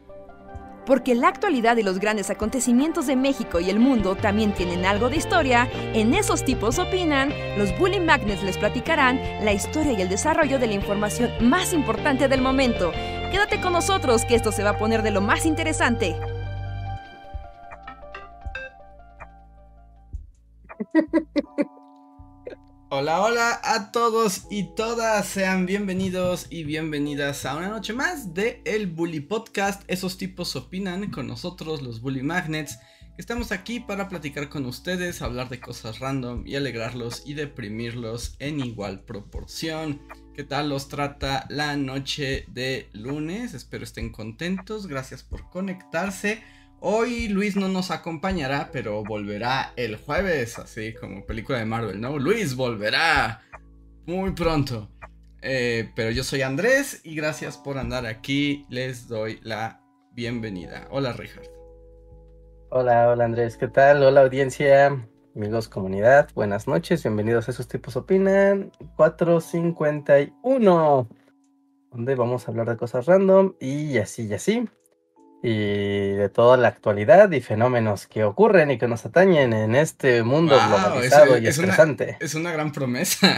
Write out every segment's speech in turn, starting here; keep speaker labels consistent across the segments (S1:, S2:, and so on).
S1: Porque la actualidad y los grandes acontecimientos de México y el mundo también tienen algo de historia, en Esos Tipos Opinan, los Bully Magnets les platicarán la historia y el desarrollo de la información más importante del momento. Quédate con nosotros que esto se va a poner de lo más interesante.
S2: Hola, hola a todos y todas, sean bienvenidos y bienvenidas a una noche más de El Bully Podcast. Esos tipos opinan, con nosotros los Bully Magnets, que estamos aquí para platicar con ustedes, hablar de cosas random y alegrarlos y deprimirlos en igual proporción. ¿Qué tal los trata la noche de lunes? Espero estén contentos, gracias por conectarse. Hoy Luis no nos acompañará, pero volverá el jueves, así como película de Marvel, ¿no? Luis volverá muy pronto. Pero yo soy Andrés y gracias por andar aquí. Les doy la bienvenida. Hola, Richard.
S3: Hola Andrés, ¿qué tal? Hola audiencia, amigos, comunidad, buenas noches, bienvenidos a Esos Tipos Opinan 451, donde vamos a hablar de cosas random y así, y de toda la actualidad y fenómenos que ocurren y que nos atañen en este mundo globalizado y estresante.
S2: Es una gran promesa.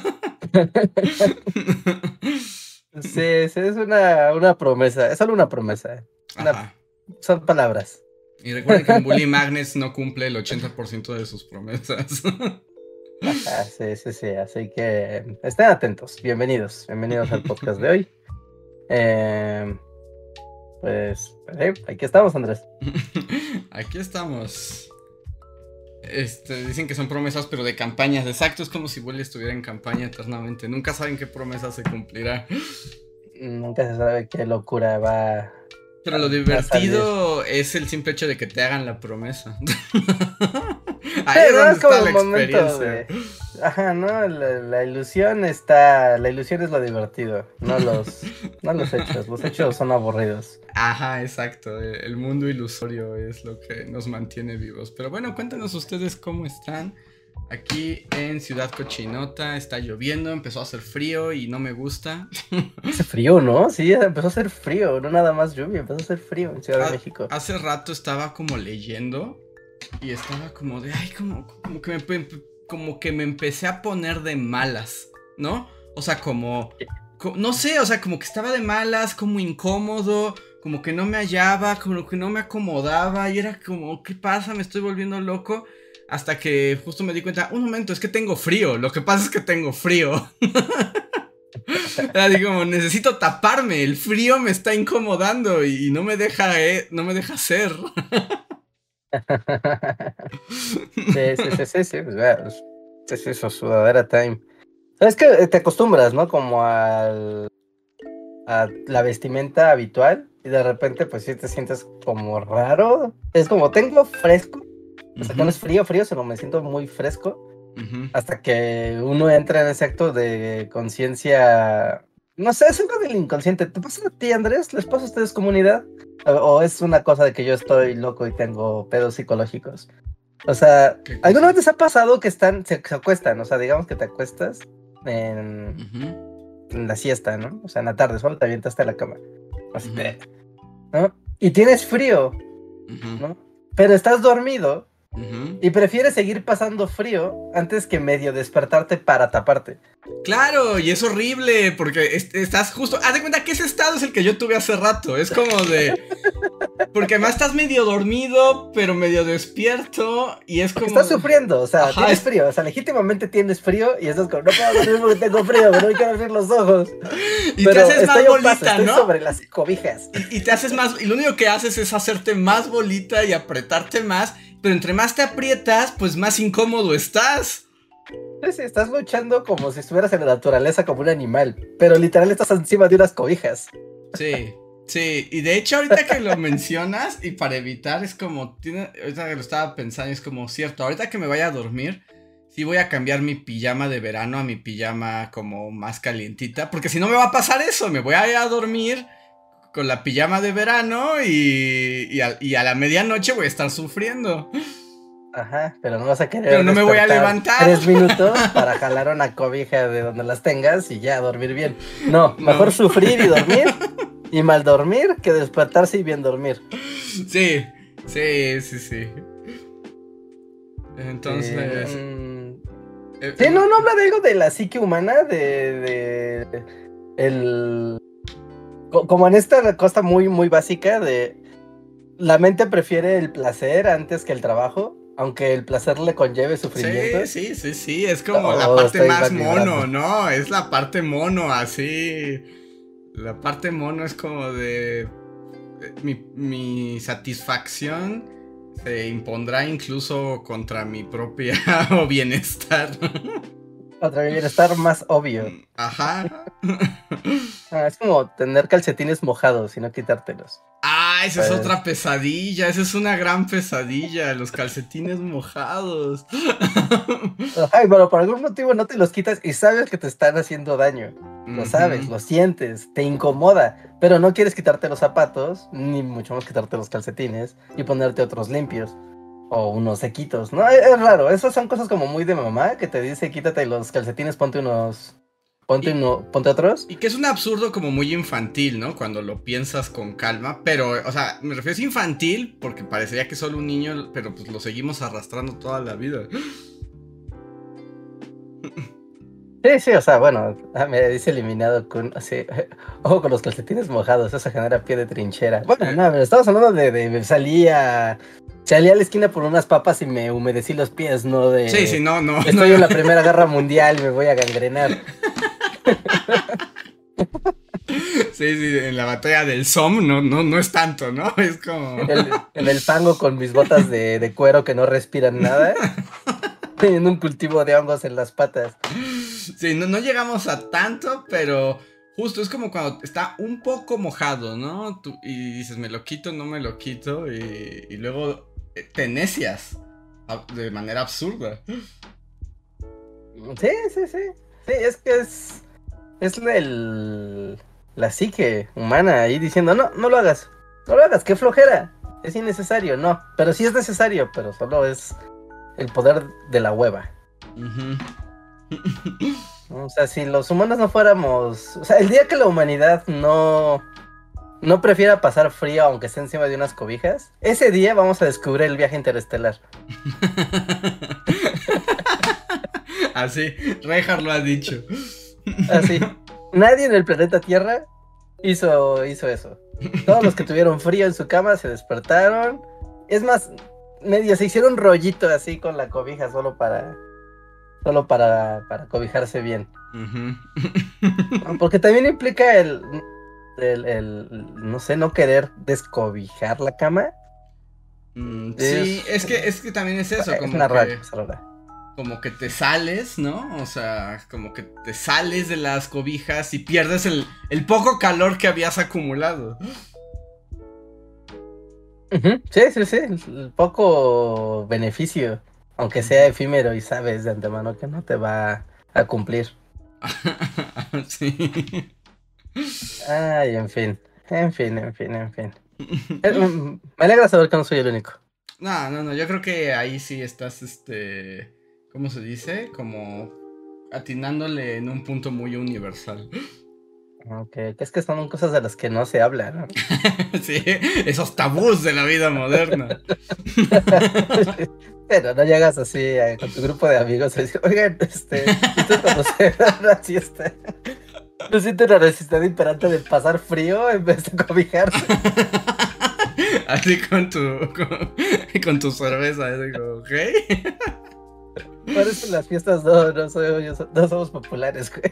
S3: Sí, es una promesa, es solo una promesa. Son palabras.
S2: Y recuerden que en Bully Magnets no cumple el 80% de sus promesas.
S3: Sí, así que estén atentos, bienvenidos al podcast de hoy. Pues, aquí estamos, Andrés.
S2: Aquí estamos. Dicen que son promesas, pero de campañas. Exacto, es como si Bully estuviera en campaña eternamente. Nunca saben qué promesa se cumplirá.
S3: Nunca se sabe qué locura va.
S2: Pero lo divertido es el simple hecho de que te hagan la promesa. Ahí es donde está la experiencia.
S3: Ajá, ¿no? La ilusión está. La ilusión es lo divertido, no los hechos. Los hechos son aburridos.
S2: Ajá, exacto. El mundo ilusorio es lo que nos mantiene vivos. Pero bueno, cuéntanos ustedes cómo están. Aquí en Ciudad Cochinota está lloviendo, empezó a hacer frío y no me gusta.
S3: Hace frío, ¿no? Sí, empezó a hacer frío, no nada más lluvia, empezó a hacer frío en Ciudad de México.
S2: Hace rato estaba como leyendo y estaba como de, como que me empecé a poner de malas, ¿no? O sea, no sé, o sea, como que estaba de malas, como incómodo, como que no me hallaba, como que no me acomodaba y era como, ¿qué pasa? Me estoy volviendo loco. Hasta que justo me di cuenta, un momento, es que tengo frío, lo que pasa es que tengo frío. Digo, necesito taparme, el frío me está incomodando y no me deja ser.
S3: Sí, pues vea, es eso, sudadera time. Es que te acostumbras, ¿no? Como a la vestimenta habitual y de repente pues sí te sientes como raro. Es como, tengo fresco. O sea, que no es frío, sino me siento muy fresco. Hasta que uno entra en ese acto de conciencia. No sé, es algo del inconsciente. ¿Te pasa a ti, Andrés? ¿Les pasa a ustedes, comunidad? ¿O es una cosa de que yo estoy loco y tengo pedos psicológicos? O sea, ¿alguna vez les ha pasado que se acuestan? O sea, digamos que te acuestas en la siesta, ¿no? O sea, en la tarde, solo te avientaste a la cama. Así, ¿no? Y tienes frío, ¿no? Pero estás dormido. Y prefieres seguir pasando frío antes que medio despertarte para taparte.
S2: Claro, y es horrible porque estás justo... Haz de cuenta que ese estado es el que yo tuve hace rato. Es como de... Porque además estás medio dormido, pero medio despierto. Y es como...
S3: Estás sufriendo, o sea, tienes frío. O sea, legítimamente tienes frío y estás como, no puedo dormir porque tengo frío, pero no quiero abrir los ojos.
S2: Y pero te haces más bolita,
S3: estoy sobre las cobijas.
S2: Y te haces más... Y lo único que haces es hacerte más bolita y apretarte más. Pero entre más te aprietas, pues más incómodo estás.
S3: Sí, estás luchando como si estuvieras en la naturaleza como un animal. Pero literal estás encima de unas cobijas.
S2: Sí, y de hecho ahorita que lo mencionas, y para evitar, es como, ahorita que lo estaba pensando, es como cierto, ahorita que me vaya a dormir, sí voy a cambiar mi pijama de verano a mi pijama como más calientita, porque si no me va a pasar eso, me voy a ir a dormir con la pijama de verano y a la medianoche voy a estar sufriendo.
S3: Ajá, pero no vas a querer.
S2: Pero no me voy a levantar
S3: 3 minutos para jalar una cobija de donde las tengas y ya dormir bien. No, mejor sufrir y dormir y mal dormir que despertarse y bien dormir.
S2: Sí. Entonces...
S3: Sí, no habla de algo de la psique humana, como en esta cosa muy, muy básica de la mente prefiere el placer antes que el trabajo, aunque el placer le conlleve sufrimiento.
S2: Sí, es como la parte más mono, ¿no? Es la parte mono, así. La parte mono es como de mi satisfacción se impondrá incluso contra mi propia bienestar.
S3: Contra mi bienestar más obvio.
S2: Ajá.
S3: Es como tener calcetines mojados y no quitártelos.
S2: Esa es otra pesadilla. Esa es una gran pesadilla. Los calcetines mojados.
S3: Ay, pero por algún motivo no te los quitas y sabes que te están haciendo daño. Lo sabes, lo sientes, te incomoda, pero no quieres quitarte los zapatos, ni mucho más quitarte los calcetines y ponerte otros limpios o unos sequitos, ¿no? Es raro, esas son cosas como muy de mamá que te dice quítate los calcetines, ponte otros.
S2: Y que es un absurdo como muy infantil, ¿no? Cuando lo piensas con calma, pero, o sea, me refiero a infantil porque parecería que solo un niño, pero pues lo seguimos arrastrando toda la vida.
S3: Sí, o sea, bueno, me dice eliminado con así, ojo con los calcetines mojados, eso genera pie de trinchera. Bueno, no, pero estamos hablando de salí a la esquina por unas papas y me humedecí los pies, no de...
S2: Sí, no.
S3: Estoy en la Primera Guerra Mundial, me voy a gangrenar.
S2: Sí, en la batalla del Somme no es tanto, ¿no? Es como...
S3: En el fango con mis botas de cuero que no respiran nada. Teniendo un cultivo de hongos en las patas.
S2: Sí, no llegamos a tanto, pero justo es como cuando está un poco mojado, ¿no? Y dices, me lo quito, no me lo quito, y luego te necias de manera absurda.
S3: Sí, es que es la psique humana ahí diciendo, no lo hagas, qué flojera, es innecesario, no, pero sí es necesario, pero solo es el poder de la hueva. O sea, si los humanos no fuéramos... O sea, el día que la humanidad no prefiera pasar frío aunque esté encima de unas cobijas, ese día vamos a descubrir el viaje interestelar.
S2: Así, Reinhardt lo ha dicho.
S3: Así, nadie en el planeta Tierra hizo eso. Todos los que tuvieron frío en su cama se despertaron. Es más, medio se hicieron rollito así con la cobija solo para cobijarse bien. Porque también implica el no sé, no querer descobijar la cama.
S2: Sí, es que también es eso, como que te sales, ¿no? O sea, como que te sales de las cobijas y pierdes el poco calor que habías acumulado.
S3: Sí, el poco beneficio, aunque sea efímero y sabes de antemano que no te va a cumplir.
S2: Sí.
S3: Ay, en fin. Me alegra saber que no soy el único.
S2: No, yo creo que ahí sí estás, ¿cómo se dice? Como atinándole en un punto muy universal.
S3: Ok, es que son cosas de las que no se habla, ¿no?
S2: Sí, esos tabús de la vida moderna.
S3: Pero no llegas así con tu grupo de amigos y dices, oigan, esto cuando se da la siesta, ¿no sientes la necesidad imperante de pasar frío en vez de cobijarse?
S2: Así con tu cerveza, digo, ¿ok?
S3: Por eso en las fiestas no somos populares, güey.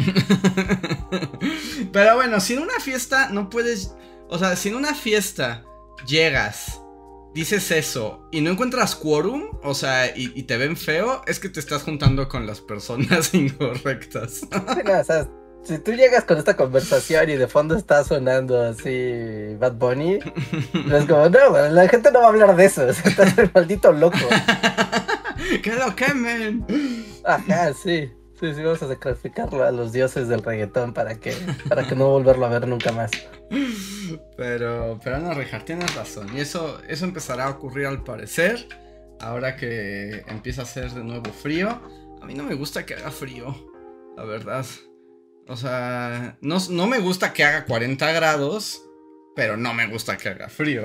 S2: Pero bueno, si en una fiesta no puedes... O sea, si en una fiesta llegas, dices eso y no encuentras quórum, o sea, y te ven feo, es que te estás juntando con las personas incorrectas.
S3: Sí, no, o sea, si tú llegas con esta conversación y de fondo está sonando así Bad Bunny, es como, no, la gente no va a hablar de eso, o sea, estás el maldito loco.
S2: ¿Qué lo quemen?
S3: Ajá, sí, vamos a sacrificarlo a los dioses del reggaetón para que no volverlo a ver nunca más.
S2: Pero no, Reinhardt, tienes razón. Y eso empezará a ocurrir al parecer. Ahora que empieza a hacer de nuevo frío. A mí no me gusta que haga frío, la verdad. O sea, no me gusta que haga 40 grados, pero no me gusta que haga frío.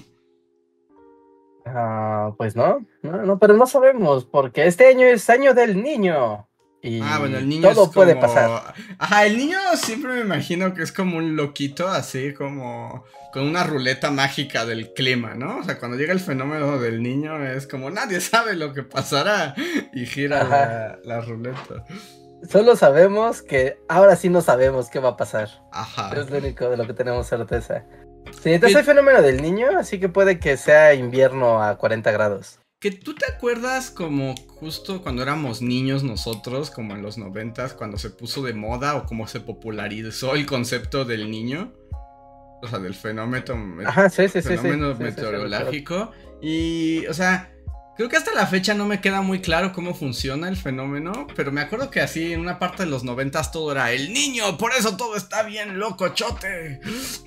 S3: Pues no, pero no sabemos, porque este año es año del niño. Y
S2: Bueno, el niño
S3: todo
S2: es
S3: puede
S2: como...
S3: pasar.
S2: Ajá, el niño siempre me imagino que es como un loquito, así como con una ruleta mágica del clima, ¿no? O sea, cuando llega el fenómeno del niño es como nadie sabe lo que pasará y gira la ruleta.
S3: Solo sabemos que ahora sí no sabemos qué va a pasar.
S2: Ajá.
S3: Es lo único de lo que tenemos certeza. Sí, entonces hay fenómeno del niño, así que puede que sea invierno a 40 grados.
S2: Que tú te acuerdas como justo cuando éramos niños nosotros, como en los 90s, cuando se puso de moda o como se popularizó el concepto del niño, o sea, del fenómeno meteorológico. Y, o sea, creo que hasta la fecha no me queda muy claro cómo funciona el fenómeno, pero me acuerdo que así en una parte de los 90s todo era el niño, por eso todo está bien locochote.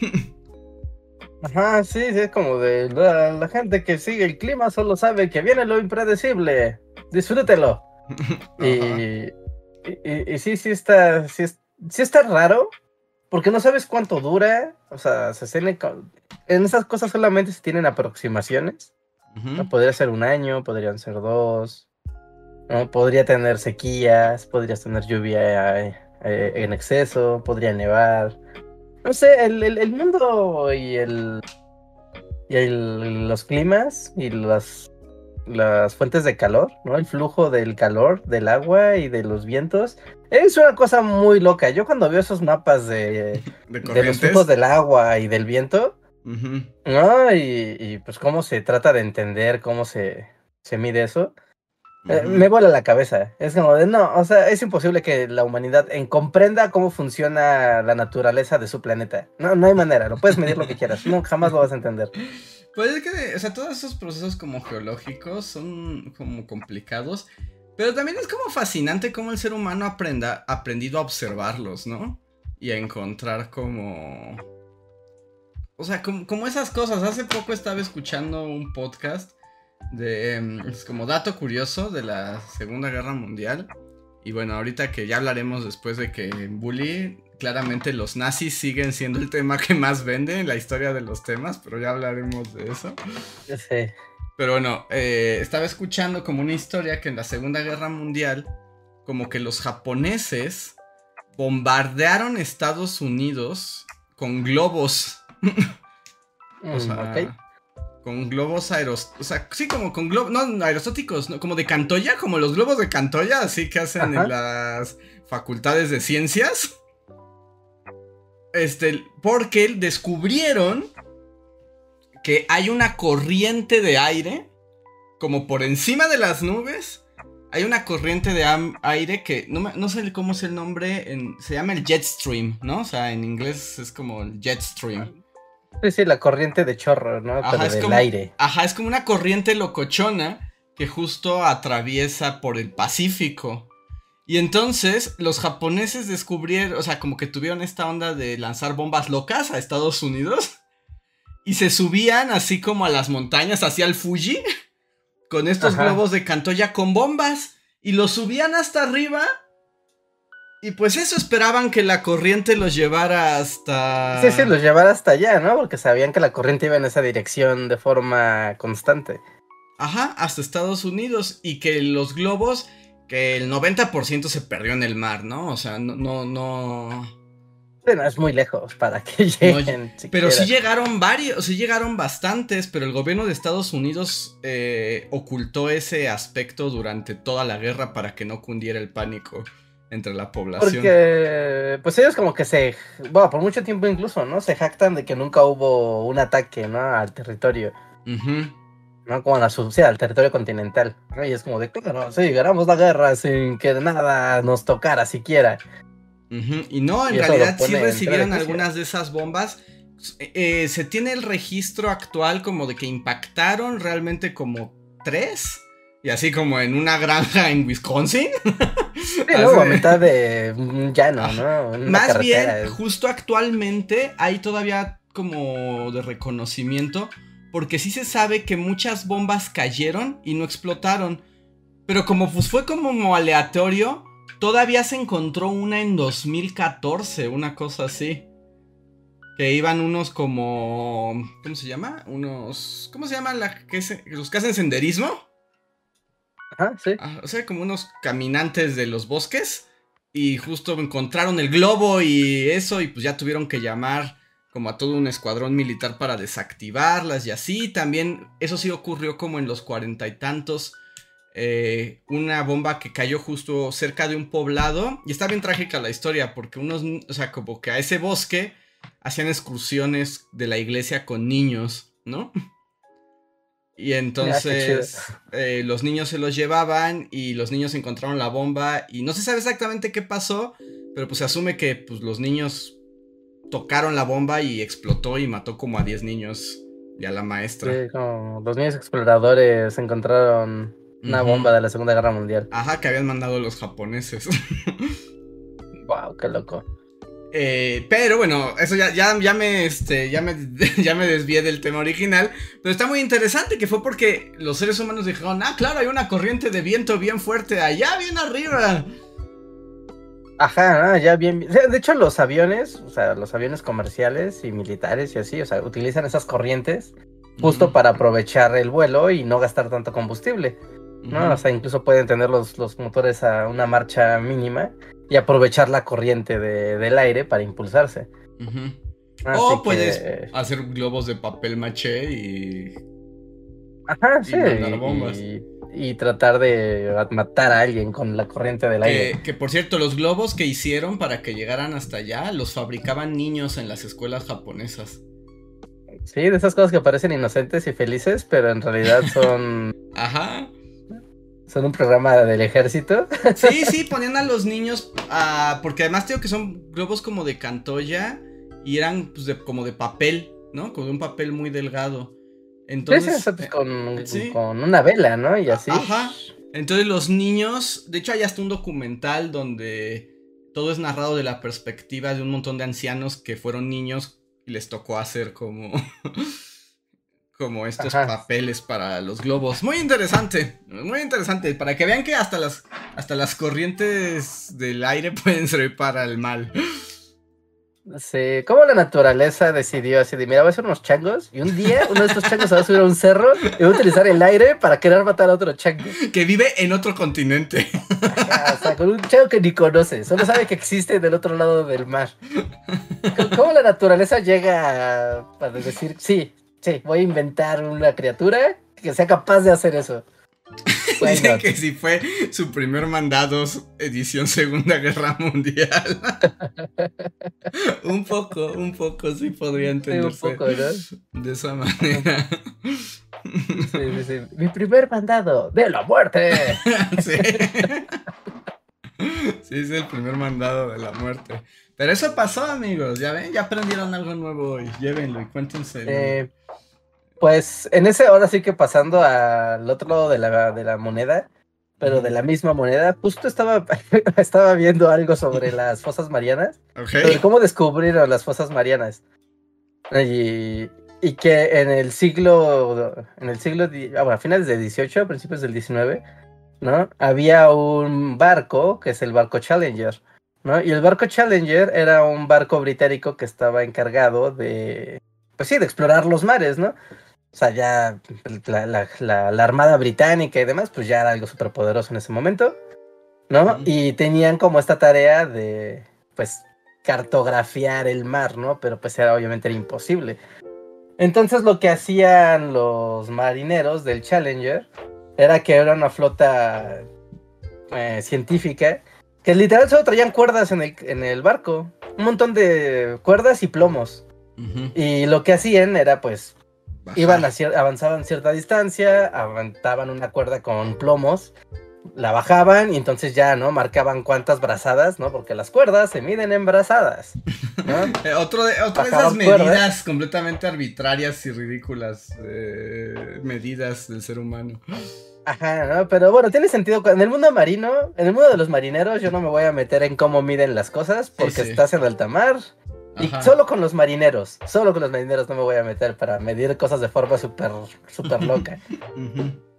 S3: Ajá, sí, es como de la gente que sigue el clima solo sabe que viene lo impredecible. Disfrútelo. Y sí está raro, porque no sabes cuánto dura. O sea, en esas cosas solamente se tienen aproximaciones. ¿No? Podría ser un año, podrían ser 2. ¿No? Podría tener sequías, podrías tener lluvia en exceso, podría nevar. No sé, el mundo y los climas y las fuentes de calor, ¿no? El flujo del calor, del agua y de los vientos. Es una cosa muy loca. Yo cuando veo esos mapas de los flujos del agua y del viento, ¿no? Y pues cómo se trata de entender cómo se mide eso. Me vuela la cabeza. Es como de no, o sea, es imposible que la humanidad comprenda cómo funciona la naturaleza de su planeta. No hay manera, lo puedes medir lo que quieras, no, jamás lo vas a entender.
S2: Pues es que, o sea, todos esos procesos como geológicos son como complicados, pero también es como fascinante cómo el ser humano ha aprendido a observarlos, ¿no? Y a encontrar como... O sea, como esas cosas. Hace poco estaba escuchando un podcast es como dato curioso de la Segunda Guerra Mundial. Y bueno, ahorita que ya hablaremos después de que en Bully, claramente los nazis siguen siendo el tema que más vende en la historia de los temas, pero ya hablaremos de eso.
S3: Sí.
S2: Pero bueno, estaba escuchando como una historia que en la Segunda Guerra Mundial, como que los japoneses bombardearon Estados Unidos con globos. O sea, okay. Con globos o sea, sí, como con globos, no aerostáticos, ¿no? Como de Cantoya, como los globos de Cantoya, así que hacen en las facultades de ciencias. Porque descubrieron que hay una corriente de aire, como por encima de las nubes, hay una corriente de aire que, no sé cómo es el nombre, se llama el jet stream, ¿no? O sea, en inglés es como el jet stream.
S3: Sí, la corriente de chorro, ¿no?
S2: Ajá,
S3: pero del aire.
S2: Ajá, es como una corriente locochona que justo atraviesa por el Pacífico. Y entonces los japoneses descubrieron, o sea, como que tuvieron esta onda de lanzar bombas locas a Estados Unidos. Y se subían así como a las montañas, hacia el Fuji, con estos globos de Cantoya con bombas. Y los subían hasta arriba. Y pues eso, esperaban que la corriente los llevara hasta...
S3: Sí, los llevara hasta allá, ¿no? Porque sabían que la corriente iba en esa dirección de forma constante.
S2: Ajá, hasta Estados Unidos. Y que los globos, que el 90% se perdió en el mar, ¿no? O sea, no...
S3: Bueno, es muy lejos para que lleguen.
S2: No, pero sí llegaron varios, sí llegaron bastantes, pero el gobierno de Estados Unidos ocultó ese aspecto durante toda la guerra para que no cundiera el pánico entre la población.
S3: Porque, pues ellos como que bueno, por mucho tiempo incluso, ¿no? Se jactan de que nunca hubo un ataque, ¿no? Al territorio. ¿No? Como al territorio continental, ¿no? Y es como de, claro, sí, ganamos la guerra sin que nada nos tocara siquiera.
S2: Y no, en realidad sí recibieron algunas de esas bombas. Se tiene el registro actual como de que impactaron realmente como 3. Y así como en una granja en Wisconsin.
S3: Sí, luego a mitad de un llano, ¿no?
S2: Más bien, justo actualmente hay todavía como de reconocimiento. Porque sí se sabe que muchas bombas cayeron y no explotaron. Pero como pues fue como aleatorio, todavía se encontró una en 2014, una cosa así. Que iban unos como... ¿Cómo se llama? Unos... ¿Cómo se llama los que hacen senderismo?
S3: Ajá, sí.
S2: O sea, como unos caminantes de los bosques. Y justo encontraron el globo y eso. Y pues ya tuvieron que llamar como a todo un escuadrón militar para desactivarlas y así. También eso sí ocurrió como en los 40 y tantos. Una bomba que cayó justo cerca de un poblado. Y está bien trágica la historia porque unos... O sea, como que a ese bosque hacían excursiones de la iglesia con niños, ¿no? Y entonces los niños se los llevaban y los niños encontraron la bomba y no se sabe exactamente qué pasó, pero pues se asume que pues, los niños tocaron la bomba y explotó y mató como a 10 niños y a la maestra.
S3: Sí, como los niños exploradores encontraron una bomba de la Segunda Guerra Mundial.
S2: Ajá, que habían mandado los japoneses.
S3: Wow, qué loco.
S2: Pero bueno, eso ya me desvié del tema original. Pero está muy interesante que fue porque los seres humanos dijeron, claro, hay una corriente de viento bien fuerte allá, bien arriba.
S3: Ajá, ya bien. De hecho, los aviones, o sea, los aviones comerciales y militares y así, o sea, utilizan esas corrientes justo para aprovechar el vuelo y no gastar tanto combustible, ¿no? O sea, incluso pueden tener los motores a una marcha mínima y aprovechar la corriente del aire para impulsarse.
S2: O puedes hacer globos de papel maché y...
S3: Ajá,
S2: y mandar bombas.
S3: Y tratar de matar a alguien con la corriente del aire.
S2: Que por cierto, los globos que hicieron para que llegaran hasta allá los fabricaban niños en las escuelas japonesas.
S3: Sí, de esas cosas que parecen inocentes y felices, pero en realidad son...
S2: Ajá.
S3: Son un programa del ejército.
S2: Sí, ponían a los niños porque además tengo que son globos como de cantoya y eran pues como de papel, ¿no? Como de un papel muy delgado. Entonces,
S3: sí, con una vela, ¿no? Y así.
S2: Ajá. Entonces los niños, de hecho hay hasta un documental donde todo es narrado de la perspectiva de un montón de ancianos que fueron niños y les tocó hacer como estos papeles para los globos. Muy interesante, para que vean que hasta las corrientes del aire pueden servir para el mal.
S3: Sí, como la naturaleza decidió así de, mira, voy a hacer unos changos y un día uno de estos changos se va a subir a un cerro y va a utilizar el aire para querer matar a otro chango.
S2: Que vive en otro continente.
S3: O sea, con un chango que ni conoce, solo sabe que existe del otro lado del mar. ¿Cómo la naturaleza llega a decir, sí, voy a inventar una criatura que sea capaz de hacer eso?
S2: Dicen que si fue su primer mandado, edición Segunda Guerra Mundial. un poco, sí podría entenderse.
S3: Sí, un poco, ¿no?
S2: De esa manera.
S3: Sí. Mi primer mandado, de la muerte.
S2: Sí. Sí, es el primer mandado de la muerte. Pero eso pasó, amigos, ya ven, ya aprendieron algo nuevo hoy. Llévenlo y cuéntense.
S3: Pues en ese, ahora sí que pasando al otro lado de la moneda, pero de la misma moneda, justo estaba viendo algo sobre las fosas marianas, sobre cómo descubrieron las fosas marianas. Y que en el siglo, a finales del 18, principios del 19, ¿no? Había un barco, que es el barco Challenger, ¿no? Y el barco Challenger era un barco británico que estaba encargado de explorar los mares, ¿no? O sea, ya la Armada Británica y demás, pues ya era algo súper poderoso en ese momento, ¿no? Y tenían como esta tarea de, pues, cartografiar el mar, ¿no? Pero pues obviamente era imposible. Entonces lo que hacían los marineros del Challenger era que era una flota científica que literal solo traían cuerdas en el barco. Un montón de cuerdas y plomos. Y lo que hacían era, pues, avanzaban cierta distancia, avanzaban una cuerda con plomos, la bajaban y entonces ya, ¿no? Marcaban cuántas brazadas, ¿no? Porque las cuerdas se miden en brazadas, ¿no?
S2: Otra de esas medidas completamente arbitrarias y ridículas, medidas del ser humano.
S3: Ajá, ¿no? Pero bueno, tiene sentido. En el mundo marino, en el mundo de los marineros, yo no me voy a meter en cómo miden las cosas, porque estás en alta mar. Y solo con los marineros no me voy a meter para medir cosas de forma súper loca.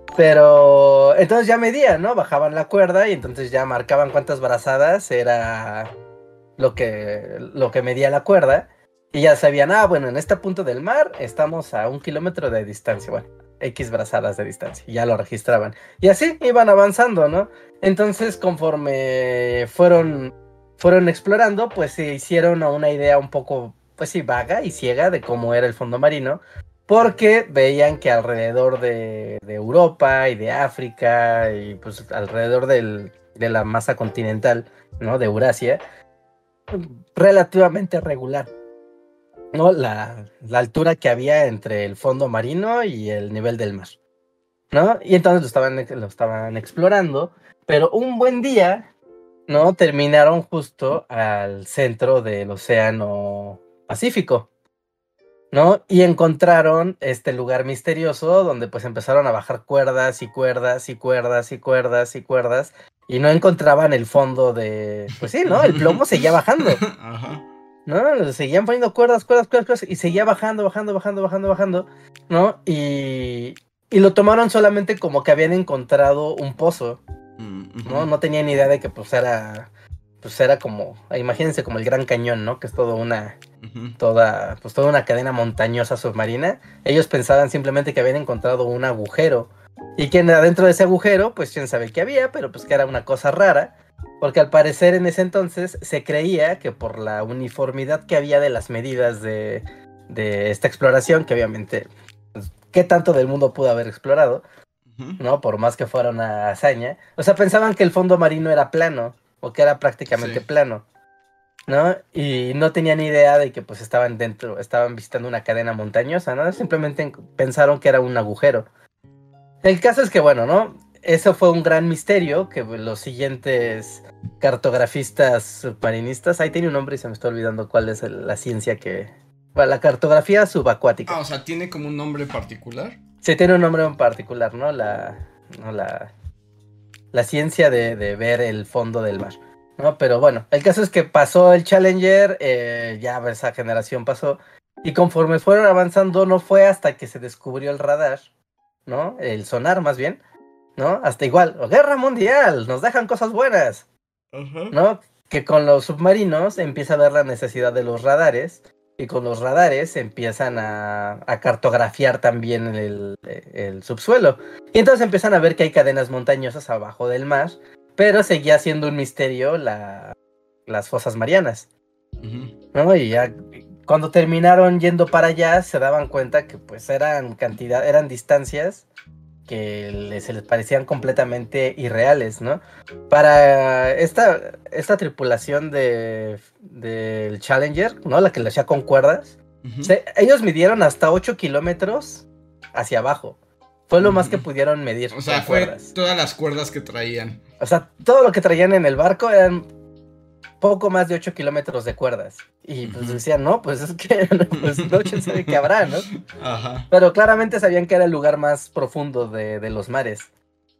S3: Pero entonces ya medían, ¿no? Bajaban la cuerda y entonces ya marcaban cuántas brazadas era lo que medía la cuerda. Y ya sabían, bueno, en este punto del mar estamos a 1 kilómetro de distancia. Bueno, X brazadas de distancia. Y ya lo registraban. Y así iban avanzando, ¿no? Entonces, conforme fueron explorando, pues se hicieron a una idea un poco, pues sí, vaga y ciega de cómo era el fondo marino. Porque veían que alrededor de Europa y de África y pues alrededor de la masa continental, ¿no? De Eurasia, relativamente regular, ¿no? La altura que había entre el fondo marino y el nivel del mar, ¿no? Y entonces lo estaban explorando, pero un buen día, ¿no? Terminaron justo al centro del Océano Pacífico, ¿no? Y encontraron este lugar misterioso donde pues empezaron a bajar cuerdas y cuerdas y cuerdas y cuerdas y cuerdas y no encontraban el fondo de... Pues sí, ¿no? El plomo seguía bajando. Ajá. ¿No? Seguían poniendo cuerdas y seguía bajando, ¿no? Y lo tomaron solamente como que habían encontrado un pozo, ¿no? No tenían ni idea de que pues era como, imagínense como el Gran Cañón, ¿no? Que es toda una cadena montañosa submarina. Ellos pensaban simplemente que habían encontrado un agujero y que adentro de ese agujero, pues quién sabe qué había, pero pues que era una cosa rara, porque al parecer en ese entonces se creía que por la uniformidad que había de las medidas de esta exploración, que obviamente, pues, ¿qué tanto del mundo pudo haber explorado? ¿No? Por más que fuera una hazaña. O sea, pensaban que el fondo marino era plano, o que era prácticamente plano, ¿no? Y no tenían idea de que pues estaban visitando una cadena montañosa, ¿no? Simplemente pensaron que era un agujero. El caso es que, bueno, ¿no? Eso fue un gran misterio que los siguientes cartografistas submarinistas, ahí tiene un nombre y se me está olvidando cuál es la ciencia que... Bueno, la cartografía subacuática.
S2: O sea, ¿tiene como un nombre particular?
S3: Sí, tiene un nombre en particular, ¿no? La ciencia de ver el fondo del mar, ¿no? Pero bueno, el caso es que pasó el Challenger, ya esa generación pasó, y conforme fueron avanzando no fue hasta que se descubrió el radar, ¿no? El sonar más bien, ¿no? Hasta igual, Guerra Mundial, nos dejan cosas buenas, ¿no? Que con los submarinos empieza a ver la necesidad de los radares, y con los radares empiezan a cartografiar también el subsuelo. Y entonces empiezan a ver que hay cadenas montañosas abajo del mar, pero seguía siendo un misterio las fosas marianas, ¿no? Y ya cuando terminaron yendo para allá se daban cuenta que pues eran distancias que se les parecían completamente irreales, ¿no? Para esta tripulación del Challenger, ¿no? La que le hacía con cuerdas, ellos midieron hasta 8 kilómetros hacia abajo. Fue lo más que pudieron medir.
S2: O sea, fue cuerdas. Todas las cuerdas que traían.
S3: O sea, todo lo que traían en el barco eran poco más de 8 kilómetros de cuerdas. Y pues decían, no, pues es que pues no se sabe qué habrá, ¿no? Ajá. Pero claramente sabían que era el lugar más profundo de los mares.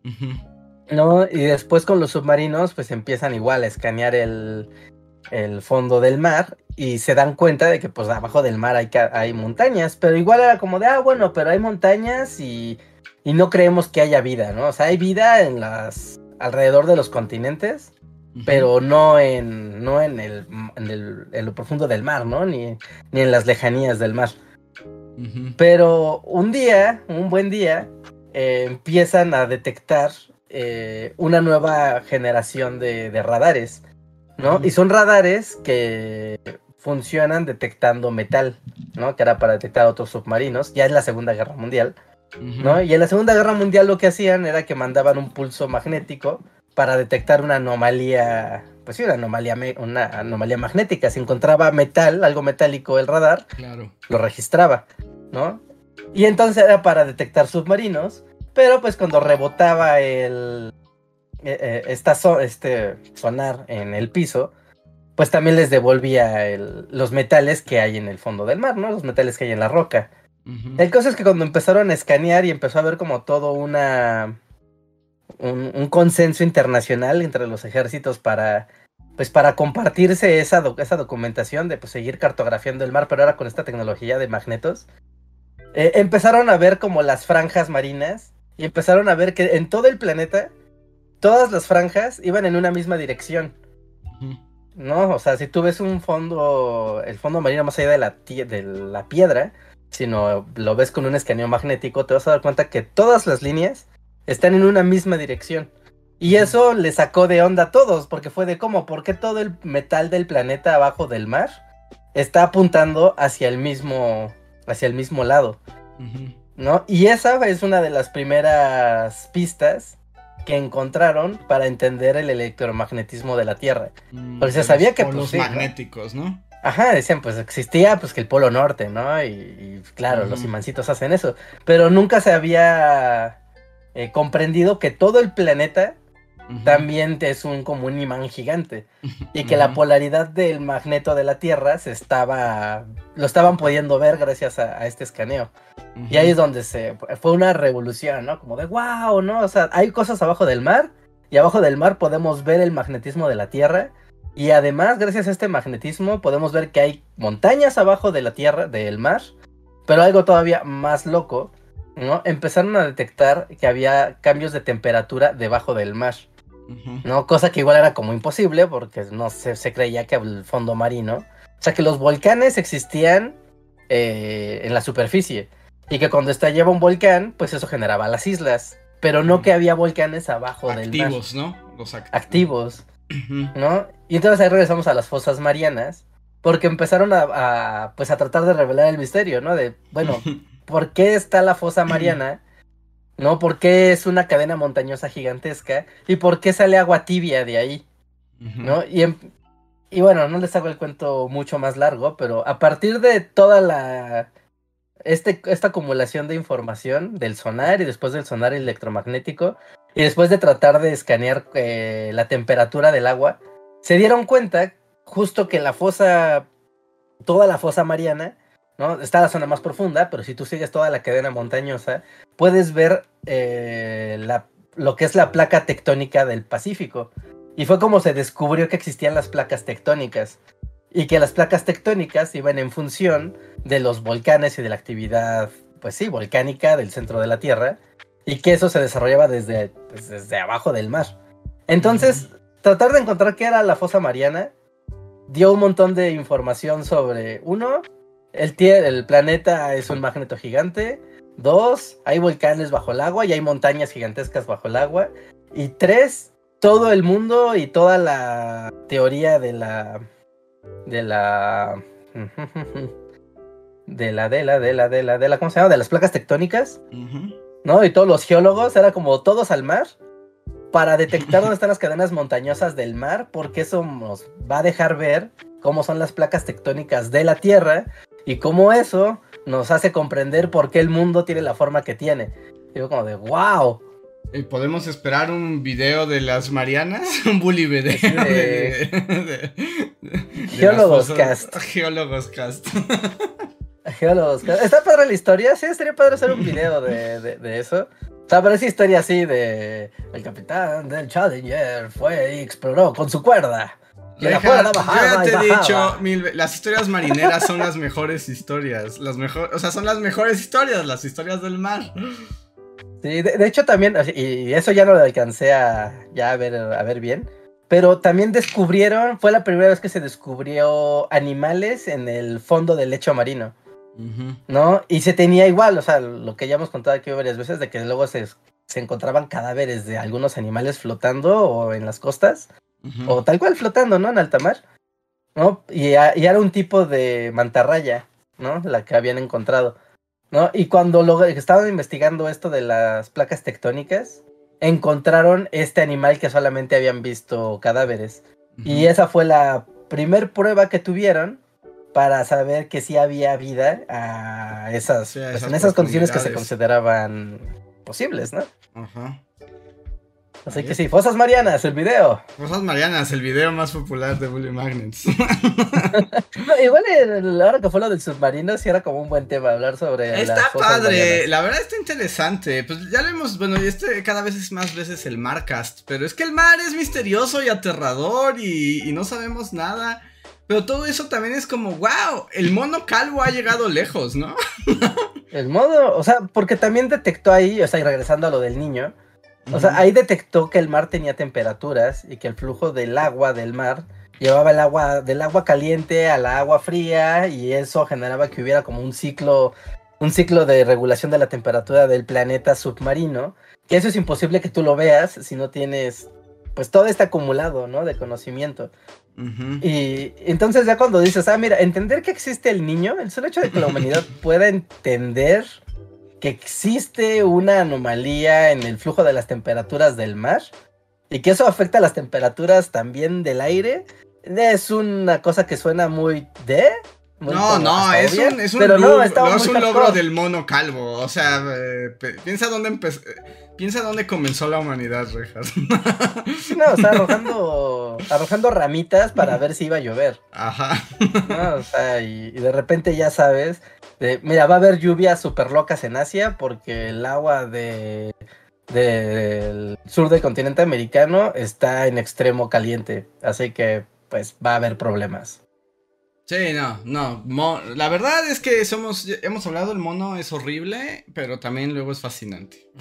S3: ¿No? Y después con los submarinos, pues empiezan igual a escanear el fondo del mar y se dan cuenta de que pues abajo del mar hay montañas, pero igual era como de, bueno, pero hay montañas y no creemos que haya vida, ¿no? O sea, hay vida alrededor de los continentes, pero no en lo profundo del mar, ¿no? Ni en las lejanías del mar. Pero un buen día, empiezan a detectar una nueva generación de radares, ¿no? Y son radares que funcionan detectando metal, ¿no? Que era para detectar otros submarinos. Ya es la Segunda Guerra Mundial, ¿no? Y en la Segunda Guerra Mundial lo que hacían era que mandaban un pulso magnético para detectar una anomalía, pues sí, una anomalía magnética. Si encontraba metal, algo metálico, el radar, lo registraba, ¿no? Y entonces era para detectar submarinos, pero pues cuando rebotaba este sonar en el piso, pues también les devolvía los metales que hay en el fondo del mar, ¿no? Los metales que hay en la roca. El caso es que cuando empezaron a escanear y empezó a haber como todo un consenso internacional entre los ejércitos para compartirse esa documentación de pues seguir cartografiando el mar, pero ahora con esta tecnología de magnetos, empezaron a ver como las franjas marinas y empezaron a ver que en todo el planeta, todas las franjas iban en una misma dirección. ¿No? O sea, si tú ves el fondo marino más allá de la piedra, sino lo ves con un escaneo magnético, te vas a dar cuenta que todas las líneas están en una misma dirección. Y eso le sacó de onda a todos, porque fue de cómo, ¿por qué todo el metal del planeta abajo del mar está apuntando hacia el mismo lado? ¿No? Y esa es una de las primeras pistas que encontraron para entender el electromagnetismo de la Tierra. Porque se sabía que
S2: polos magnéticos, ¿no?
S3: Ajá, decían, pues existía pues que el polo norte, ¿no? Y claro, los imancitos hacen eso. Pero nunca se había comprendido que todo el planeta también es como un imán gigante. Y que la polaridad del magneto de la Tierra lo estaban pudiendo ver gracias a este escaneo. Y ahí es donde fue una revolución, ¿no? Como de wow, ¿no? O sea, hay cosas abajo del mar, y abajo del mar podemos ver el magnetismo de la Tierra. Y además, gracias a este magnetismo, podemos ver que hay montañas abajo de la Tierra, del mar. Pero algo todavía más loco, ¿no? Empezaron a detectar que había cambios de temperatura debajo del mar, ¿no? Cosa que igual era como imposible, porque no se creía que el fondo marino... O sea, que los volcanes existían en la superficie. Y que cuando estallaba un volcán, pues eso generaba las islas. Pero no que había volcanes abajo del mar.
S2: Activos, ¿no? Los
S3: activos, ¿no? Y entonces ahí regresamos a las fosas marianas. Porque empezaron a tratar de revelar el misterio, ¿no? De, bueno, ¿por qué está la fosa mariana? ¿No? ¿Por qué es una cadena montañosa gigantesca? ¿Y por qué sale agua tibia de ahí? ¿No? Y bueno, no les hago el cuento mucho más largo, pero a partir de toda esta acumulación de información del sonar y después del sonar electromagnético y después de tratar de escanear la temperatura del agua, se dieron cuenta justo que toda la fosa mariana, ¿no? Está la zona más profunda, pero si tú sigues toda la cadena montañosa, puedes ver lo que es la placa tectónica del Pacífico. Y fue como se descubrió que existían las placas tectónicas. Y que las placas tectónicas iban en función de los volcanes y de la actividad, pues sí, volcánica del centro de la Tierra. Y que eso se desarrollaba desde abajo del mar. Entonces, tratar de encontrar qué era la fosa mariana dio un montón de información sobre, 1, el planeta es un magneto gigante. 2, hay volcanes bajo el agua y hay montañas gigantescas bajo el agua. Y 3, todo el mundo y toda la teoría de la ¿cómo se llama? De las placas tectónicas, ¿no? Y todos los geólogos, era como todos al mar para detectar dónde están las cadenas montañosas del mar, porque eso nos va a dejar ver cómo son las placas tectónicas de la Tierra y cómo eso nos hace comprender por qué el mundo tiene la forma que tiene. Digo como de wow.
S2: ¿Y podemos esperar un video de las Marianas? Un bully video de
S3: Geólogos Cast.
S2: Geólogos Cast.
S3: ¿Está padre la historia? Sí, estaría padre hacer un video de eso. O sea, pero esa historia así de... El capitán del Challenger fue y exploró con su cuerda. Y la cuerda bajaba y bajaba. Yo ya te he
S2: dicho, las historias marineras son las mejores historias. O sea, son las mejores historias, las historias del mar.
S3: Sí, de hecho también, y eso ya no lo alcancé a ver bien, pero también fue la primera vez que se descubrió animales en el fondo del lecho marino, ¿no? Y se tenía igual, o sea, lo que ya hemos contado aquí varias veces, de que luego se encontraban cadáveres de algunos animales flotando o en las costas, o tal cual flotando, ¿no? En alta mar, ¿no? Y era un tipo de mantarraya, ¿no? La que habían encontrado, ¿no? Y cuando estaban investigando esto de las placas tectónicas, encontraron este animal que solamente habían visto cadáveres. Y esa fue la primer prueba que tuvieron para saber que sí había vida en esas condiciones que se consideraban posibles, ¿no? Así que sí, Fosas Marianas, el video.
S2: Fosas Marianas, el video más popular de Bully Magnets.
S3: No, igual ahora que fue lo del submarino, sí era como un buen tema hablar sobre.
S2: Está padre, marianas. La verdad está interesante. Pues ya lo hemos, bueno, y cada vez es más veces el Marcast. Pero es que el mar es misterioso y aterrador y no sabemos nada. Pero todo eso también es como, wow, el mono calvo ha llegado lejos, ¿no?
S3: El modo, o sea, porque también detectó ahí, o sea, y regresando a lo del niño, o sea,
S2: Ujú.
S3: ahí detectó que el mar tenía temperaturas y que el flujo del agua del mar llevaba el agua del agua caliente a la agua fría y eso generaba que hubiera como un ciclo de regulación de la temperatura del planeta submarino, que eso es imposible que tú lo veas si no tienes, pues todo está acumulado, ¿no? De conocimiento.
S2: Ujú.
S3: Y entonces ya cuando dices, mira, entender que existe el niño, el solo hecho de que la humanidad pueda entender que existe una anomalía en el flujo de las temperaturas del mar y que eso afecta a las temperaturas también del aire, es una cosa que suena muy
S2: No,
S3: como
S2: no,
S3: hasta
S2: es
S3: obvia,
S2: un
S3: pero no,
S2: logro,
S3: estaba
S2: es
S3: muy
S2: un logro
S3: hardcore.
S2: del mono calvo. O sea, piensa dónde empezó, piensa dónde comenzó la humanidad, Rejas.
S3: Sí, no, o sea, arrojando ramitas para ver si iba a llover.
S2: Ajá.
S3: ¿No? O sea, y de repente ya sabes, mira, va a haber lluvias súper locas en Asia porque el agua del sur del continente americano está en extremo caliente, así que pues va a haber problemas.
S2: Sí, no, la verdad es que hemos hablado, el mono es horrible, pero también luego es fascinante.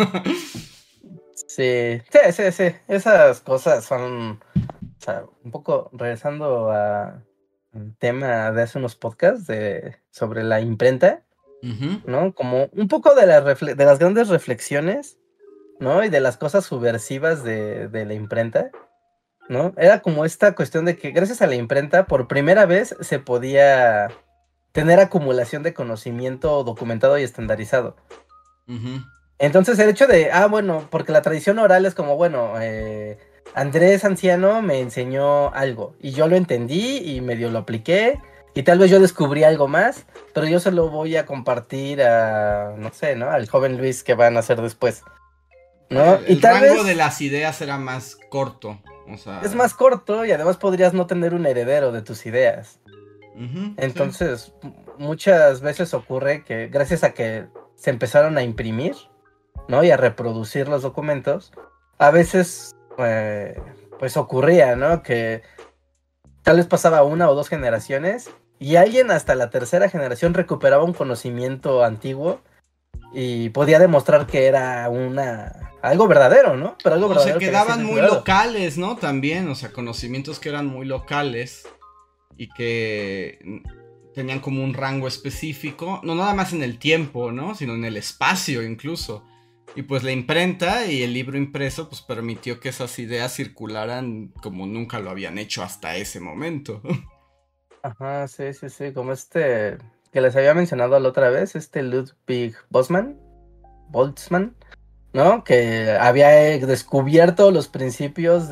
S3: Sí, sí, sí, sí, esas cosas son, o sea, un poco regresando a un tema de hace unos podcasts sobre la imprenta,
S2: Ujú.
S3: ¿no? Como un poco de de las grandes reflexiones, ¿no? Y de las cosas subversivas de la imprenta, ¿no? Era como esta cuestión de que gracias a la imprenta por primera vez se podía tener acumulación de conocimiento documentado y estandarizado.
S2: Ujú.
S3: Entonces el hecho de, bueno, porque la tradición oral es como, bueno, Andrés Anciano me enseñó algo y yo lo entendí y medio lo apliqué y tal vez yo descubrí algo más, pero yo se lo voy a compartir no sé, ¿no? Al joven Luis que van a hacer después, ¿no? Y
S2: El
S3: tal
S2: rango de
S3: vez
S2: las ideas era más corto. O
S3: es
S2: sea.
S3: más corto y además podrías no tener un heredero de tus ideas.
S2: Ujú, sí.
S3: Entonces, muchas veces ocurre que gracias a que se empezaron a imprimir, ¿no? Y a reproducir los documentos, a veces, pues ocurría, ¿no? Que tal vez pasaba una o dos generaciones y alguien hasta la tercera generación recuperaba un conocimiento antiguo y podía demostrar que era algo verdadero, ¿no? Pero algo
S2: O se
S3: verdadero que había sido
S2: quedaban muy
S3: ignorado.
S2: locales, ¿no? También, o sea, conocimientos que eran muy locales y que tenían como un rango específico, no nada más en el tiempo, ¿no? Sino en el espacio incluso. Y pues la imprenta y el libro impreso pues permitió que esas ideas circularan como nunca lo habían hecho hasta ese momento.
S3: Ajá, sí, sí, sí, como que les había mencionado la otra vez, Ludwig Boltzmann, ¿no? Que había descubierto los principios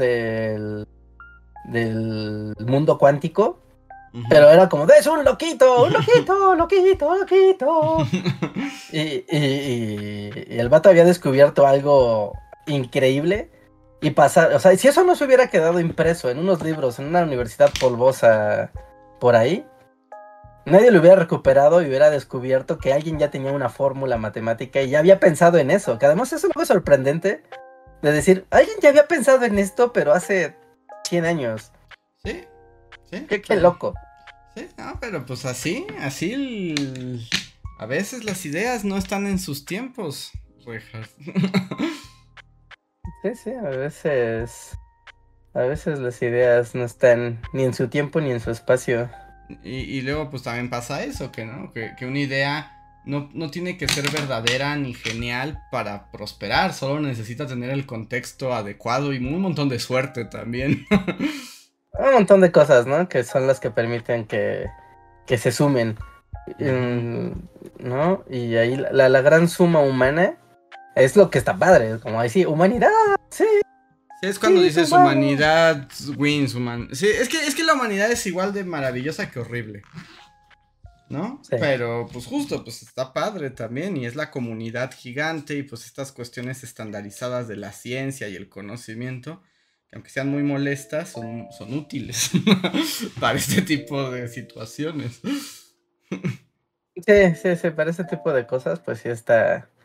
S3: del mundo cuántico,
S2: Ujú.
S3: pero era como, ¡es un loquito, un loquito, loquito, loquito! Y el vato había descubierto algo increíble y o sea, si eso no se hubiera quedado impreso en unos libros, en una universidad polvosa por ahí, nadie lo hubiera recuperado y hubiera descubierto que alguien ya tenía una fórmula matemática y ya había pensado en eso, que además es algo sorprendente de decir, alguien ya había pensado en esto, pero hace 100 años.
S2: Sí, sí,
S3: Qué loco.
S2: sí, no, pero pues así a veces las ideas no están en sus tiempos, Rejas.
S3: Sí, sí, a veces las ideas no están ni en su tiempo ni en su espacio.
S2: Y luego pues también pasa eso, que no, que una idea no tiene que ser verdadera ni genial para prosperar, solo necesita tener el contexto adecuado y un montón de suerte también.
S3: Un montón de cosas, ¿no? Que son las que permiten que se sumen,
S2: Ujú.
S3: ¿no? Y ahí la gran suma humana es lo que está padre, como decir, humanidad, sí,
S2: Sí, es cuando
S3: sí,
S2: dices
S3: humanos.
S2: humanidad wins, Sí, es que la humanidad es igual de maravillosa que horrible, ¿no?
S3: Sí.
S2: Pero pues justo, pues está padre también y es la comunidad gigante y pues estas cuestiones estandarizadas de la ciencia y el conocimiento, que aunque sean muy molestas, son útiles para este tipo de situaciones.
S3: Sí, sí, sí, para ese tipo de cosas, pues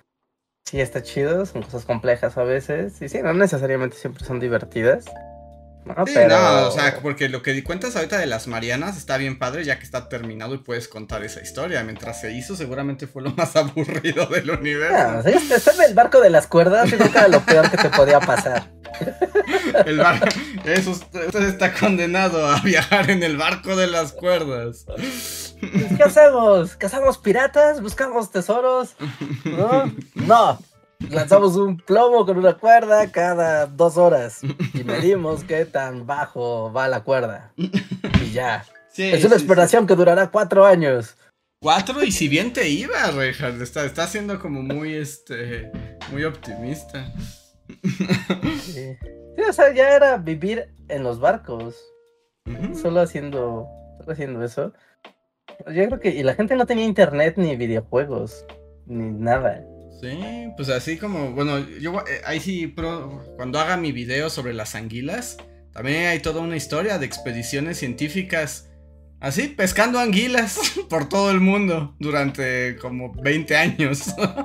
S3: sí está chido, son cosas complejas a veces, y sí, no necesariamente siempre son divertidas, ¿no?
S2: Sí,
S3: Pero...
S2: no, o sea, porque lo que cuentas ahorita de las Marianas está bien padre, ya que está terminado y puedes contar esa historia. Mientras se hizo, seguramente fue lo más aburrido del universo.
S3: No, estar en el barco de las cuerdas, yo creo que era lo peor que te podía pasar.
S2: El barco, eso, usted está condenado a viajar en el barco de las cuerdas.
S3: ¿Qué hacemos? ¿Cazamos piratas? ¿Buscamos tesoros? ¿No? No. Lanzamos un plomo con una cuerda cada 2 horas y medimos qué tan bajo va la cuerda. Y ya.
S2: Sí,
S3: es una exploración que durará 4 años.
S2: 4 y si bien te iba, Reinhardt, está siendo como muy, muy optimista.
S3: Sí. Sí, o sea, ya era vivir en los barcos. Solo haciendo eso. Yo creo que... Y la gente no tenía internet ni videojuegos. Ni nada.
S2: Sí, pues así como... Bueno, yo ahí sí... cuando haga mi video sobre las anguilas, también hay toda una historia de expediciones científicas. Así, pescando anguilas por todo el mundo durante como 20 años.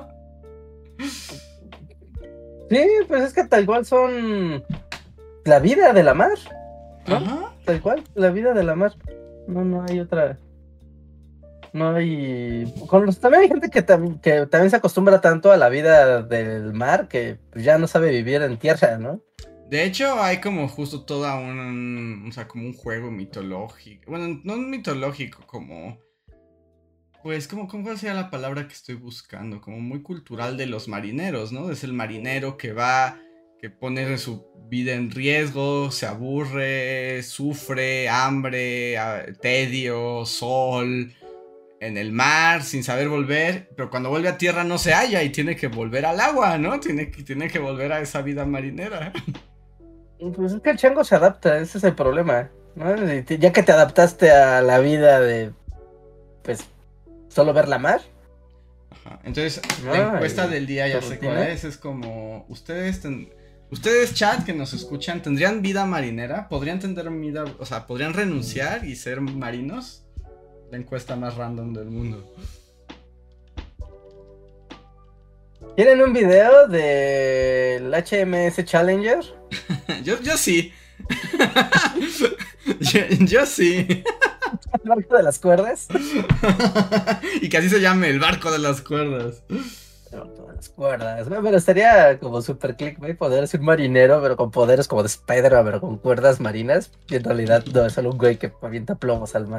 S3: Sí, pues es que tal cual son la vida de la mar, ¿no?
S2: Ajá.
S3: Tal cual, la vida de la mar. No hay otra. No hay... También hay gente que también se acostumbra tanto a la vida del mar que ya no sabe vivir en tierra, ¿no?
S2: De hecho, hay como justo toda o sea, como un juego mitológico. Bueno, no mitológico, como... Pues, ¿cuál sería la palabra que estoy buscando? Como muy cultural de los marineros, ¿no? Es el marinero que va, que pone su vida en riesgo, se aburre, sufre, hambre, tedio, sol, en el mar, sin saber volver, pero cuando vuelve a tierra no se halla y tiene que volver al agua, ¿no? Tiene que volver a esa vida marinera.
S3: Pues es que el chango se adapta, ese es el problema, ¿no? Ya que te adaptaste a la vida de, pues, solo ver la mar.
S2: Ajá. Entonces, la encuesta del día ya sé cuál es como, ustedes chat que nos escuchan, ¿tendrían vida marinera? ¿Podrían tener vida, o sea, podrían renunciar y ser marinos? La encuesta más random del mundo.
S3: ¿Tienen un video del HMS Challenger?
S2: yo sí. yo sí.
S3: ¿El barco de las cuerdas?
S2: Y que así se llame, el barco de las cuerdas.
S3: El barco de las cuerdas. Pero estaría como super clickbait poder ser un marinero, pero con poderes como de Spider-Man, pero con cuerdas marinas. Y en realidad no, es solo un güey que avienta plomos al mar.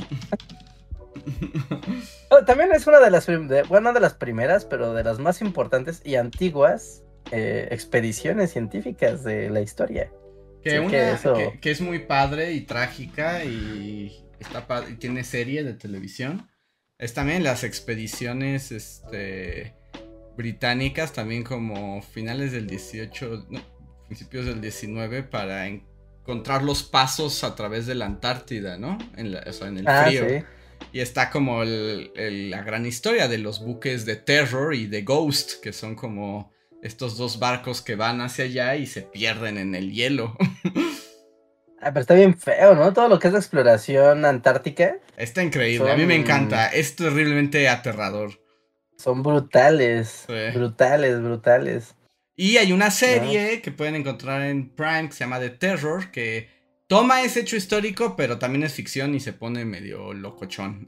S3: También es una de las, bueno, de las primeras, pero de las más importantes y antiguas expediciones científicas de la historia.
S2: Que es muy padre y trágica y está padre, y tiene serie de televisión. Es también las expediciones británicas, también como finales del 18, no, principios del 19, para encontrar los pasos a través de la Antártida, ¿no? O sea, en el frío. Sí. Y está como la gran historia de los buques de Terror y de Ghost, que son como estos 2 barcos que van hacia allá y se pierden en el hielo.
S3: Pero está bien feo, ¿no? Todo lo que es la exploración antártica.
S2: Está increíble, a mí me encanta, es terriblemente aterrador.
S3: Son brutales, sí. brutales.
S2: Y hay una serie que pueden encontrar en Prime que se llama The Terror, que toma ese hecho histórico, pero también es ficción y se pone medio locochón.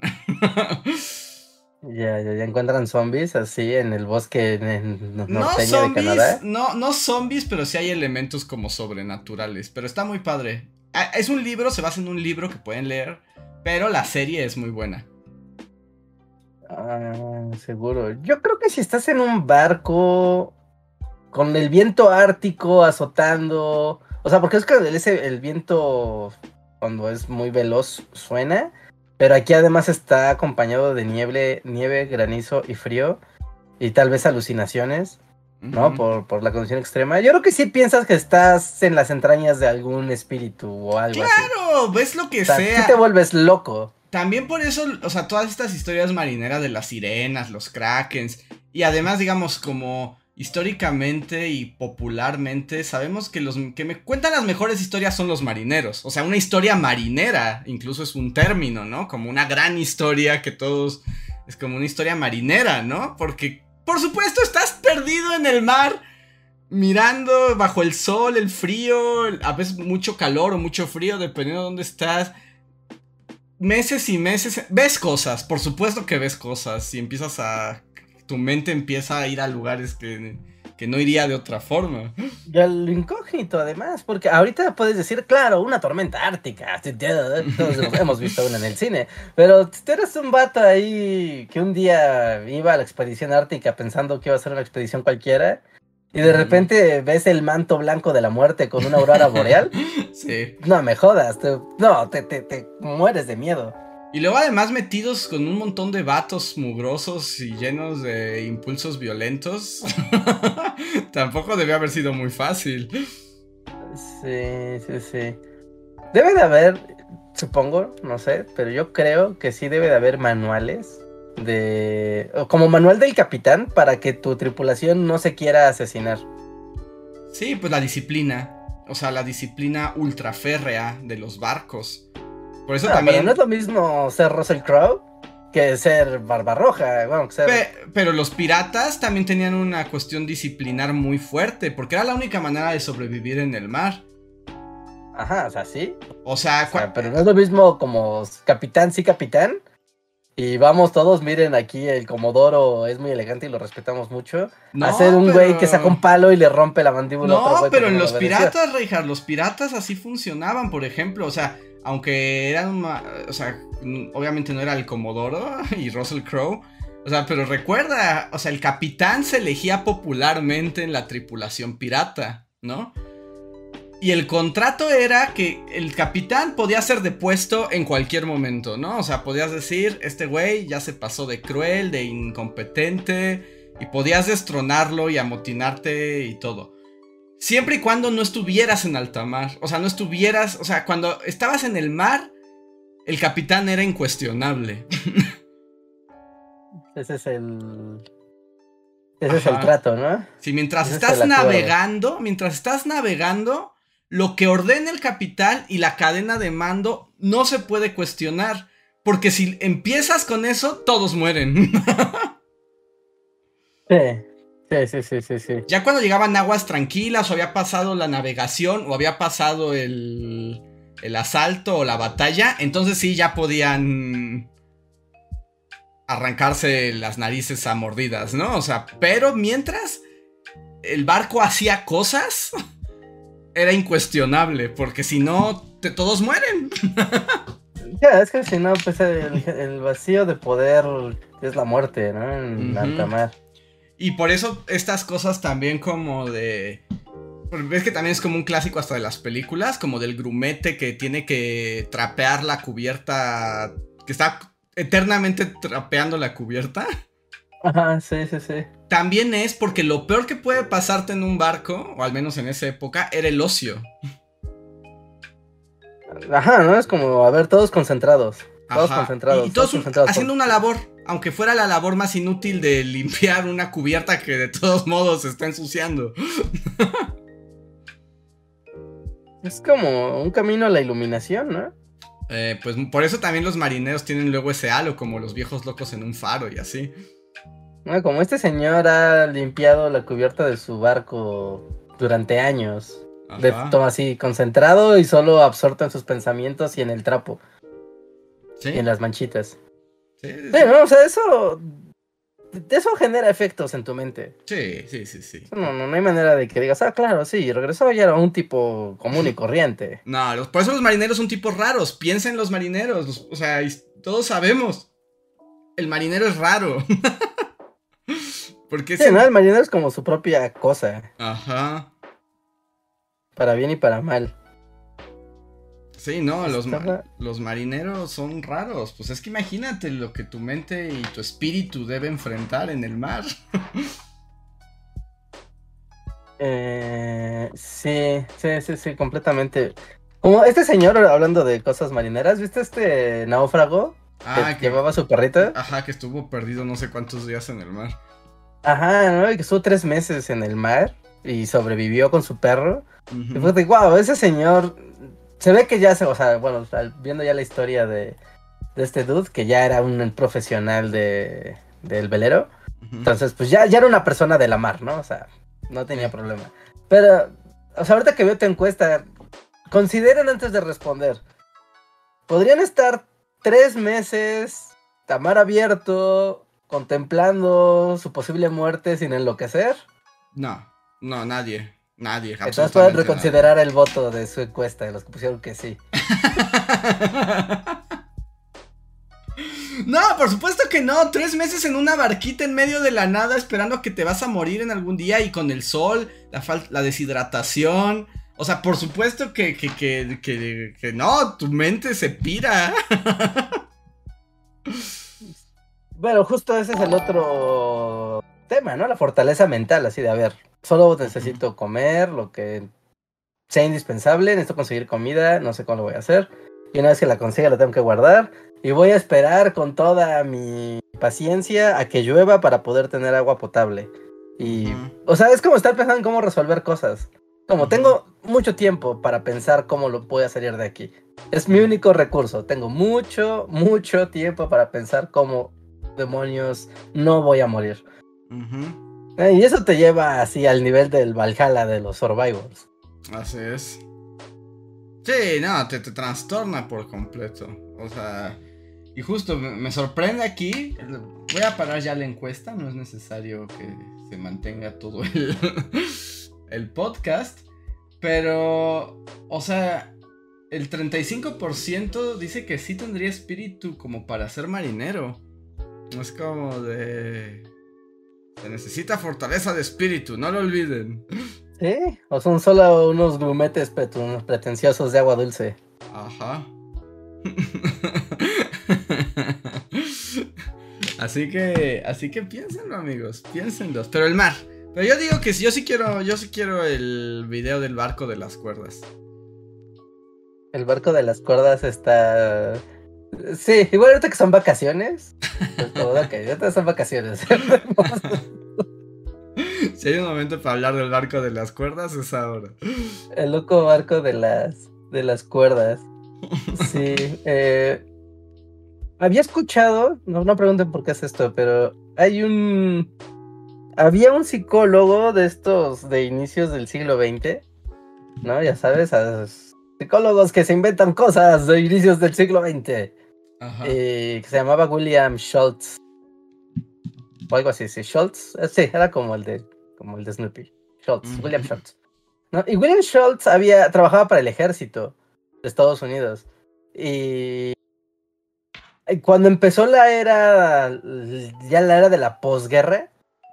S3: Ya encuentran zombies así en el bosque norteño de Canadá.
S2: No zombies, pero sí hay elementos como sobrenaturales, pero está muy padre. Es un libro, se basa en un libro que pueden leer, pero la serie es muy buena.
S3: Seguro. Yo creo que si estás en un barco con el viento ártico azotando, o sea, porque es que el viento cuando es muy veloz suena, pero aquí además está acompañado de nieve, granizo y frío y tal vez alucinaciones, ¿no? Por la condición extrema. Yo creo que sí piensas que estás en las entrañas de algún espíritu o algo así.
S2: ¡Claro! Ves lo que sea.
S3: Sí te vuelves loco.
S2: También por eso, o sea, todas estas historias marineras de las sirenas, los krakens, y además, digamos, como históricamente y popularmente, sabemos que los que me cuentan las mejores historias son los marineros. O sea, una historia marinera, incluso es un término, ¿no? Como una gran historia que todos... Es como una historia marinera, ¿no? Porque, por supuesto, estás perdido en el mar mirando bajo el sol, el frío, a veces mucho calor o mucho frío, dependiendo de dónde estás. Meses y meses, ves cosas, por supuesto que ves cosas, y tu mente empieza a ir a lugares que no iría de otra forma.
S3: Y al incógnito, además, porque ahorita puedes decir, claro, una tormenta ártica, todos hemos visto una en el cine, pero tú eres un vato ahí que un día iba a la expedición ártica pensando que iba a ser una expedición cualquiera, y de repente ves el manto blanco de la muerte con una aurora boreal.
S2: Sí.
S3: No me jodas, te mueres de miedo.
S2: Y luego además metidos con un montón de vatos mugrosos y llenos de impulsos violentos. Tampoco debió haber sido muy fácil.
S3: Sí. Debe de haber, supongo, no sé, pero yo creo que sí debe de haber manuales como manual del capitán para que tu tripulación no se quiera asesinar.
S2: Sí, pues la disciplina. O sea, la disciplina ultra férrea de los barcos. Por eso también...
S3: Pero no es lo mismo ser Russell Crowe que ser Barbarroja. Bueno,
S2: Pero los piratas también tenían una cuestión disciplinar muy fuerte, porque era la única manera de sobrevivir en el mar.
S3: Ajá, o sea, sí.
S2: O sea,
S3: pero no es lo mismo como capitán, sí, capitán. Y vamos todos, miren, aquí el Comodoro es muy elegante y lo respetamos mucho.
S2: No,
S3: hacer un güey que saca un palo y le rompe la mandíbula a otro güey.
S2: No, pero en los piratas, Reinhard, los piratas así funcionaban, por ejemplo. O sea, aunque eran, o sea, obviamente no era el Comodoro y Russell Crowe. O sea, pero recuerda, o sea, el capitán se elegía popularmente en la tripulación pirata, ¿no? Y el contrato era que el capitán podía ser depuesto en cualquier momento, ¿no? O sea, podías decir, este güey ya se pasó de cruel, de incompetente, y podías destronarlo y amotinarte y todo. Siempre y cuando no estuvieras en alta mar. O sea, no estuvieras... O sea, cuando estabas en el mar, el capitán era incuestionable.
S3: Ese es el trato, ¿no?
S2: Sí, mientras estás navegando, lo que ordena el capitán y la cadena de mando no se puede cuestionar. Porque si empiezas con eso, todos mueren.
S3: Sí.
S2: Ya cuando llegaban aguas tranquilas, o había pasado la navegación, o había pasado el asalto o la batalla, entonces sí ya podían arrancarse las narices a mordidas, ¿no? O sea, pero mientras el barco hacía cosas... Era incuestionable, porque si no, todos mueren.
S3: Ya, es que si no, pues el vacío de poder es la muerte, ¿no? En alta mar.
S2: Y por eso estas cosas también como de... Ves que también es como un clásico hasta de las películas, como del grumete que tiene que trapear la cubierta, que está eternamente trapeando la cubierta.
S3: Ajá, sí.
S2: También es porque lo peor que puede pasarte en un barco, o al menos en esa época, era el ocio.
S3: Ajá, ¿no? Es como, a ver, todos concentrados.
S2: Y todos haciendo una labor, aunque fuera la labor más inútil de limpiar una cubierta que de todos modos se está ensuciando.
S3: Es como un camino a la iluminación, ¿no?
S2: Pues por eso también los marineros tienen luego ese halo, como los viejos locos en un faro y así.
S3: No, como este señor ha limpiado la cubierta de su barco durante años. Toma así, concentrado y solo absorto en sus pensamientos y en el trapo.
S2: ¿Sí?
S3: Y en las manchitas.
S2: Sí.
S3: No, o sea, eso genera efectos en tu mente.
S2: Sí.
S3: No hay manera de que digas, claro, sí, regresó y era un tipo común y corriente.
S2: No, por eso los marineros son tipos raros. Piensa en los marineros. O sea, todos sabemos. El marinero es raro. Porque
S3: sí, ¿no? El marinero es como su propia cosa.
S2: Ajá.
S3: Para bien y para mal.
S2: Sí, no, los marineros son raros. Pues es que imagínate lo que tu mente y tu espíritu debe enfrentar en el mar.
S3: Sí, completamente. Como este señor, hablando de cosas marineras, ¿viste este náufrago? Que llevaba su perrito.
S2: Ajá, que estuvo perdido no sé cuántos días en el mar.
S3: Ajá, ¿no? Y que estuvo 3 meses en el mar y sobrevivió con su perro. Y fue de, wow, ese señor... Se ve que ya viendo ya la historia de este dude, que ya era un profesional del velero. Entonces, pues ya era una persona de la mar, ¿no? O sea, no tenía problema. Pero, o sea, ahorita que veo tu encuesta, consideren antes de responder. ¿Podrían estar 3 meses a mar abierto, contemplando su posible muerte sin enloquecer?
S2: No, nadie. Nadie,
S3: entonces pueden reconsiderar el voto de su encuesta, de los que pusieron que sí.
S2: No, por supuesto que no. 3 meses en una barquita en medio de la nada esperando a que te vas a morir en algún día y con el sol, la deshidratación. O sea, por supuesto que no, tu mente se pira.
S3: Bueno, justo ese es el otro tema, ¿no? La fortaleza mental, así de, a ver, solo necesito comer lo que sea indispensable, necesito conseguir comida, no sé cómo lo voy a hacer. Y una vez que la consiga la tengo que guardar. Y voy a esperar con toda mi paciencia a que llueva para poder tener agua potable. Y, o sea, es como estar pensando en cómo resolver cosas. Como tengo mucho tiempo para pensar cómo lo voy a salir de aquí. Es mi único recurso. Tengo mucho tiempo para pensar cómo demonios no voy a morir. Y eso te lleva así al nivel del Valhalla de los Survivors.
S2: Así es. Sí, no, te trastorna por completo. O sea, y justo me sorprende aquí. Voy a parar ya la encuesta. No es necesario que se mantenga todo el podcast. Pero, o sea, el 35% dice que sí tendría espíritu como para ser marinero. Es como de... Se necesita fortaleza de espíritu, no lo olviden.
S3: Sí, o son solo unos grumetes pretenciosos de agua dulce.
S2: Ajá. Así que piénsenlo, amigos, piénsenlo. Pero el mar. Pero yo digo que yo sí quiero el video del barco de las cuerdas.
S3: El barco de las cuerdas está... Sí, igual ahorita que son vacaciones. Pues como, ok, ahorita son vacaciones.
S2: Si hay un momento para hablar del barco de las cuerdas, es ahora.
S3: El loco barco de las cuerdas. Sí, había escuchado, no pregunten por qué es esto, pero había un psicólogo de estos de inicios del siglo XX, ¿no? Ya sabes, a psicólogos que se inventan cosas de inicios del siglo XX.
S2: Ajá.
S3: Que se llamaba William Schultz. O algo así, sí, Schultz. Sí, era como el de Snoopy. Schultz, William Schultz. ¿No? Y William Schultz trabajaba para el ejército de Estados Unidos. Y cuando empezó la era de la posguerra,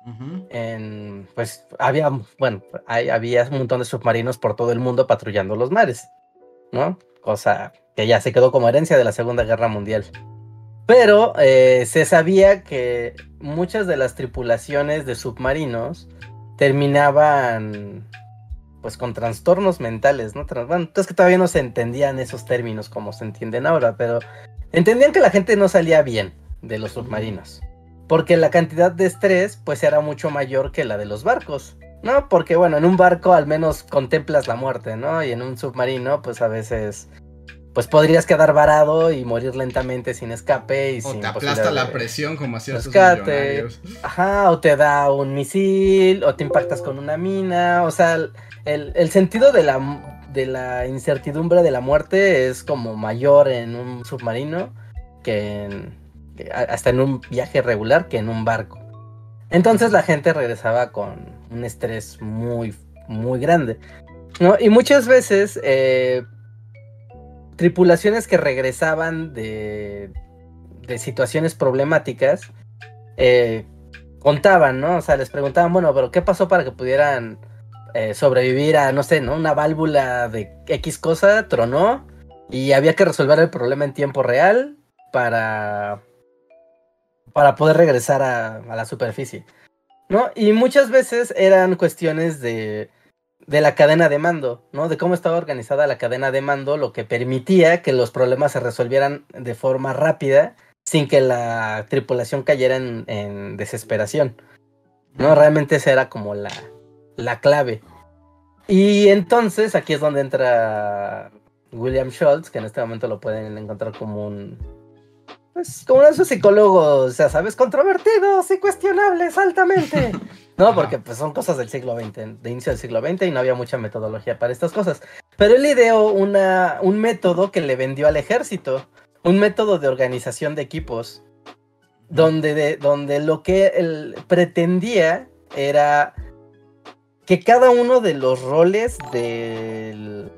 S3: pues había un montón de submarinos por todo el mundo patrullando los mares, ¿no? Cosa que ya se quedó como herencia de la Segunda Guerra Mundial. Pero se sabía que muchas de las tripulaciones de submarinos terminaban pues con trastornos mentales, ¿no? Bueno, entonces que todavía no se entendían esos términos como se entienden ahora, pero entendían que la gente no salía bien de los submarinos, porque la cantidad de estrés pues era mucho mayor que la de los barcos, ¿no? Porque bueno, en un barco al menos contemplas la muerte, ¿no? Y en un submarino pues a veces pues podrías quedar varado y morir lentamente sin escape y
S2: o
S3: sin
S2: te aplasta la presión como hacían sus
S3: rescate.
S2: millonarios.
S3: Ajá, o te da un misil, o te impactas con una mina. O sea, el sentido de la incertidumbre de la muerte es como mayor en un submarino que hasta en un viaje regular que en un barco. Entonces la gente regresaba con un estrés muy, muy grande, ¿no? Y muchas veces tripulaciones que regresaban de situaciones problemáticas contaban, ¿no? O sea, les preguntaban, bueno, pero ¿qué pasó para que pudieran sobrevivir a, no sé, ¿no? Una válvula de X cosa tronó y había que resolver el problema en tiempo real para poder regresar a la superficie, ¿no? Y muchas veces eran cuestiones de la cadena de mando, ¿no? De cómo estaba organizada la cadena de mando, lo que permitía que los problemas se resolvieran de forma rápida sin que la tripulación cayera en desesperación, ¿no? Realmente esa era como la clave. Y entonces aquí es donde entra William Schultz, que en este momento lo pueden encontrar como como uno de esos psicólogos, ya sabes, controvertidos y cuestionables altamente. ¿no?
S2: Ajá.
S3: Porque pues son cosas del siglo XX, de inicio del siglo XX, y no había mucha metodología para estas cosas. Pero él ideó un método que le vendió al ejército, un método de organización de equipos, donde lo que él pretendía era que cada uno de los roles de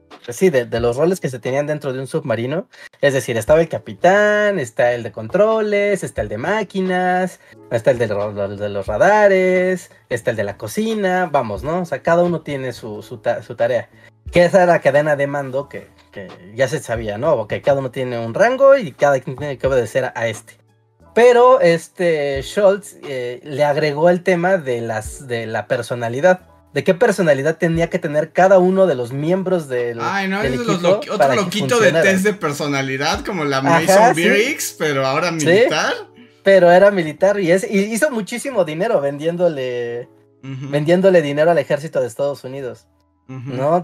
S3: los roles que se tenían dentro de un submarino, es decir, estaba el capitán, está el de controles, está el de máquinas, está el de los radares, está el de la cocina, vamos, ¿no? O sea, cada uno tiene su tarea. Que esa era la cadena de mando que ya se sabía, ¿no? Que cada uno tiene un rango y cada quien tiene que obedecer a este. Pero Schultz le agregó el tema de la personalidad. De qué personalidad tenía que tener cada uno de los miembros del equipo.
S2: Otro loquito de test de personalidad, como la Mason Bierix, pero ahora militar.
S3: Sí, pero era militar y hizo muchísimo dinero vendiéndole dinero al ejército de Estados Unidos. ¿No?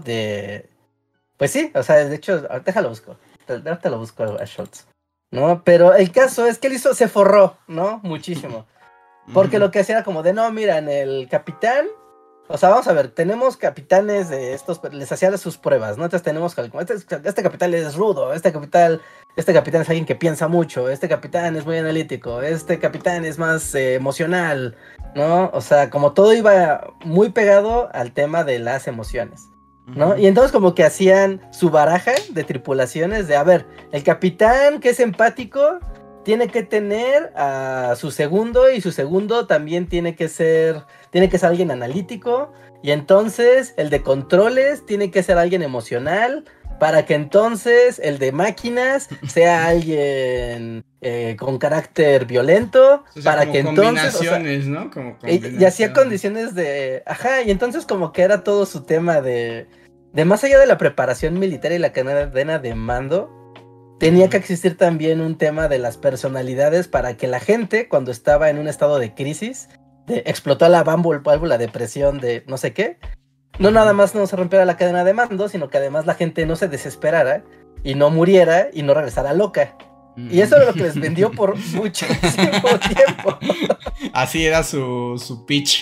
S3: Pues sí, o sea, de hecho, déjalo busco. Ahorita lo busco a Schultz. ¿No? Pero el caso es que él se forró, ¿no? Muchísimo. Porque lo que hacía era como de, no, mira, en el capitán, o sea, vamos a ver, tenemos capitanes de estos, les hacían sus pruebas, ¿no? Entonces tenemos como, este capitán es rudo, este capitán es alguien que piensa mucho, este capitán es muy analítico, este capitán es más emocional, ¿no? O sea, como todo iba muy pegado al tema de las emociones, ¿no? Y entonces como que hacían su baraja de tripulaciones de, a ver, el capitán que es empático tiene que tener a su segundo, y su segundo también tiene que ser alguien analítico, y entonces el de controles tiene que ser alguien emocional, para que entonces el de máquinas sea alguien con carácter violento, o sea, para que entonces,
S2: combinaciones, o sea, ¿no? Como
S3: y hacía condiciones de, ajá, y entonces como que era todo su tema de más allá de la preparación militar y la cadena de mando, tenía que existir también un tema de las personalidades para que la gente, cuando estaba en un estado de crisis, explotó la válvula de presión de no sé qué, no nada más no se rompiera la cadena de mando, sino que además la gente no se desesperara y no muriera y no regresara loca. Y eso era lo que les vendió por muchísimo tiempo.
S2: Así era su pitch.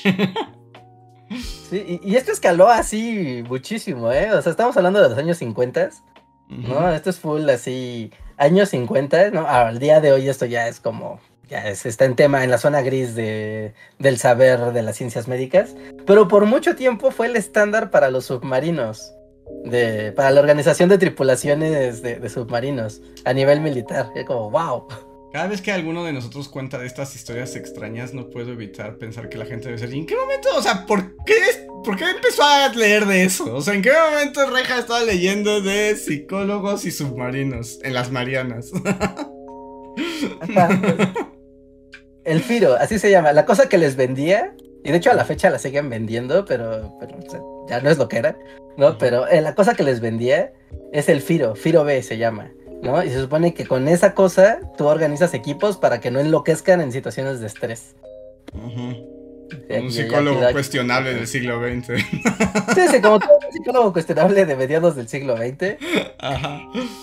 S3: Sí, y esto escaló así muchísimo, ¿eh? O sea, estamos hablando de los años 50, ¿no? Esto es full así, años 50, ¿no? Al día de hoy esto ya es como, está en tema, en la zona gris del saber de las ciencias médicas, pero por mucho tiempo fue el estándar para los submarinos, para la organización de tripulaciones de submarinos a nivel militar. Es como, wow.
S2: Cada vez que alguno de nosotros cuenta de estas historias extrañas, no puedo evitar pensar que la gente debe ser, ¿y en qué momento? O sea, ¿por qué empezó a leer de eso? O sea, ¿en qué momento Reja estaba leyendo de psicólogos y submarinos en las Marianas?
S3: El Firo, así se llama, la cosa que les vendía, y de hecho a la fecha la siguen vendiendo, pero o sea, ya no es lo que era, ¿no? Pero la cosa que les vendía es el Firo B se llama, ¿no? Y se supone que con esa cosa tú organizas equipos para que no enloquezcan en situaciones de estrés.
S2: Un psicólogo cuestionable del siglo XX.
S3: Sí, como todo un psicólogo cuestionable de mediados del siglo XX.
S2: Ajá.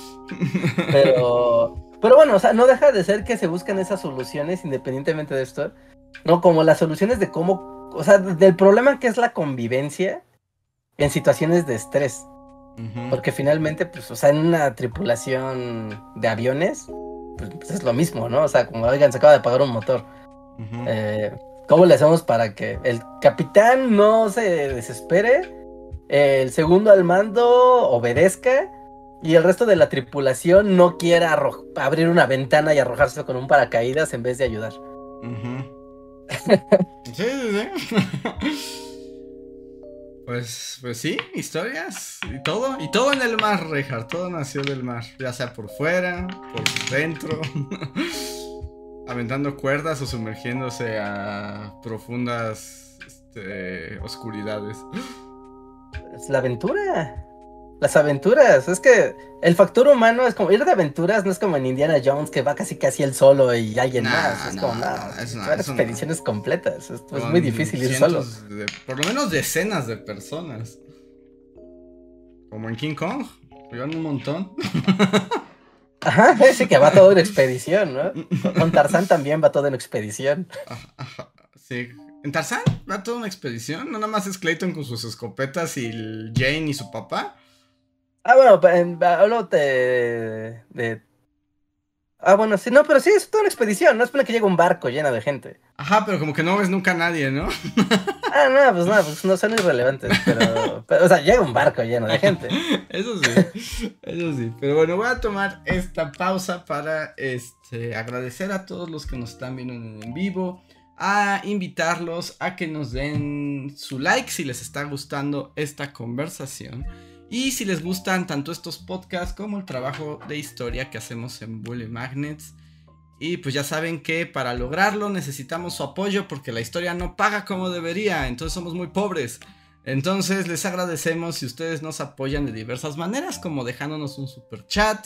S3: Pero bueno, o sea, no deja de ser que se buscan esas soluciones independientemente de esto, ¿no? Como las soluciones de cómo, o sea, del problema que es la convivencia en situaciones de estrés. Porque finalmente, pues, o sea, en una tripulación de aviones, pues es lo mismo, ¿no? O sea, como, oigan, se acaba de apagar un motor. ¿Cómo le hacemos para que el capitán no se desespere, el segundo al mando obedezca, y el resto de la tripulación no quiera abrir una ventana y arrojarse con un paracaídas en vez de ayudar?
S2: Sí. Pues sí, historias y todo en el mar, Reinhardt, todo nació del mar, ya sea por fuera, por dentro, aventando cuerdas o sumergiéndose a profundas oscuridades.
S3: Es la aventura. Las aventuras, es que el factor humano es como ir de aventuras, no es como en Indiana Jones que va casi él solo y alguien más, es como expediciones completas, es muy difícil ir solo.
S2: Por lo menos decenas de personas. Como en King Kong, llevan un montón.
S3: Ajá, sí que va todo en expedición, ¿no? Con Tarzán también va todo en expedición.
S2: Sí, ¿En Tarzán? ¿Va toda una expedición? ¿No nada más es Clayton con sus escopetas y Jane y su papá?
S3: Bueno, hablo bueno, sí, no, pero sí, es toda una expedición, no es para que llegue un barco lleno de gente.
S2: Ajá, pero como que no ves nunca a nadie, ¿no?
S3: Pues no son irrelevantes, pero, o sea, llega un barco lleno de gente.
S2: Eso sí, eso sí. Pero bueno, voy a tomar esta pausa para agradecer a todos los que nos están viendo en vivo, a invitarlos a que nos den su like si les está gustando esta conversación. Y si les gustan tanto estos podcasts como el trabajo de historia que hacemos en Bully Magnets. Y pues ya saben que para lograrlo necesitamos su apoyo porque la historia no paga como debería, entonces somos muy pobres. Entonces les agradecemos si ustedes nos apoyan de diversas maneras, como dejándonos un super chat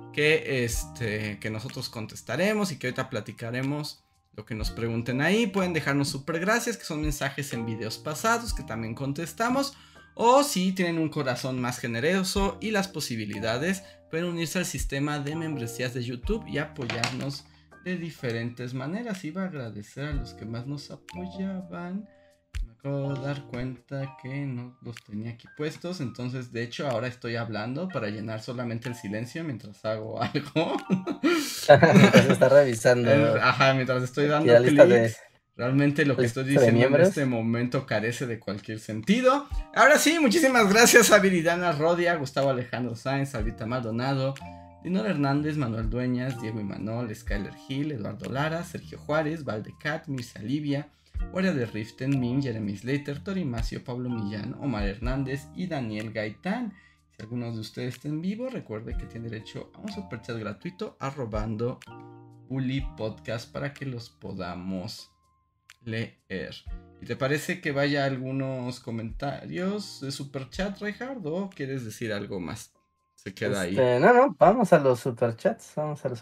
S2: que nosotros contestaremos y que ahorita platicaremos lo que nos pregunten ahí. Pueden dejarnos super gracias, que son mensajes en videos pasados que también contestamos. O si tienen un corazón más generoso y las posibilidades, pueden unirse al sistema de membresías de YouTube y apoyarnos de diferentes maneras. Iba a agradecer a los que más nos apoyaban. Me acabo de dar cuenta que no los tenía aquí puestos. Entonces, de hecho, ahora estoy hablando para llenar solamente el silencio mientras hago algo.
S3: Mientras está revisando.
S2: Mientras estoy dando clics. Realmente lo que estoy diciendo en este momento carece de cualquier sentido. Ahora sí, muchísimas gracias a Viridana Rodia, Gustavo Alejandro Sáenz, Albita Maldonado, Dinora Hernández, Manuel Dueñas, Diego Imanol, Skyler Gil, Eduardo Lara, Sergio Juárez, Valdecat, Mirza Livia, Guardia de Riften, Mim, Jeremy Slater, Torimacio, Pablo Millán, Omar Hernández y Daniel Gaitán. Si algunos de ustedes están en vivo, recuerde que tiene derecho a un superchat gratuito arrobando Bully Podcast para que los podamos leer. ¿Y te parece que vaya algunos comentarios de superchat, Reinhard, o quieres decir algo más? Se queda ahí.
S3: No, vamos a los superchats.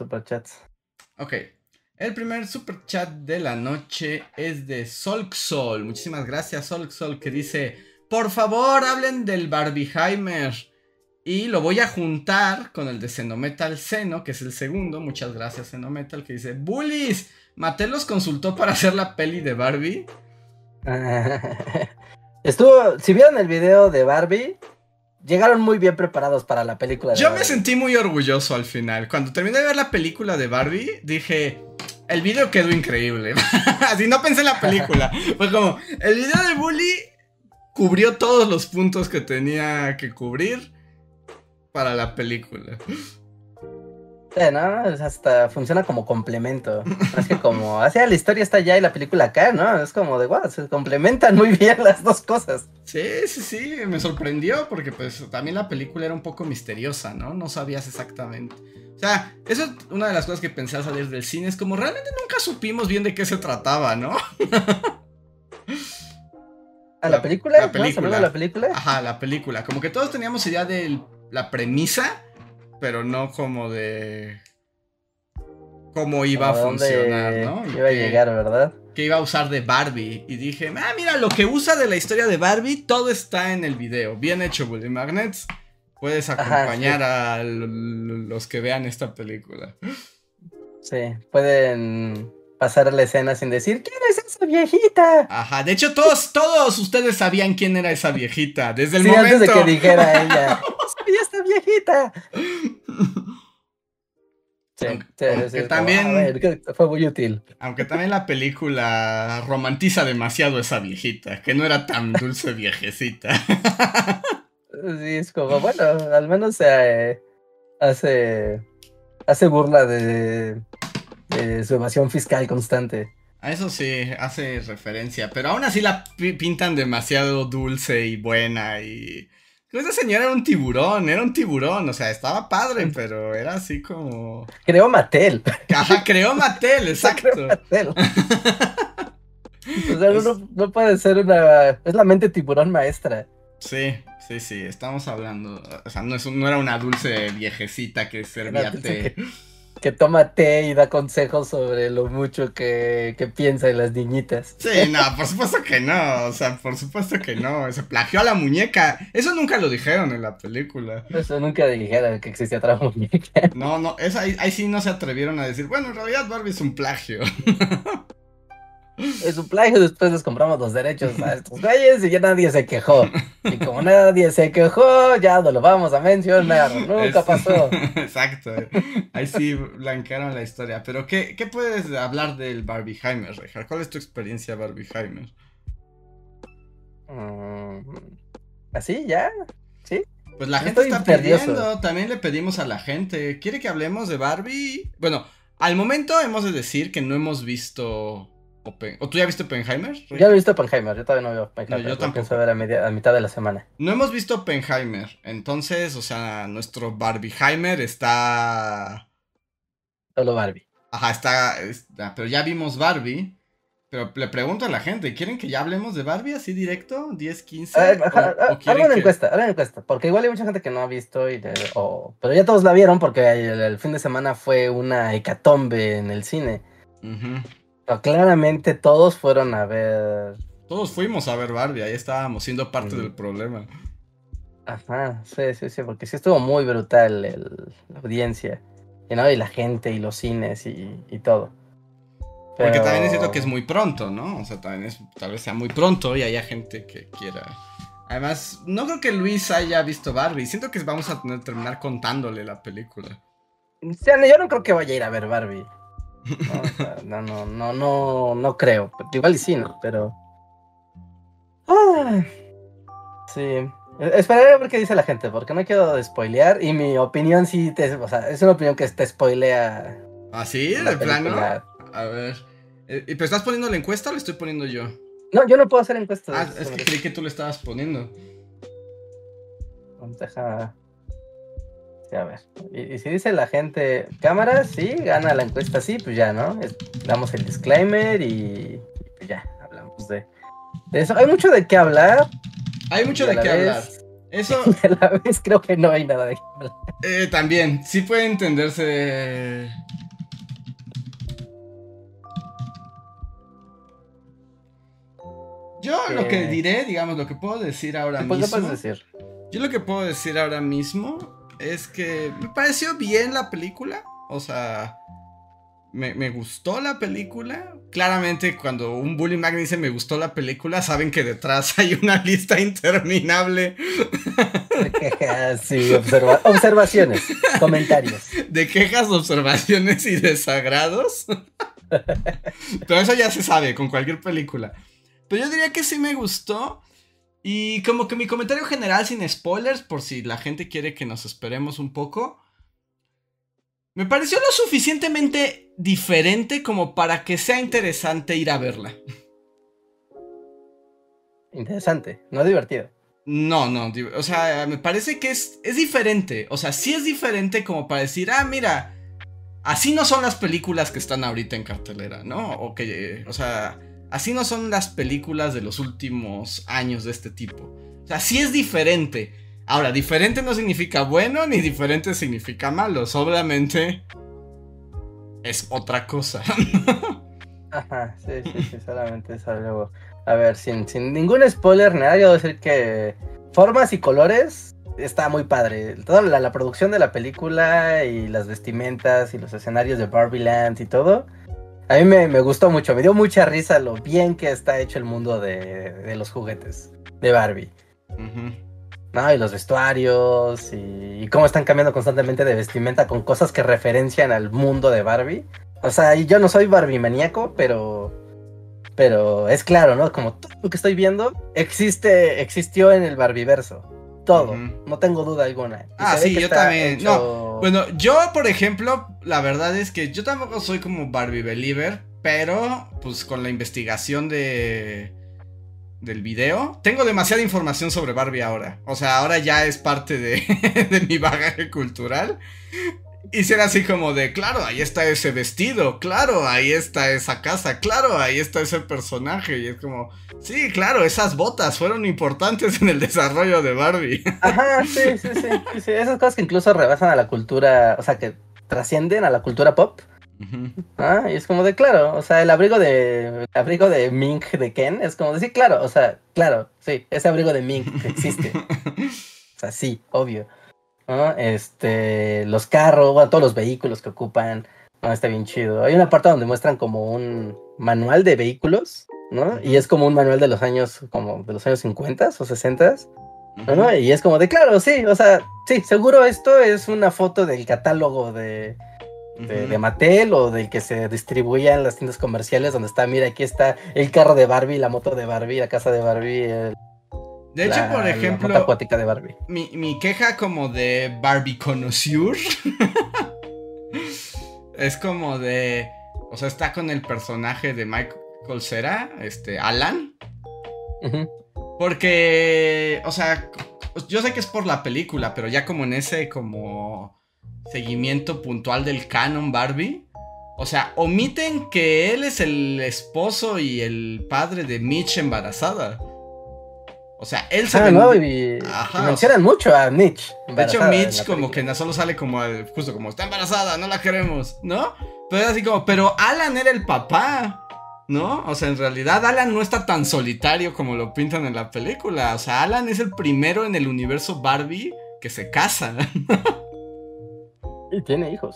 S2: Ok, el primer superchat de la noche es de Solksol. Muchísimas gracias, Solksol, que dice: por favor, hablen del Barbieheimer. Y lo voy a juntar con el de Xenometal Xeno, que es el segundo. Muchas gracias, Xenometal, que dice: Bullies, Mattel los consultó para hacer la peli de Barbie.
S3: Si vieron el video de Barbie, llegaron muy bien preparados para la película de
S2: Yo
S3: Barbie.
S2: Me sentí muy orgulloso al final. Cuando terminé de ver la película de Barbie, dije: el video quedó increíble. Así no pensé en la película. Fue como, el video de Bully cubrió todos los puntos que tenía que cubrir para la película.
S3: No, hasta funciona como complemento. Es que como, la historia está allá y la película acá, ¿no? Es como de, wow, se complementan muy bien las dos cosas.
S2: Sí, me sorprendió porque pues también la película era un poco misteriosa, ¿no? No sabías exactamente. O sea, eso es una de las cosas que pensé al salir del cine, es como realmente nunca supimos bien de qué se trataba, ¿no?
S3: ¿A la película?
S2: La película.
S3: ¿No? ¿La película?
S2: Ajá, la película. Como que todos teníamos idea de la premisa, pero no como de cómo iba a funcionar, ¿no?
S3: Iba a llegar, ¿verdad?
S2: Que iba a usar de Barbie. Y dije, mira, lo que usa de la historia de Barbie, todo está en el video. Bien hecho, Bully Magnets. Puedes acompañar a los que vean esta película.
S3: Sí, pueden pasar la escena sin decir, ¿quién es esa viejita?
S2: Ajá, de hecho todos ustedes sabían quién era esa viejita. Desde el momento.
S3: Antes de que dijera ella, ¡soy esta viejita! Sí, también fue muy útil.
S2: Aunque también la película romantiza demasiado a esa viejita, que no era tan dulce viejecita.
S3: Sí, es como, bueno, al menos hace burla de su evasión fiscal constante.
S2: A eso sí, hace referencia, pero aún así la pintan demasiado dulce y buena y... Esa señora era un tiburón, o sea, estaba padre, pero era así como...
S3: Creó Mattel.
S2: Ajá, creó Mattel, exacto.
S3: Creó Mattel. O sea, no puede ser es la mente tiburón maestra.
S2: Sí, estamos hablando, o sea, no era una dulce viejecita que servía té.
S3: Que toma té y da consejos sobre lo mucho que piensa en las niñitas.
S2: Sí, no, por supuesto que no, o sea, por supuesto que no, se plagió a la muñeca, eso nunca lo dijeron en la película.
S3: Eso nunca dijeron que existía otra muñeca.
S2: No, ahí sí no se atrevieron a decir, bueno, en realidad Barbie es un plagio.
S3: Es un plagio, después les compramos los derechos a estos güeyes y ya nadie se quejó. Y como nadie se quejó, ya no lo vamos a mencionar. Nunca pasó.
S2: Exacto. Ahí sí blanquearon la historia. Pero, ¿qué puedes hablar del Barbieheimer, Rejar? ¿Cuál es tu experiencia Barbieheimer?
S3: ¿Así? ¿Ya? ¿Sí?
S2: Pues la
S3: Yo
S2: gente
S3: estoy
S2: está
S3: nervioso.
S2: pidiendo, también le pedimos a la gente. ¿Quiere que hablemos de Barbie? Bueno, al momento hemos de decir que no hemos visto ¿O tú ya viste Oppenheimer,
S3: Yo
S2: Rejar?
S3: no he visto Oppenheimer, yo todavía no veo
S2: No,
S3: Oppenheimer.
S2: yo
S3: Lo pienso
S2: tampoco.
S3: ver a mitad de la semana.
S2: No hemos visto Oppenheimer. Entonces, o sea, nuestro Barbieheimer está.
S3: Solo Barbie.
S2: Ajá, pero ya vimos Barbie. Pero le pregunto a la gente, ¿quieren que ya hablemos de Barbie así directo? ¿10, 15? ¿O
S3: Hago
S2: quieren
S3: una
S2: que...?
S3: encuesta, porque igual hay mucha gente que no ha visto, pero ya todos la vieron porque el fin de semana fue una hecatombe en el cine.
S2: Ujú.
S3: Pero claramente todos fueron a ver.
S2: Todos fuimos a ver Barbie, ahí estábamos siendo parte del problema.
S3: Ajá, sí, porque sí estuvo muy brutal la audiencia, ¿no? Y la gente y los cines y todo.
S2: Porque también es cierto que es
S3: Pero
S2: muy pronto, ¿no? O sea, tal vez sea muy pronto y haya gente que quiera. Además, no creo que Luis haya visto Barbie. Siento que vamos a terminar contándole la película.
S3: o sea, yo no creo que vaya a ir a ver Barbie, ¿no? O sea, no creo. Igual y sí, ¿no? Pero ah, sí. Esperaré a ver qué dice la gente, porque no quiero spoilear. Y mi opinión o sea, es una opinión que te spoilea
S2: ¿Ah, sí?
S3: la
S2: ¿De plano?
S3: película.
S2: A ver. ¿Pero estás poniendo la encuesta o la estoy poniendo yo?
S3: No, yo no puedo hacer encuestas.
S2: Ah, es que creí que tú le estabas poniendo.
S3: Deja. Sí, a ver. Y si dice la gente cámara, sí, gana la encuesta, sí, pues ya, ¿no? Damos el disclaimer y pues ya, hablamos de eso. Hay mucho de qué hablar.
S2: Hay mucho
S3: Y a
S2: de
S3: la
S2: qué hablar.
S3: vez,
S2: Eso
S3: y a la vez creo que no hay nada de qué hablar.
S2: también, sí puede entenderse. Yo lo que diré, digamos, lo que puedo decir ahora
S3: Pues, ¿qué puedes
S2: mismo.
S3: decir?
S2: Yo lo que puedo decir ahora mismo es que me pareció bien la película. O sea, me gustó la película. Claramente, cuando un Bully Mag dice me gustó la película, saben que detrás hay una lista interminable
S3: De quejas, sí, observaciones, comentarios.
S2: de quejas, observaciones y desagrados. Pero eso ya se sabe con cualquier película. Pero yo diría que sí me gustó. Y como que mi comentario general sin spoilers, por si la gente quiere que nos esperemos un poco. Me pareció lo suficientemente diferente como para que sea interesante ir a verla.
S3: Interesante, no divertido.
S2: No, o sea, me parece que es diferente. O sea, sí es diferente como para decir, ah, mira, así no son las películas que están ahorita en cartelera, ¿no? O sea, así no son las películas de los últimos años de este tipo. O sea, sí es diferente. Ahora, diferente no significa bueno, ni diferente significa malo. Obviamente es otra cosa.
S3: Ajá, sí, solamente es algo. A ver, sin ningún spoiler, nada, yo voy a decir que formas y colores está muy padre. Toda la producción de la película y las vestimentas y los escenarios de Barbie Land y todo. A mí me gustó mucho, me dio mucha risa lo bien que está hecho el mundo de los juguetes de Barbie.
S2: Uh-huh.
S3: ¿No? Y los vestuarios y cómo están cambiando constantemente de vestimenta con cosas que referencian al mundo de Barbie. O sea, yo no soy Barbie maníaco, pero es claro, ¿no? Como todo lo que estoy viendo existió en el Barbieverso. Todo, no tengo duda alguna.
S2: Ah, sí, yo también.
S3: Hecho...
S2: No, bueno, yo, por ejemplo, la verdad es que yo tampoco soy como Barbie believer, pero pues con la investigación del video, tengo demasiada información sobre Barbie ahora. O sea, ahora ya es parte de mi bagaje cultural. Y será así como de, claro, ahí está ese vestido, claro, ahí está esa casa, claro, ahí está ese personaje. Y es como, sí, claro, esas botas fueron importantes en el desarrollo de Barbie.
S3: Ajá, sí. Esas cosas que incluso rebasan a la cultura, o sea, que trascienden a la cultura pop.
S2: Uh-huh.
S3: Ah, y es como de, claro, o sea, el abrigo de Mink de Ken es como de, sí, claro, o sea, claro, sí, ese abrigo de Mink que existe. O sea, sí, obvio. ¿No? Los carros, bueno, todos los vehículos que ocupan, no, está bien chido. Hay una parte donde muestran como manual de vehículos, ¿no? Y es como un manual de los años, como de los años 50 o 60, ¿no? Y es como de, claro, sí, o sea, sí, seguro esto es una foto del catálogo de Mattel o del que se distribuía en las tiendas comerciales donde está, mira, aquí está el carro de Barbie, la moto de Barbie, la casa de Barbie,
S2: de hecho, por ejemplo,
S3: la moto acuática de Barbie.
S2: Mi queja como de Barbie connoisseur es como de, o sea, está con el personaje de Michael Cera, Alan. Porque, o sea, yo sé que es por la película, pero ya como en ese como seguimiento puntual del canon Barbie, o sea, omiten que él es el esposo y el padre de Mitch embarazada. O sea, él se
S3: ¿no? Y mencionan mucho a Mitch.
S2: De hecho, Mitch como que solo sale como justo como, está embarazada, no la queremos, ¿no? Pero así como, pero Alan era el papá, ¿no? O sea, en realidad Alan no está tan solitario como lo pintan en la película. O sea, Alan es el primero en el universo Barbie que se casa.
S3: Y tiene hijos.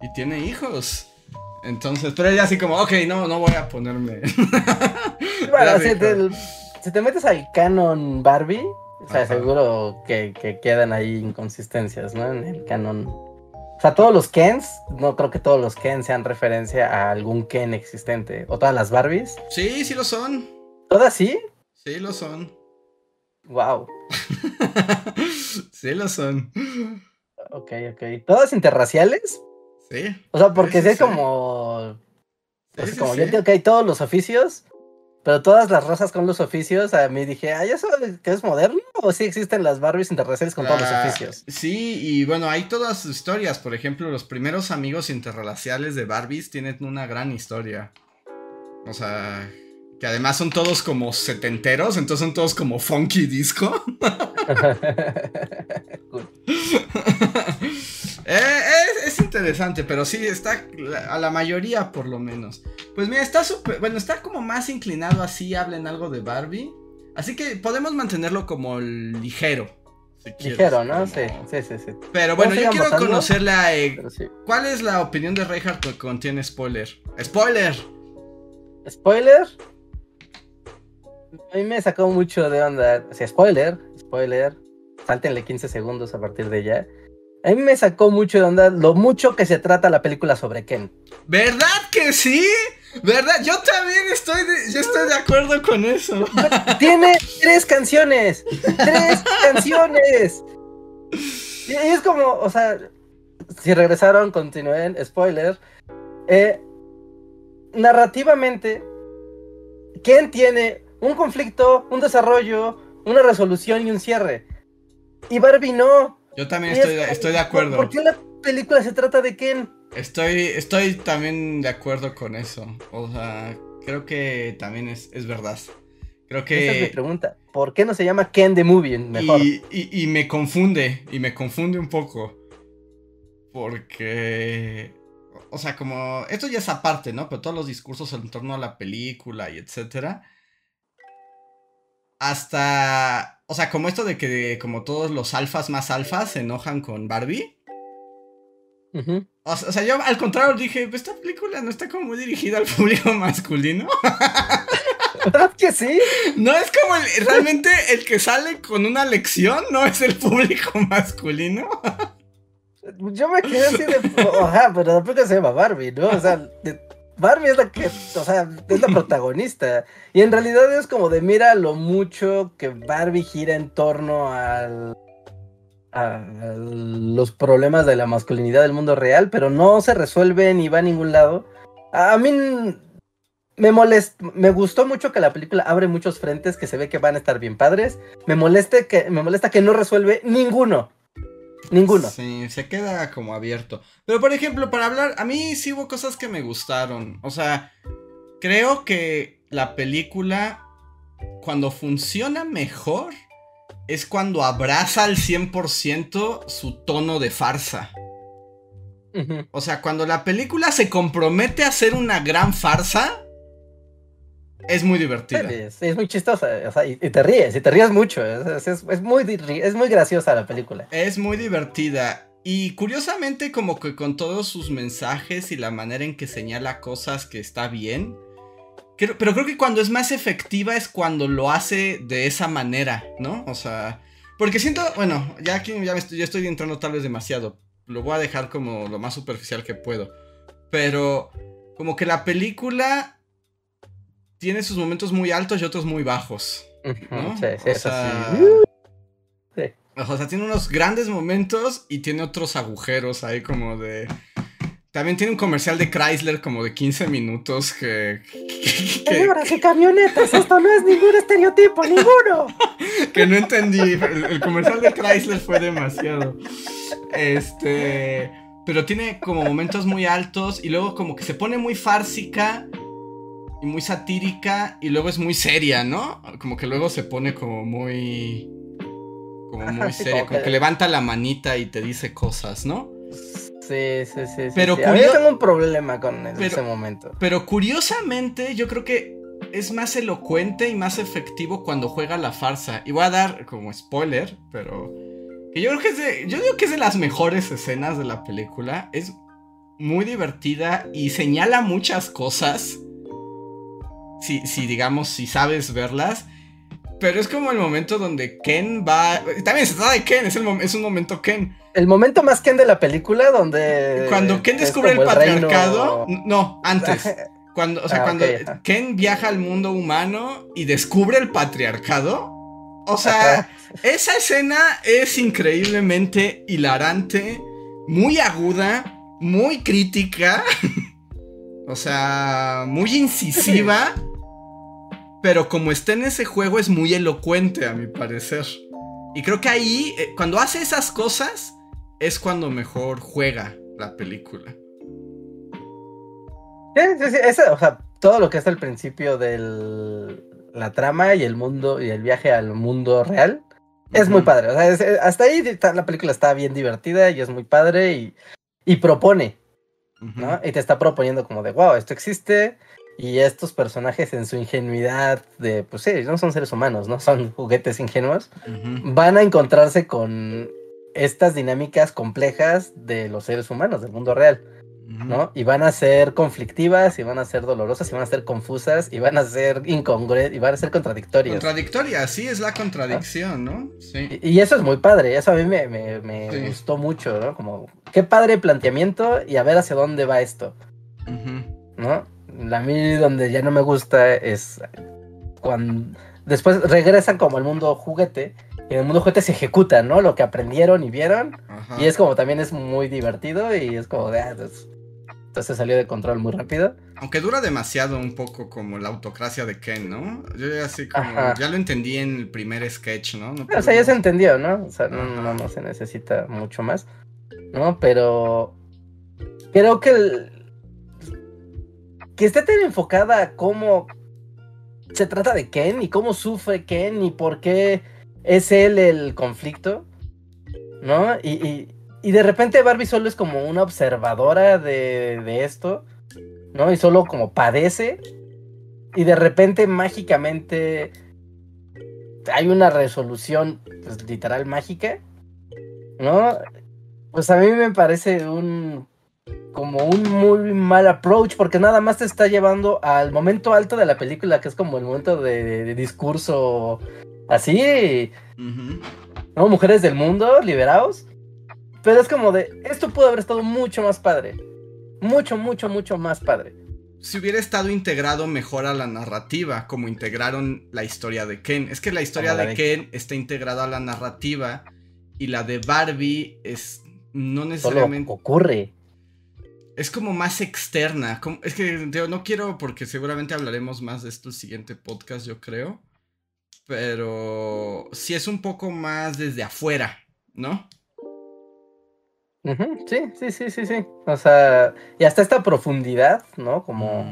S2: Entonces, pero ella así como, ok, no voy a ponerme.
S3: Bueno, si te metes al canon Barbie, o sea, seguro que quedan ahí inconsistencias, ¿no? En el canon. O sea, todos los Kens, no creo que todos los Kens sean referencia a algún Ken existente. ¿O todas las Barbies?
S2: Sí lo son.
S3: ¿Todas sí?
S2: Sí lo son.
S3: Wow.
S2: Sí lo son.
S3: Ok. ¿Todas interraciales?
S2: Sí.
S3: O sea, porque
S2: sí,
S3: es como...
S2: Sí,
S3: como yo entiendo que hay todos los oficios, pero todas las razas con los oficios, a mí dije, ¿eso que es moderno? ¿O sí existen las Barbies interraciales con todos los oficios?
S2: Sí, y bueno, hay todas sus historias. Por ejemplo, los primeros amigos interraciales de Barbies tienen una gran historia. O sea, que además son todos como setenteros, entonces son todos como funky disco.
S3: Cool.
S2: Es interesante, pero sí, está a la mayoría por lo menos. Pues mira, está súper, bueno, está como más inclinado así, hablen algo de Barbie. Así que podemos mantenerlo como ligero. Si
S3: ligero,
S2: quieres,
S3: ¿no?
S2: como...
S3: Sí.
S2: Pero bueno, yo quiero conocerle a...
S3: sí.
S2: ¿Cuál es la opinión de Reinhardt que contiene spoiler? ¡Spoiler!
S3: ¿Spoiler? A mí me sacó mucho de onda. O sea, spoiler. Sáltenle 15 segundos a partir de ya. A mí me sacó mucho de onda lo mucho que se trata la película sobre Ken.
S2: ¿Verdad que sí? ¿Verdad? Yo también estoy de acuerdo con eso.
S3: Tiene 3 canciones. 3 canciones. Y es como, o sea, si regresaron, continúen. Spoiler. Narrativamente, Ken tiene un conflicto, un desarrollo, una resolución y un cierre. Y Barbie no.
S2: Yo también estoy de acuerdo.
S3: ¿Por qué la película se trata de Ken?
S2: Estoy también de acuerdo con eso. O sea, creo que también es verdad. Creo que...
S3: Esa es mi pregunta. ¿Por qué no se llama Ken the Movie mejor?
S2: Y me confunde un poco. Porque... O sea, como... Esto ya es aparte, ¿no? Pero todos los discursos en torno a la película y etcétera. Hasta... O sea, como esto de que como todos los alfas más alfas se enojan con Barbie.
S3: Uh-huh.
S2: O sea, yo al contrario dije, esta película no está como muy dirigida al público masculino.
S3: ¿Verdad que sí?
S2: No es como realmente el que sale con una lección, no es el público masculino.
S3: Yo me quedé así de... Ajá, pero la película se llama Barbie, ¿no? O sea... Barbie es la que, o sea, es la protagonista. Y en realidad es como de mira lo mucho que Barbie gira en torno a los problemas de la masculinidad del mundo real, pero no se resuelve ni va a ningún lado. A mí me gustó mucho que la película abre muchos frentes que se ve que van a estar bien padres. Me molesta que no resuelve ninguno.
S2: Sí, se queda como abierto. Pero por ejemplo, para hablar, a mí sí hubo cosas que me gustaron. O sea, creo que la película, cuando funciona mejor, es cuando abraza al 100% su tono de farsa. Uh-huh. O sea, cuando la película se compromete a ser una gran farsa, es muy divertida.
S3: Es muy chistosa, o sea, y te ríes mucho. Es muy graciosa la película.
S2: Es muy divertida. Y curiosamente, como que con todos sus mensajes y la manera en que señala cosas que está bien, Pero creo que cuando es más efectiva es cuando lo hace de esa manera, ¿no? O sea, porque siento, bueno, ya aquí ya estoy entrando tal vez demasiado. Lo voy a dejar como lo más superficial que puedo. Pero como que la película tiene sus momentos muy altos y otros muy bajos, ¿no?
S3: Sí,
S2: o sea,
S3: sí.
S2: O sea, tiene unos grandes momentos y tiene otros agujeros ahí como de... También tiene un comercial de Chrysler como de 15 minutos
S3: Señoras y camionetas, esto no es ningún estereotipo, ninguno.
S2: Que no entendí. El comercial de Chrysler fue demasiado. Pero tiene como momentos muy altos y luego como que se pone muy fársica y muy satírica y luego es muy seria, ¿no? Como que luego se pone como muy seria, como que levanta la manita y te dice cosas, ¿no?
S3: Sí.
S2: Pero
S3: A mí yo tengo un problema con ese momento.
S2: Pero curiosamente yo creo que es más elocuente y más efectivo cuando juega la farsa. Y voy a dar como spoiler, pero que yo digo que es de las mejores escenas de la película. Es muy divertida y señala muchas cosas. Si sabes verlas. Pero es como el momento donde Ken va... También se trata de Ken, es un momento Ken.
S3: El momento más Ken de la película donde...
S2: Cuando Ken descubre el patriarcado... No, antes. Cuando Ken viaja al mundo humano y descubre el patriarcado. O sea, esa escena es increíblemente hilarante, muy aguda, muy crítica. O sea, muy incisiva. Pero como está en ese juego es muy elocuente, a mi parecer. Y creo que ahí, cuando hace esas cosas, es cuando mejor juega la película.
S3: Sí. O sea, todo lo que es el principio de la trama y el mundo y el viaje al mundo real es muy padre. O sea, hasta ahí la película está bien divertida y es muy padre y propone, ¿no? Y te está proponiendo como de, wow, esto existe. Y estos personajes en su ingenuidad de, pues sí, no son seres humanos, ¿no? Son juguetes ingenuos. Van a encontrarse con estas dinámicas complejas de los seres humanos, del mundo real, ¿no? Y van a ser conflictivas, y van a ser dolorosas, y van a ser confusas, y van a ser incongruentes, y van a ser contradictorias.
S2: Contradictorias, sí, es la contradicción, ¿no? Sí.
S3: Y eso es muy padre, eso a mí me gustó mucho, ¿no? Como, qué padre planteamiento, y a ver hacia dónde va esto, ¿no? A mí donde ya no me gusta es cuando después regresan como al mundo juguete y en el mundo juguete se ejecuta, ¿no? Lo que aprendieron y vieron. Ajá. Y es como también es muy divertido y es como de entonces salió de control muy rápido.
S2: Aunque dura demasiado un poco como la autocracia de Ken, ¿no? Yo así como ya lo entendí en el primer sketch, ¿no?
S3: O sea, ya se entendió, ¿no? O sea, no se necesita mucho más, ¿no? Pero creo que esté tan enfocada a cómo se trata de Ken y cómo sufre Ken y por qué es él el conflicto, ¿no? Y de repente Barbie solo es como una observadora de esto, ¿no? Y solo como padece y de repente mágicamente hay una resolución, pues literal mágica, ¿no? Pues a mí me parece como un muy mal approach, porque nada más te está llevando al momento alto de la película, que es como el momento de discurso así, ¿no? Mujeres del mundo, liberaos. Pero es como de, esto pudo haber estado mucho más padre. Mucho más padre.
S2: Si hubiera estado integrado mejor a la narrativa, como integraron la historia de Ken. Es que la historia de Ken está integrada a la narrativa y la de Barbie no necesariamente...
S3: Solo ocurre.
S2: Es como más externa. Es que yo no quiero, porque seguramente hablaremos más de esto el siguiente podcast, yo creo. Pero sí es un poco más desde afuera, ¿no?
S3: Sí. O sea, y hasta esta profundidad, ¿no? Como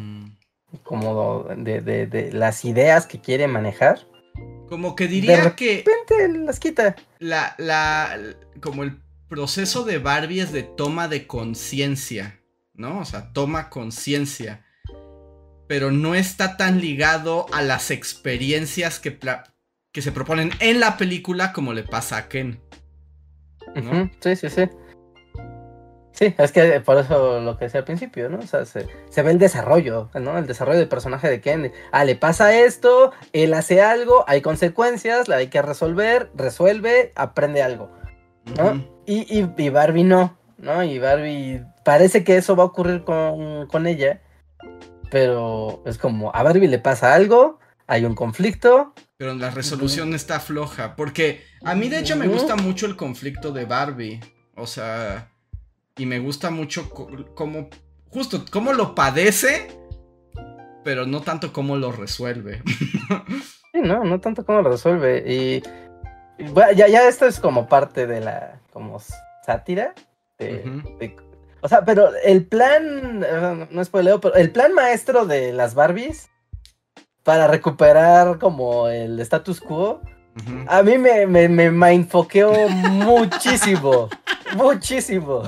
S3: de las ideas que quiere manejar.
S2: Como que diría que...
S3: De repente las quita.
S2: Como el proceso de Barbie es de toma de conciencia, ¿no? O sea, toma conciencia. Pero no está tan ligado a las experiencias que se proponen en la película como le pasa a Ken, ¿no?
S3: Sí. Sí, es que por eso lo que decía al principio, ¿no? O sea, se ve el desarrollo, ¿no? El desarrollo del personaje de Ken. Le pasa esto, él hace algo, hay consecuencias, la hay que resolver, resuelve, aprende algo, ¿no?
S2: Ujú.
S3: Y Barbie ¿no? Y Barbie, parece que eso va a ocurrir con ella, pero es como, a Barbie le pasa algo, hay un conflicto.
S2: Pero la resolución está floja. Porque a mí, de hecho, me gusta mucho el conflicto de Barbie. O sea. Y me gusta mucho cómo. Justo, cómo lo padece. Pero no tanto cómo lo resuelve.
S3: Sí, no tanto como lo resuelve. Y bueno, ya esto es como parte de la como sátira. O sea, pero el plan, no es spoileo, pero el plan maestro de las Barbies para recuperar como el status quo, a mí me mindfuckeó muchísimo. Muchísimo.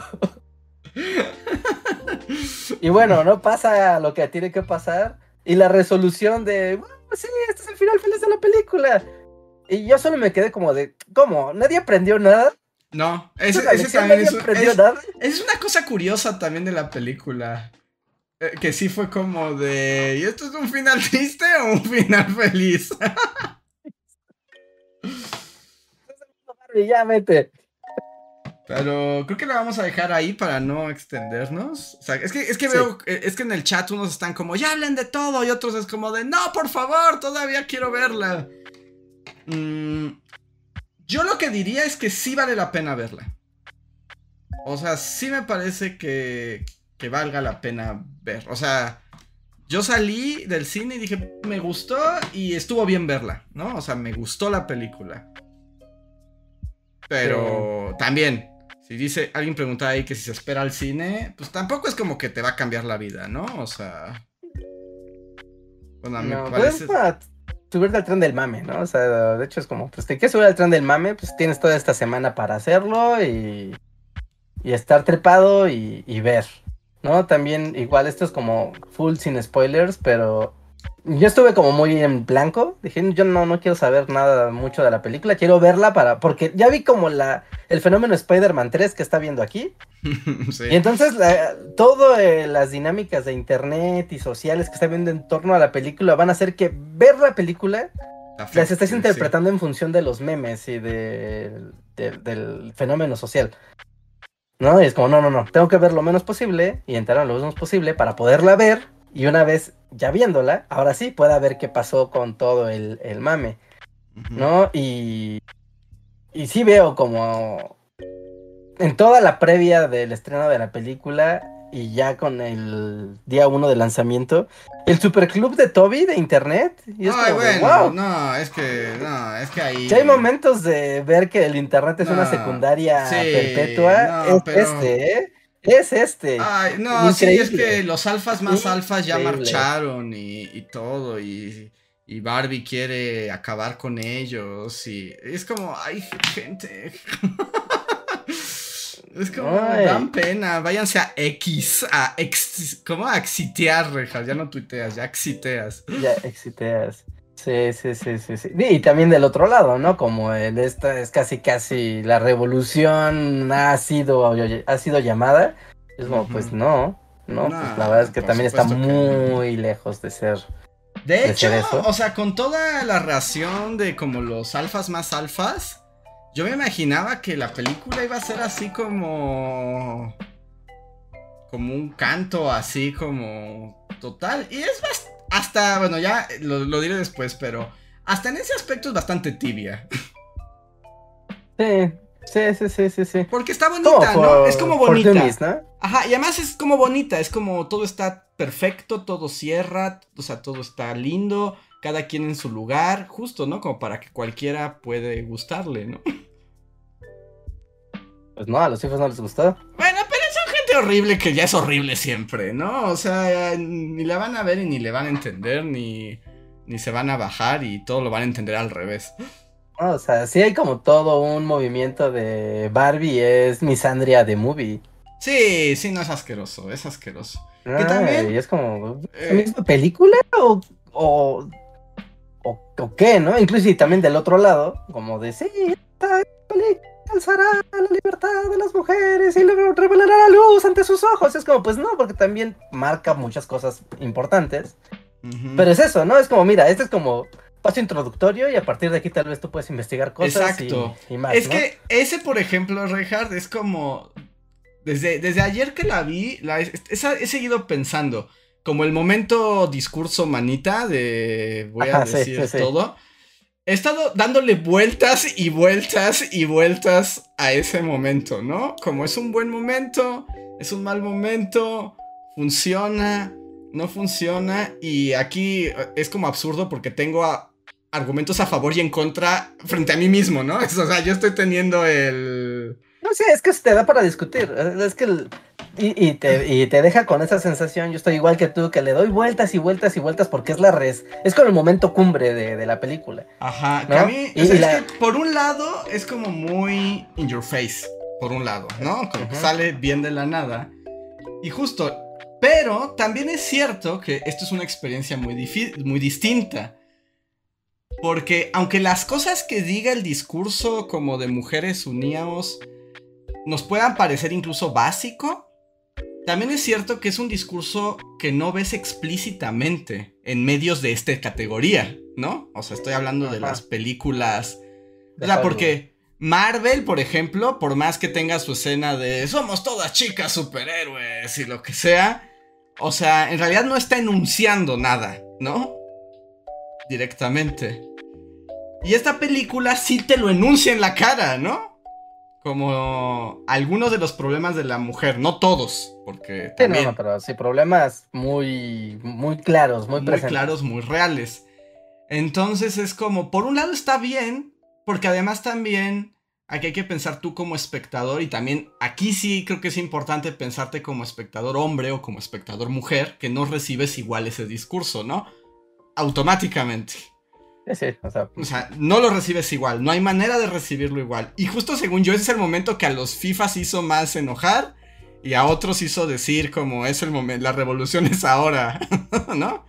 S3: Y bueno, no pasa lo que tiene que pasar. Y la resolución de, bueno, sí, este es el final feliz de la película. Y yo solo me quedé como de, ¿cómo? ¿Nadie aprendió nada?
S2: No, ese
S3: también
S2: es una cosa curiosa también de la película. Que sí fue como de, ¿y esto es un final triste o un final feliz?
S3: Ya vete.
S2: Pero creo que la vamos a dejar ahí para no extendernos. O sea, es que sí. Veo, es que en el chat unos están como, ya hablen de todo, y otros es como de, no, por favor, todavía quiero verla. Yo lo que diría es que sí vale la pena verla. O sea, sí me parece que valga la pena ver. O sea, yo salí del cine y dije, me gustó y estuvo bien verla, ¿no? O sea, me gustó la película. Pero también, si dice, alguien pregunta ahí que si se espera al cine, pues tampoco es como que te va a cambiar la vida, ¿no? O sea, bueno, a mí me parece...
S3: subirte al tren del mame, ¿no? O sea, de hecho es como, pues te quieres subir al tren del mame, pues tienes toda esta semana para hacerlo y estar trepado y ver, ¿no? También, igual, esto es como full sin spoilers, pero yo estuve como muy en blanco. Dije, yo no quiero saber nada mucho de la película, quiero verla porque ya vi como el fenómeno Spider-Man 3 que está viendo aquí. Sí. Y entonces todo las dinámicas de internet y sociales que está viendo en torno a la película van a hacer que ver la película las estés interpretando en función de los memes y del fenómeno social, ¿no? Y es como, no, tengo que ver lo menos posible y entrar lo menos posible para poderla ver, y una vez ya viéndola, ahora sí pueda ver qué pasó con todo el mame, ¿no? Y sí veo como en toda la previa del estreno de la película y ya con el día 1 de lanzamiento, el superclub de Toby de internet. Y es como
S2: bueno,
S3: de, wow.
S2: No, es que ahí...
S3: Si hay momentos de ver que el internet es una secundaria perpetua, es este.
S2: Ay, no, increíble. Sí, es que los alfas más alfas ya marcharon y todo, y Barbie quiere acabar con ellos, y es como, ay, gente... Es como, dan pena, váyanse a ¿cómo? A exitear, rejas, ya no tuiteas, ya exiteas.
S3: Ya exiteas. Sí. Y también del otro lado, ¿no? Como esta es casi la revolución ha sido llamada. Es como, pues no, pues la verdad es que también está muy lejos de ser.
S2: De hecho, o sea, con toda la reacción de como los alfas más alfas, yo me imaginaba que la película iba a ser así como un canto así como total. Y es hasta, bueno, ya lo diré después, pero hasta en ese aspecto es bastante tibia.
S3: Sí.
S2: Porque está bonita, ¿no? Es como bonita. Dummies, ¿no? Ajá, y además es como bonita, es como todo está perfecto, todo cierra, o sea, todo está lindo, cada quien en su lugar, justo, ¿no? Como para que cualquiera puede gustarle, ¿no?
S3: Pues no, a los hijos no les gustó.
S2: Bueno, pero son gente horrible que ya es horrible siempre, ¿no? O sea, ni la van a ver y ni le van a entender, ni se van a bajar y todo lo van a entender al revés.
S3: O sea, sí hay como todo un movimiento de Barbie, es misandria de movie.
S2: Sí, no, es asqueroso, es asqueroso.
S3: Que también... Y es como, ¿la misma película o qué, no? Incluso y también del otro lado, como de, sí, esta película alzará la libertad de las mujeres y luego revelará la luz ante sus ojos. Es como, pues no, porque también marca muchas cosas importantes. Pero es eso, ¿no? Es como, mira, este es como paso introductorio y a partir de aquí tal vez tú puedes investigar cosas.
S2: Exacto.
S3: Y más,
S2: es
S3: ¿no?
S2: que ese, por ejemplo, Reinhardt, es como... Desde ayer que la vi, he seguido pensando, como el momento discurso manita de voy a decir
S3: sí.
S2: todo. He estado dándole vueltas y vueltas y vueltas a ese momento, ¿no? Como es un buen momento, es un mal momento, funciona, no funciona. Y aquí es como absurdo porque tengo argumentos a favor y en contra frente a mí mismo, ¿no? O sea, yo estoy teniendo el...
S3: No sé, es que se te da para discutir. Es que y te deja con esa sensación. Yo estoy igual que tú, que le doy vueltas y vueltas y vueltas porque es con el momento cumbre de la película.
S2: Ajá,
S3: ¿no?
S2: que a mí, o sea, es que por un lado es como muy in your face, por un lado, ¿no? Como que sale bien de la nada. Y justo, pero también es cierto que esto es una experiencia muy distinta. Porque aunque las cosas que diga el discurso como de Mujeres Uníamos nos puedan parecer incluso básico, también es cierto que es un discurso que no ves explícitamente en medios de esta categoría, ¿no? O sea, estoy hablando de las películas. O sea, porque Marvel, por ejemplo, por más que tenga su escena de somos todas chicas superhéroes y lo que sea, o sea, en realidad no está enunciando nada, ¿no? Directamente. Y esta película sí te lo enuncia en la cara, ¿no? Como algunos de los problemas de la mujer, no todos, porque también...
S3: No, pero sí, problemas muy, muy claros, muy presentes. Muy
S2: claros, muy reales. Entonces es como, por un lado está bien, porque además también aquí hay que pensar tú como espectador, y también aquí sí creo que es importante pensarte como espectador hombre o como espectador mujer, que no recibes igual ese discurso, ¿no? Automáticamente.
S3: Sí,
S2: o sea, no lo recibes igual, no hay manera de recibirlo igual. Y justo según yo, ese es el momento que a los FIFAs hizo más enojar y a otros hizo decir como es el momento, la revolución es ahora, ¿no?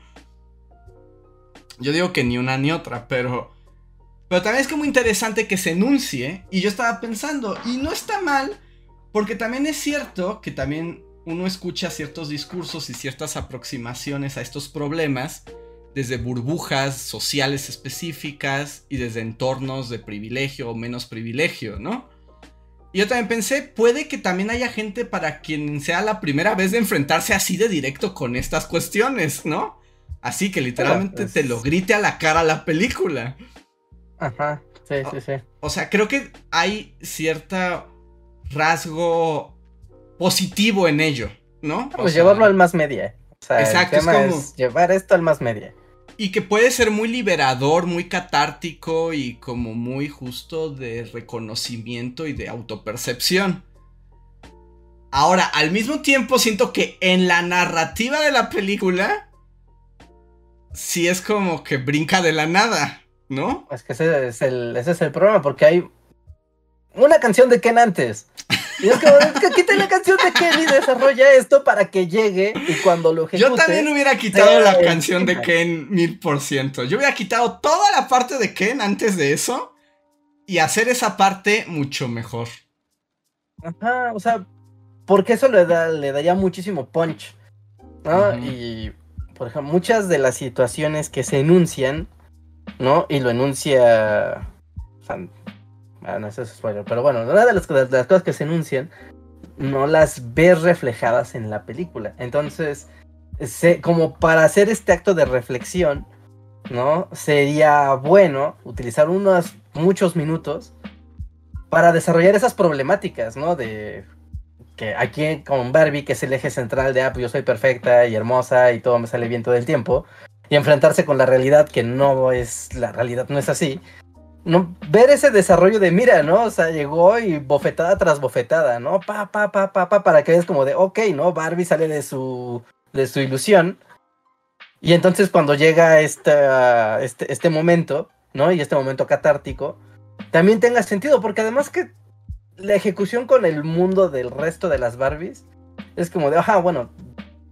S2: Yo digo que ni una ni otra, pero también es como interesante que se enuncie. Y yo estaba pensando, y no está mal, porque también es cierto que también uno escucha ciertos discursos y ciertas aproximaciones a estos problemas desde burbujas sociales específicas y desde entornos de privilegio o menos privilegio, ¿no? Y yo también pensé, puede que también haya gente para quien sea la primera vez de enfrentarse así de directo con estas cuestiones, ¿no? Así que literalmente te lo grite a la cara la película.
S3: Ajá, sí.
S2: O sea, creo que hay cierto rasgo positivo en ello, ¿no?
S3: Pues llevarlo al más media. O sea,
S2: exacto,
S3: el tema es llevar esto al más media.
S2: Y que puede ser muy liberador, muy catártico y como muy justo de reconocimiento y de autopercepción. Ahora, al mismo tiempo siento que en la narrativa de la película sí es como que brinca de la nada, ¿no?
S3: Es que ese es el problema, porque hay una canción de Ken antes. Y es que quiten la canción de Ken y desarrolla esto para que llegue y cuando lo ejecutes...
S2: Yo también hubiera quitado la canción de Ken 1000%. Yo hubiera quitado toda la parte de Ken antes de eso y hacer esa parte mucho mejor.
S3: Ajá, o sea, porque eso le daría muchísimo punch, ¿no? Y, por ejemplo, muchas de las situaciones que se enuncian, ¿no? Y lo enuncia... no, eso es spoiler, pero bueno, una de las cosas que se enuncian no las ves reflejadas en la película. Entonces, como para hacer este acto de reflexión, ¿no? Sería bueno utilizar muchos minutos para desarrollar esas problemáticas, ¿no? De que aquí con Barbie, que es el eje central de, pues yo soy perfecta y hermosa y todo me sale bien todo el tiempo, y enfrentarse con la realidad que no es, la realidad no es así. No, ver ese desarrollo de mira, ¿no? O sea, llegó y bofetada tras bofetada, ¿no? Para que veas como de, ok, ¿no? Barbie sale de su ilusión. Y entonces cuando llega este momento, ¿no? Y este momento catártico, también tenga sentido, porque además que la ejecución con el mundo del resto de las Barbies es como de, bueno,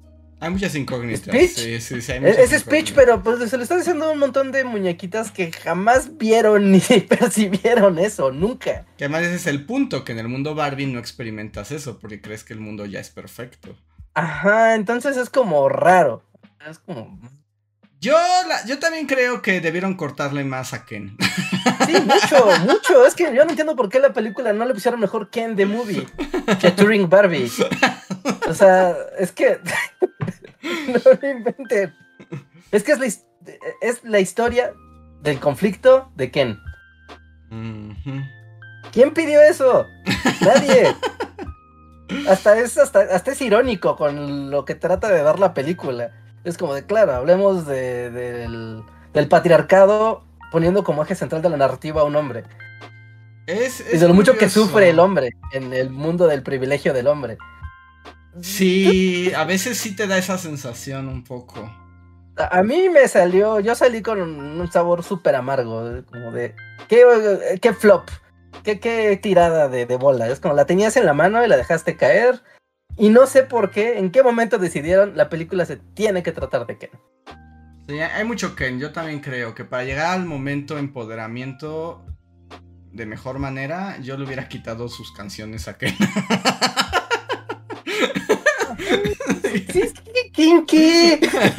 S2: Hay muchas incógnitas.
S3: ¿Speech?
S2: Sí, hay muchas
S3: Es Speech,
S2: incógnitas.
S3: pero pues se le está diciendo a un montón de muñequitas que jamás vieron ni percibieron eso, nunca.
S2: Que además ese es el punto, que en el mundo Barbie no experimentas eso, porque crees que el mundo ya es perfecto.
S3: Ajá, entonces es como raro. Es como...
S2: Yo también creo que debieron cortarle más a Ken.
S3: Sí, mucho. Es que yo no entiendo por qué la película no le pusieron mejor Ken the Movie que Turing Barbie. O sea, es que... no lo inventen. Es que es la historia del conflicto de Ken.
S2: Uh-huh.
S3: ¿Quién pidió eso? Nadie. Hasta es irónico con lo que trata de dar la película. Es como de, claro, hablemos del patriarcado poniendo como eje central de la narrativa a un hombre. Y de lo mucho que sufre el hombre en el mundo del privilegio del hombre.
S2: Sí, a veces sí te da esa sensación un poco.
S3: A mí yo salí con un sabor súper amargo, como de, qué flop, qué tirada de bola. Es como la tenías en la mano y la dejaste caer. Y no sé por qué, en qué momento decidieron la película se tiene que tratar de Ken.
S2: Sí, hay mucho Ken. Yo también creo que para llegar al momento empoderamiento de mejor manera, yo le hubiera quitado sus canciones a Ken.
S3: Sí, ¿qué?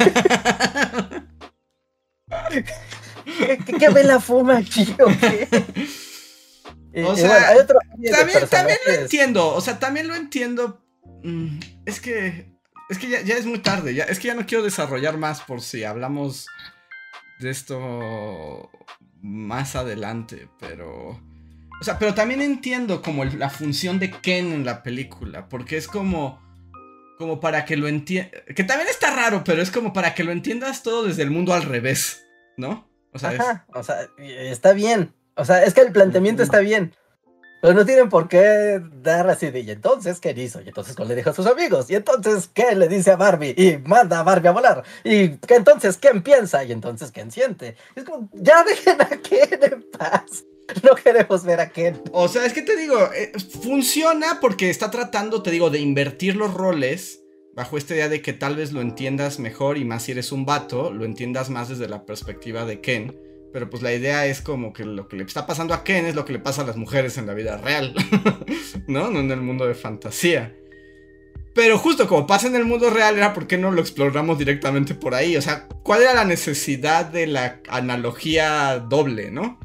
S3: ¿Qué vela fuma aquí o qué?
S2: O sea,
S3: bueno, hay otro
S2: también lo entiendo. O sea, también lo entiendo. Es que ya es muy tarde. Es que ya no quiero desarrollar más por si hablamos de esto más adelante. Pero... O sea, pero también entiendo como la función de Ken en la película. Porque es como para que lo entiendas. Que también está raro, pero es como para que lo entiendas todo desde el mundo al revés, ¿no? O sea,
S3: ajá, o sea, está bien. O sea, es que el planteamiento está bien. Pero no tienen por qué dar así de, y entonces, ¿qué hizo? Y entonces, ¿qué le dijo a sus amigos? Y entonces, ¿qué le dice a Barbie? Y manda a Barbie a volar. Y entonces, ¿quién piensa? Y entonces, ¿quién siente? Es como, ya dejen a Ken en paz. No queremos ver a Ken.
S2: O sea, es que te digo, funciona porque está tratando, te digo, de invertir los roles bajo esta idea de que tal vez lo entiendas mejor y más si eres un vato, lo entiendas más desde la perspectiva de Ken. Pero pues la idea es como que lo que le está pasando a Ken es lo que le pasa a las mujeres en la vida real, ¿no? No en el mundo de fantasía. Pero justo como pasa en el mundo real era por qué no lo exploramos directamente por ahí. O sea, ¿cuál era la necesidad de la analogía doble, no?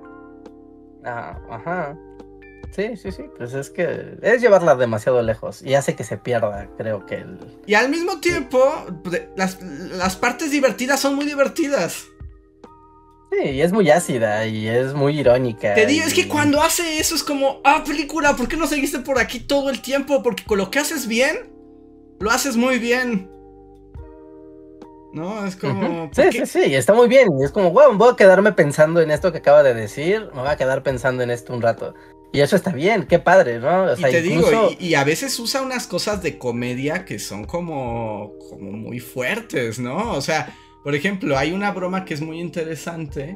S3: Ajá. Sí, pues es que es llevarla demasiado lejos y hace que se pierda, creo que
S2: Y al mismo tiempo, las partes divertidas son muy divertidas.
S3: Sí, y es muy ácida y es muy irónica.
S2: Te digo, es que cuando hace eso es como, película, ¿por qué no seguiste por aquí todo el tiempo? Porque con lo que haces bien, lo haces muy bien. ¿No? Es como...
S3: Sí, está muy bien. Y es como, wow, voy a quedarme pensando en esto que acaba de decir, me voy a quedar pensando en esto un rato. Y eso está bien, qué padre, ¿no? O sea,
S2: y te
S3: incluso...
S2: digo, y a veces usa unas cosas de comedia que son como muy fuertes, ¿no? O sea, por ejemplo, hay una broma que es muy interesante.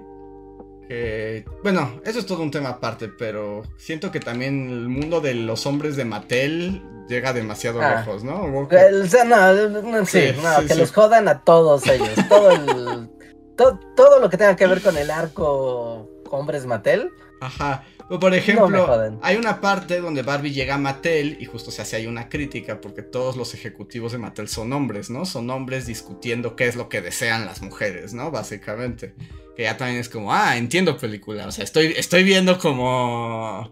S2: Bueno, eso es todo un tema aparte, pero siento que también el mundo de los hombres de Mattel llega demasiado lejos, ¿no?
S3: O sea, que los jodan a todos ellos. Todo lo que tenga que ver con el arco hombres Mattel.
S2: Ajá. Por ejemplo, hay una parte donde Barbie llega a Mattel y justo se hace ahí una crítica porque todos los ejecutivos de Mattel son hombres, ¿no? Son hombres discutiendo qué es lo que desean las mujeres, ¿no? Básicamente. Que ya también es como, entiendo película. O sea, estoy viendo como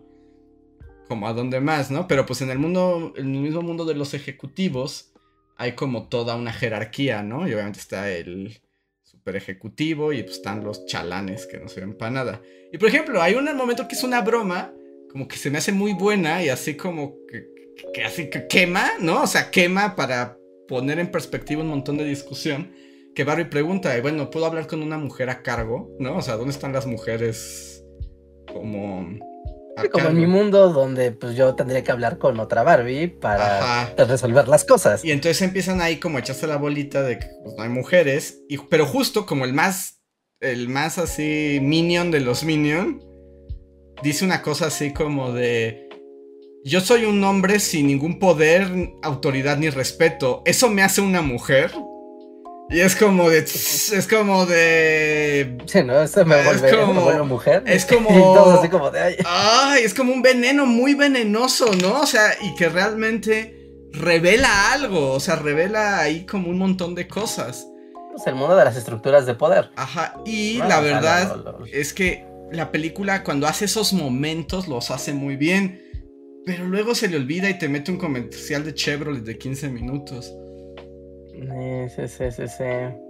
S2: a dónde más, ¿no? Pero pues en el mismo mundo de los ejecutivos hay como toda una jerarquía, ¿no? Y obviamente está el super ejecutivo y pues están los chalanes que no sirven para nada. Y por ejemplo, hay un momento que es una broma, como que se me hace muy buena y así como que así que quema, ¿no? O sea, quema para poner en perspectiva un montón de discusión. Que Barbie pregunta, bueno, ¿puedo hablar con una mujer a cargo? ¿No? O sea, ¿dónde están las mujeres como
S3: en mi mundo donde pues yo tendría que hablar con otra Barbie para resolver las cosas?
S2: Y entonces empiezan ahí como a echarse la bolita de que pues, no hay mujeres. Pero justo como el más así minion de los minion dice una cosa así como de... yo soy un hombre sin ningún poder, autoridad ni respeto. ¿Eso me hace una mujer? Y es como de... Es como de...
S3: Sí, ¿no? Eso me vuelve mujer.
S2: Es como...
S3: Y todos así como de...
S2: Ay, es como un veneno muy venenoso, ¿no? O sea, y que realmente revela algo. O sea, revela ahí como un montón de cosas.
S3: Pues el mundo de las estructuras de poder.
S2: Ajá, y la verdad es que la película cuando hace esos momentos los hace muy bien. Pero luego se le olvida y te mete un comercial de Chevrolet de 15 minutos.
S3: Sí.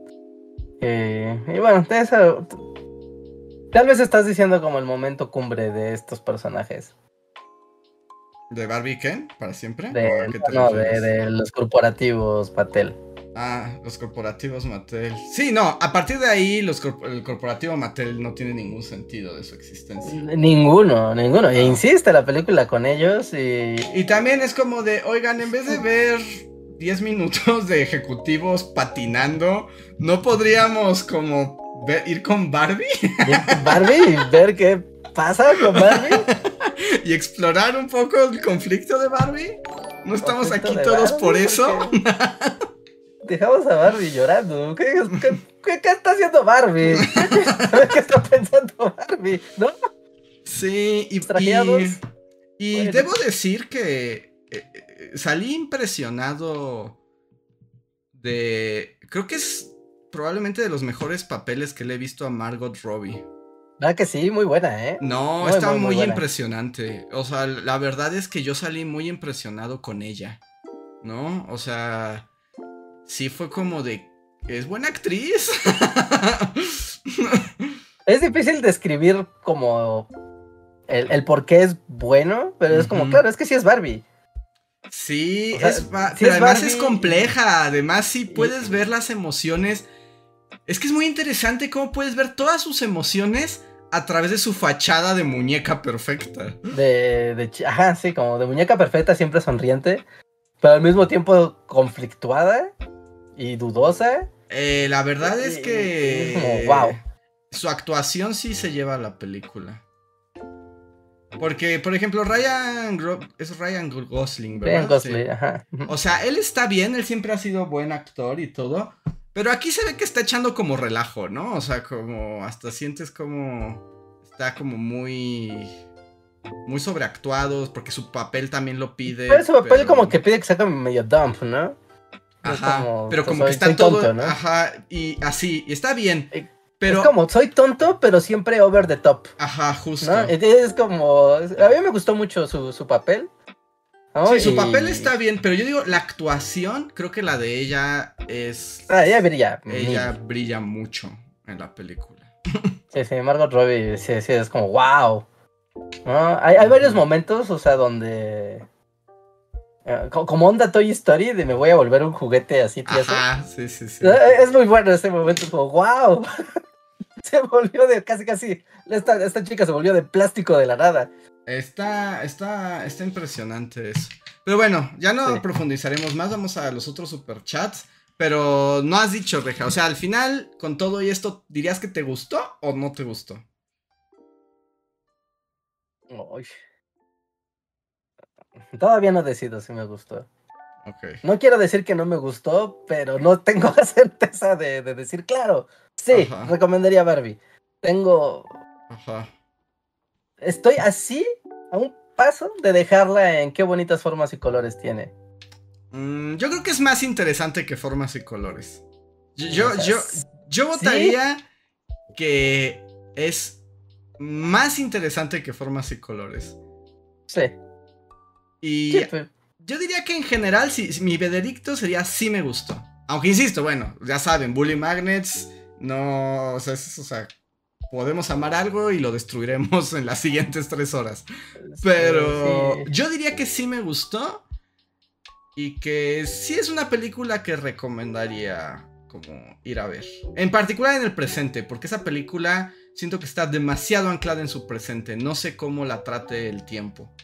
S3: Y bueno, eso, tal vez estás diciendo como el momento cumbre de estos personajes.
S2: ¿De Barbie Ken? ¿Para siempre?
S3: De los corporativos Mattel.
S2: Ah, los corporativos Mattel. Sí, no, a partir de ahí el corporativo Mattel no tiene ningún sentido de su existencia.
S3: Ninguno.
S2: No.
S3: E insiste la película con ellos
S2: y también es como de, oigan, en vez de ver 10 minutos de ejecutivos patinando, ¿no podríamos como ir con Barbie?
S3: Ir con Barbie y ver qué pasa con Barbie.
S2: Y explorar un poco el conflicto de Barbie. ¿No estamos aquí todos Barbie, por eso?
S3: Dejamos a Barbie llorando. ¿Qué está haciendo Barbie? ¿Qué está pensando Barbie? ¿No?
S2: Sí, y bueno, debo decir que salí impresionado de... Creo que es probablemente de los mejores papeles que le he visto a Margot Robbie.
S3: Ah, que sí, muy buena, ¿eh?
S2: No, está muy impresionante. O sea, la verdad es que yo salí muy impresionado con ella, ¿no? O sea, sí fue como de... ¿Es buena actriz?
S3: Es difícil describir como el por qué es bueno, pero es como, claro, es que sí es Barbie.
S2: Sí,
S3: o sea,
S2: pero además Barbie es compleja. Además, sí puedes ver las emociones. Es que es muy interesante cómo puedes ver todas sus emociones a través de su fachada de muñeca perfecta.
S3: Ajá, sí, como de muñeca perfecta, siempre sonriente, pero al mismo tiempo conflictuada y dudosa.
S2: La verdad es que...
S3: Es como, wow.
S2: Su actuación sí se lleva a la película. Porque, por ejemplo, es Ryan Gosling, ¿verdad?
S3: Ryan Gosling,
S2: sí.
S3: Ajá.
S2: O sea, él está bien, él siempre ha sido buen actor y todo. Pero aquí se ve que está echando como relajo, ¿no? O sea, como hasta sientes como... Está como muy sobreactuado, porque su papel también lo pide.
S3: Pero su papel como que pide que sea como medio dump, ¿no?
S2: Ajá, pero como que está todo...
S3: tonto, ¿no?
S2: Ajá, y así, y está bien. Pero...
S3: Es como, soy tonto, pero siempre over the top.
S2: Ajá, justo.
S3: ¿No? Es como... A mí me gustó mucho su papel. ¿No?
S2: Sí, su papel está bien, pero yo digo, la actuación, creo que la de ella es...
S3: ella brilla.
S2: Ella brilla mucho en la película.
S3: Sí, Margot Robbie, sí, es como, wow. ¿No? Hay varios momentos, o sea, donde... como onda Toy Story, de me voy a volver un juguete así tieso.
S2: Ajá, sí.
S3: Es muy bueno ese momento, como, wow. Se volvió de casi. Esta chica se volvió de plástico de la nada.
S2: Está impresionante eso. Pero bueno, ya no profundizaremos más. Vamos a los otros superchats. Pero no has dicho, Reja. O sea, al final, con todo y esto, ¿dirías que te gustó o no te gustó?
S3: Uy. Todavía no decido si me gustó.
S2: Okay.
S3: No quiero decir que no me gustó, pero no tengo la certeza de decir, claro, sí,
S2: Ajá.
S3: recomendaría Barbie.
S2: Ajá.
S3: Estoy así, a un paso de dejarla en qué bonitas formas y colores tiene.
S2: Yo creo que es más interesante que formas y colores. Yo votaría que es más interesante que formas y colores.
S3: Sí.
S2: Y yo diría que en general, mi veredicto sería sí me gustó. Aunque insisto, bueno, ya saben, Bully Magnets, no, o sea, podemos amar algo y lo destruiremos en las siguientes 3 horas. Pero yo diría que sí me gustó y que sí es una película que recomendaría como ir a ver. En particular en el presente, porque esa película siento que está demasiado anclada en su presente. No sé cómo la trate el tiempo.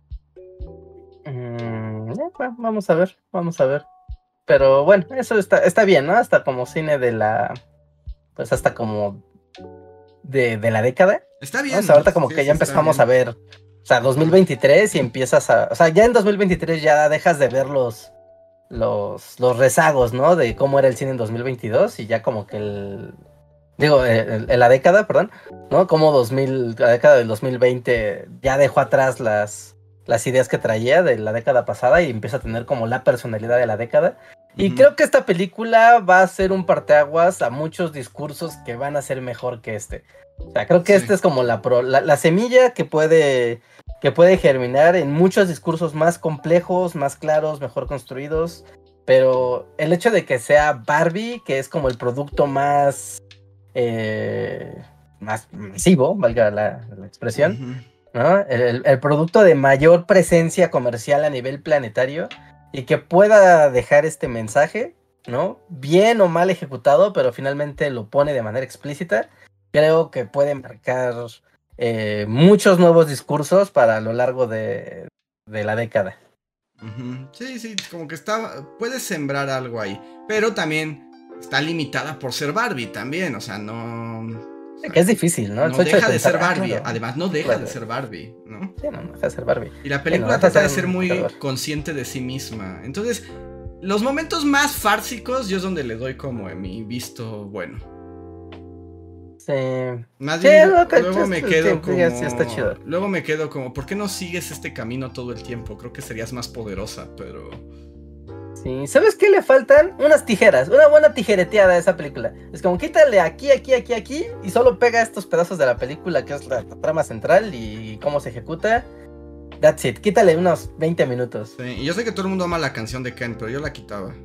S3: Vamos a ver. Pero bueno, eso está bien, ¿no? Hasta como cine de la... Pues hasta como... De la década.
S2: Está bien.
S3: O sea, ahorita como que ya empezamos a ver O sea, 2023 y empiezas a... O sea, ya en 2023 ya dejas de ver los rezagos, ¿no? De cómo era el cine en 2022 y ya como que la década, perdón, ¿no? Como la década del 2020 ya dejó atrás las ideas que traía de la década pasada y empieza a tener como la personalidad de la década. Y creo que esta película va a ser un parteaguas a muchos discursos que van a ser mejor que este. O sea, creo que este es como la semilla que puede germinar en muchos discursos más complejos, más claros, mejor construidos. Pero el hecho de que sea Barbie, que es como el producto más masivo, valga la expresión, ¿no? El producto de mayor presencia comercial a nivel planetario y que pueda dejar este mensaje, ¿no? Bien o mal ejecutado, pero finalmente lo pone de manera explícita. Creo que puede marcar muchos nuevos discursos para lo largo de la década.
S2: Sí, como que puede sembrar algo ahí, pero también está limitada por ser Barbie también, o sea, no...
S3: Que es difícil, ¿no?
S2: No deja de ser Barbie, además no deja de ser Barbie, ¿no?
S3: Sí, no deja de ser Barbie.
S2: Y la película trata de ser muy consciente de sí misma. Entonces, los momentos más fársicos, yo es donde le doy como mi visto bueno.
S3: Sí.
S2: Más bien, luego me quedo
S3: como... Sí, está chido.
S2: Luego me quedo como, ¿por qué no sigues este camino todo el tiempo? Creo que serías más poderosa, pero...
S3: Sí, ¿sabes qué le faltan? Unas tijeras, una buena tijereteada a esa película. Es como quítale aquí y solo pega estos pedazos de la película que es la trama central y cómo se ejecuta. That's it, quítale unos 20 minutos.
S2: Sí, y yo sé que todo el mundo ama la canción de Ken, pero yo la quitaba.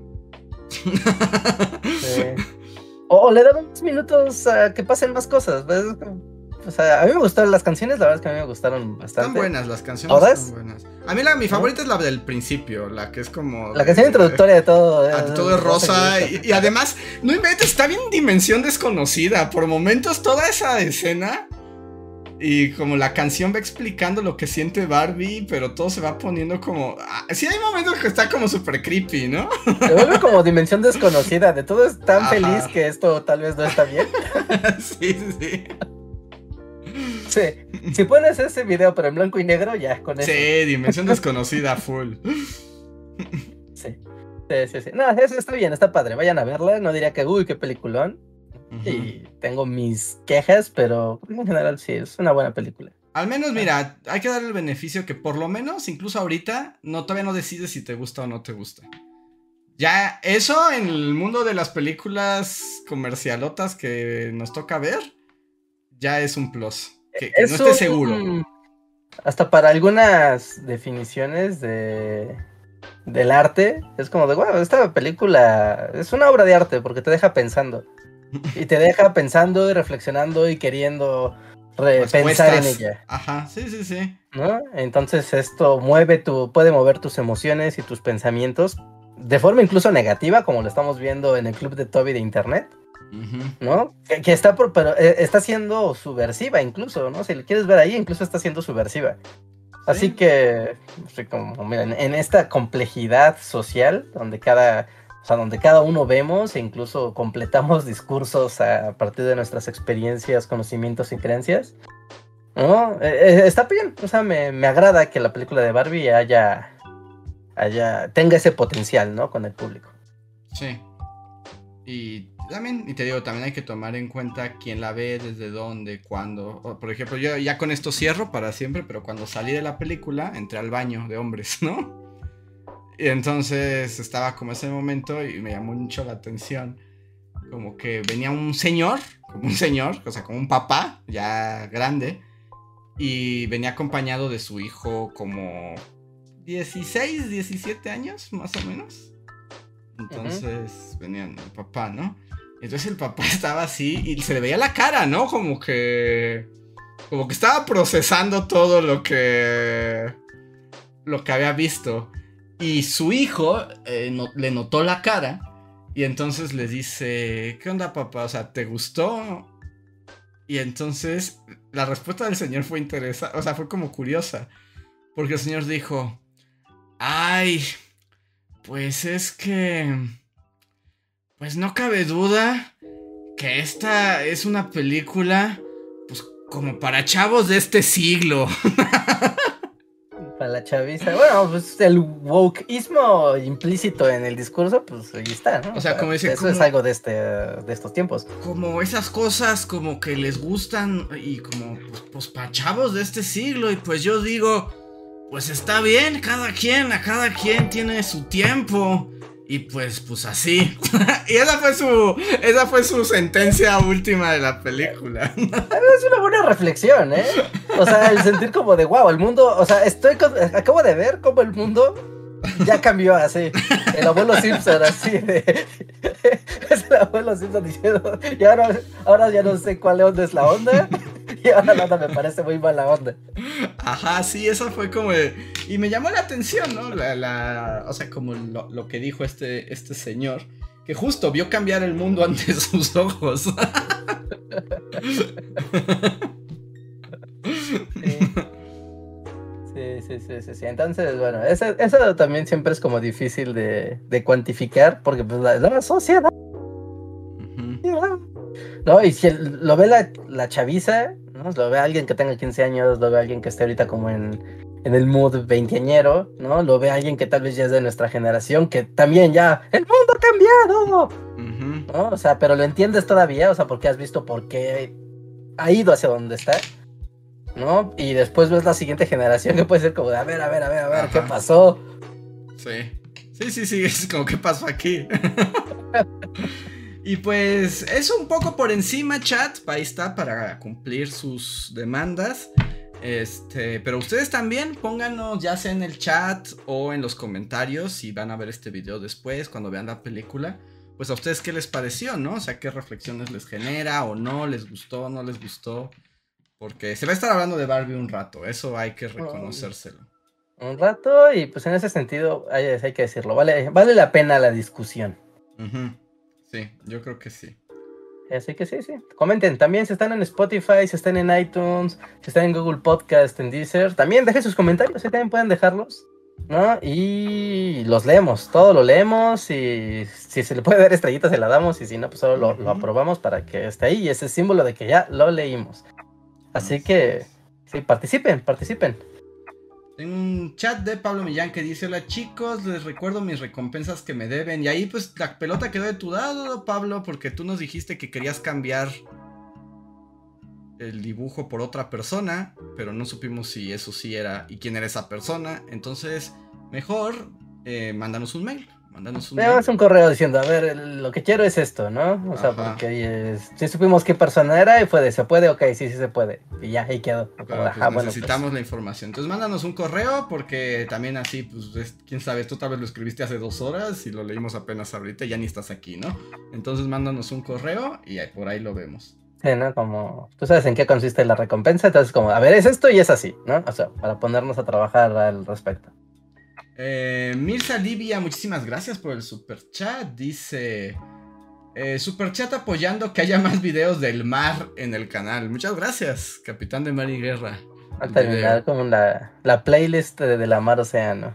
S3: Sí. O le daban unos minutos a que pasen más cosas. O sea, a mí me gustaron las canciones, la verdad es que a mí me gustaron bastante.
S2: Están buenas las canciones.
S3: ¿Todas?
S2: Están buenas. A mí mi favorita es la del principio, la que es como...
S3: La canción introductoria de todo.
S2: Todo es rosa y además, no inventes, está bien Dimensión Desconocida. Por momentos toda esa escena y como la canción va explicando lo que siente Barbie, pero todo se va poniendo como... Sí hay momentos que está como súper creepy, ¿no?
S3: Se vuelve como Dimensión Desconocida, de todo es tan feliz que esto tal vez no está bien.
S2: Sí.
S3: Sí, si pones ese video pero en blanco y negro, ya con eso.
S2: Sí, Dimensión Desconocida full.
S3: Sí. No, eso está bien, está padre. Vayan a verla, no diría que uy, qué peliculón. Y tengo mis quejas, pero en general sí, es una buena película.
S2: Al menos, mira, hay que darle el beneficio que por lo menos, incluso ahorita, todavía no decides si te gusta o no te gusta. Ya, eso en el mundo de las películas comercialotas que nos toca ver, ya es un plus. Que no esté seguro.
S3: Hasta para algunas definiciones del arte, es como de, wow, esta película es una obra de arte porque te deja pensando. Y te deja pensando y reflexionando y queriendo pensar en ella.
S2: Ajá, sí.
S3: ¿No? Entonces esto puede mover tus emociones y tus pensamientos de forma incluso negativa, como lo estamos viendo en el club de Toby de internet. ¿No? Que pero está siendo subversiva incluso, ¿no? Si le quieres ver ahí, incluso está siendo subversiva. ¿Sí? Así que, como, miren, en esta complejidad social, donde cada uno vemos e incluso completamos discursos a partir de nuestras experiencias, conocimientos y creencias, ¿no? Está bien, o sea, me agrada que la película de Barbie tenga ese potencial, ¿no? Con el público.
S2: Sí. Y te digo, también hay que tomar en cuenta quién la ve, desde dónde, cuándo. Por ejemplo, yo ya con esto cierro para siempre, pero cuando salí de la película, entré al baño de hombres, ¿no? Y entonces estaba como ese momento y me llamó mucho la atención. Como que venía un señor, o sea, como un papá ya grande, y venía acompañado de su hijo como 16, 17 años, más o menos. Entonces venían el papá, ¿no? Entonces el papá estaba así y se le veía la cara, ¿no? Como que estaba procesando todo lo que había visto. Y su hijo le notó la cara y entonces le dice, ¿qué onda, papá? O sea, ¿te gustó? Y entonces la respuesta del señor fue interesante, o sea, fue como curiosa. Porque el señor dijo, ay... Pues es que... Pues no cabe duda que esta es una película, pues como para chavos de este siglo.
S3: Para la chaviza. Bueno, pues el wokeísmo implícito en el discurso, pues ahí está, ¿no?
S2: O sea, como dice,
S3: eso es algo de estos tiempos.
S2: Como esas cosas como que les gustan y como pues para chavos de este siglo. Y pues yo digo, pues está bien, a cada quien tiene su tiempo. Y pues así. Y esa fue su sentencia última de la película.
S3: Es una buena reflexión, ¿eh? O sea, el sentir como de wow, el mundo, o sea, acabo de ver cómo el mundo ya cambió así. El abuelo Simpson así de es el abuelo Simpson diciendo, y ahora ya no sé cuál onda es la onda. Y ahora la onda me parece muy mala onda.
S2: Ajá, sí, eso fue como y me llamó la atención, ¿no? O sea, como lo que dijo este señor, que justo vio cambiar el mundo ante sus ojos.
S3: Sí. Entonces, bueno, eso también siempre es como difícil de cuantificar, porque pues la sociedad. No, y si lo ve la chaviza, ¿no? Lo ve alguien que tenga 15 años, lo ve alguien que esté ahorita como en el mood veinteañero, ¿no? Lo ve alguien que tal vez ya es de nuestra generación, que también ya, ¡el mundo ha cambiado! ¿No? O sea, pero lo entiendes todavía, o sea, porque has visto por qué ha ido hacia donde está, ¿no? Y después ves la siguiente generación que puede ser como de, a ver,
S2: Ajá.
S3: ¿qué pasó?
S2: Sí, es como, ¿qué pasó aquí? Y pues es un poco por encima, chat, ahí está, para cumplir sus demandas. Pero ustedes también pónganos, ya sea en el chat o en los comentarios, si van a ver este video después, cuando vean la película, pues a ustedes qué les pareció, ¿no? O sea, qué reflexiones les genera o no, les gustó, no les gustó. Porque se va a estar hablando de Barbie un rato, eso hay que reconocérselo.
S3: Un rato, y pues en ese sentido hay que decirlo, vale la pena la discusión.
S2: Sí, yo creo que sí.
S3: Así que sí. Comenten también si están en Spotify, si están en iTunes, si están en Google Podcast, en Deezer. También dejen sus comentarios, también pueden dejarlos, ¿no? Y los leemos, todo lo leemos. Y si se le puede dar estrellitas, se la damos. Y si no, pues solo lo aprobamos para que esté ahí. Y ese símbolo de que ya lo leímos. Así que sí, participen.
S2: Tengo un chat de Pablo Millán que dice: hola chicos, les recuerdo mis recompensas que me deben. Y ahí pues la pelota quedó de tu lado, Pablo, porque tú nos dijiste que querías cambiar el dibujo por otra persona, pero no supimos si eso sí era y quién era esa persona. Entonces, mejor mándanos un mail.
S3: Veamos un correo diciendo, a ver, lo que quiero es esto, ¿no? O sea, porque sí supimos qué persona era y fue de, ¿se puede? Ok, sí se puede. Y ya, ahí quedó.
S2: Pero pues necesitamos la información. Entonces mándanos un correo, porque también así, pues, quién sabe, tú tal vez lo escribiste hace 2 horas y lo leímos apenas ahorita y ya ni estás aquí, ¿no? Entonces mándanos un correo y por ahí lo vemos.
S3: Sí, ¿no? Como, tú sabes en qué consiste la recompensa, entonces como, a ver, es esto y es así, ¿no? O sea, para ponernos a trabajar al respecto.
S2: Mirza Livia, muchísimas gracias por el superchat. Dice: superchat apoyando que haya más videos del mar en el canal. Muchas gracias, Capitán de Mar y Guerra.
S3: A terminar como la playlist de la Mar Océano.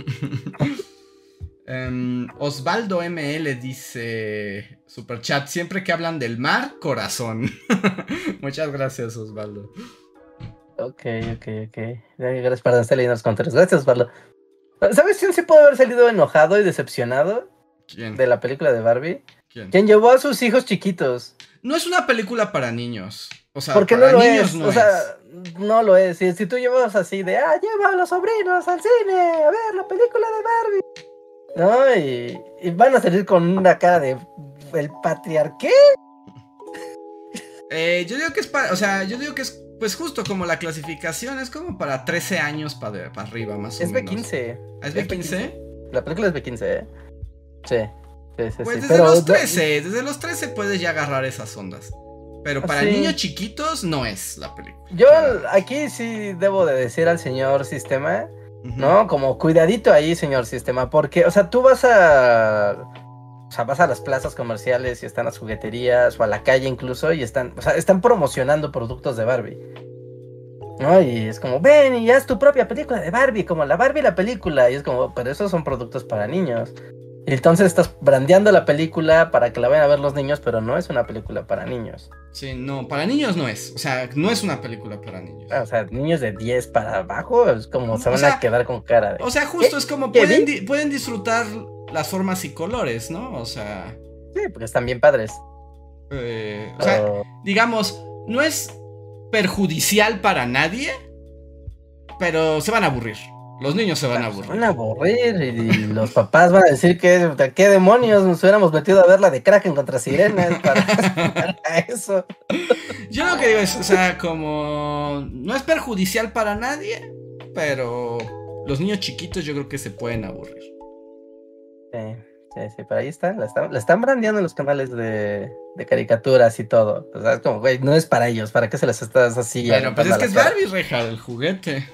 S2: Osvaldo ML dice: superchat, siempre que hablan del mar, corazón. Muchas gracias, Osvaldo.
S3: Ok. Gracias, perdón, estoy leyendo los comentarios. Gracias, Osvaldo. ¿Sabes quién sí puede haber salido enojado y decepcionado?
S2: ¿Quién?
S3: De la película de Barbie.
S2: ¿Quién?
S3: Quien llevó a sus hijos chiquitos.
S2: No es una película para niños. O sea,
S3: porque
S2: para
S3: no lo
S2: niños
S3: es.
S2: no
S3: o sea, no lo es. Si tú llevas así de, lleva a los sobrinos al cine a ver la película de Barbie, ¿no? Y van a salir con una cara de el patriarqué.
S2: Yo digo que es para, o sea, yo digo que es pues justo como la clasificación es como para 13 años para arriba, más o menos.
S3: Es B15.
S2: ¿Es B15?
S3: La película es B15, ¿eh? Sí.
S2: Pues desde los 13, desde los 13 puedes ya agarrar esas ondas. Pero para niños chiquitos no es la película.
S3: Yo aquí sí debo de decir al señor Sistema, ¿no? Como cuidadito ahí, señor Sistema, porque, o sea, tú vas a las plazas comerciales y están las jugueterías o a la calle incluso y están promocionando productos de Barbie, ¿no? Y es como, ven y haz tu propia película de Barbie, como la Barbie la película, y es como, pero esos son productos para niños. Entonces estás brandeando la película para que la vayan a ver los niños, pero no es una película para niños.
S2: Sí, no, para niños no es. O sea, no es una película para niños.
S3: O sea, niños de 10 para abajo es como se van
S2: sea,
S3: a quedar con cara de...
S2: O sea, justo es como pueden disfrutar las formas y colores, ¿no? O sea...
S3: Sí, porque están bien padres.
S2: O sea, digamos, no es perjudicial para nadie, pero se van a aburrir. Los niños se van a aburrir.
S3: Se van a aburrir y los papás van a decir que qué demonios nos hubiéramos metido a ver la de Kraken contra sirenas para eso.
S2: Yo lo que digo es, o sea, como no es perjudicial para nadie, pero los niños chiquitos yo creo que se pueden aburrir.
S3: Sí, pero ahí está, la están brandeando en los canales de caricaturas y todo. O sea, es como, güey, no es para ellos, ¿para qué se les estás así?
S2: Bueno, pues es que es Barbie, Reja, el juguete.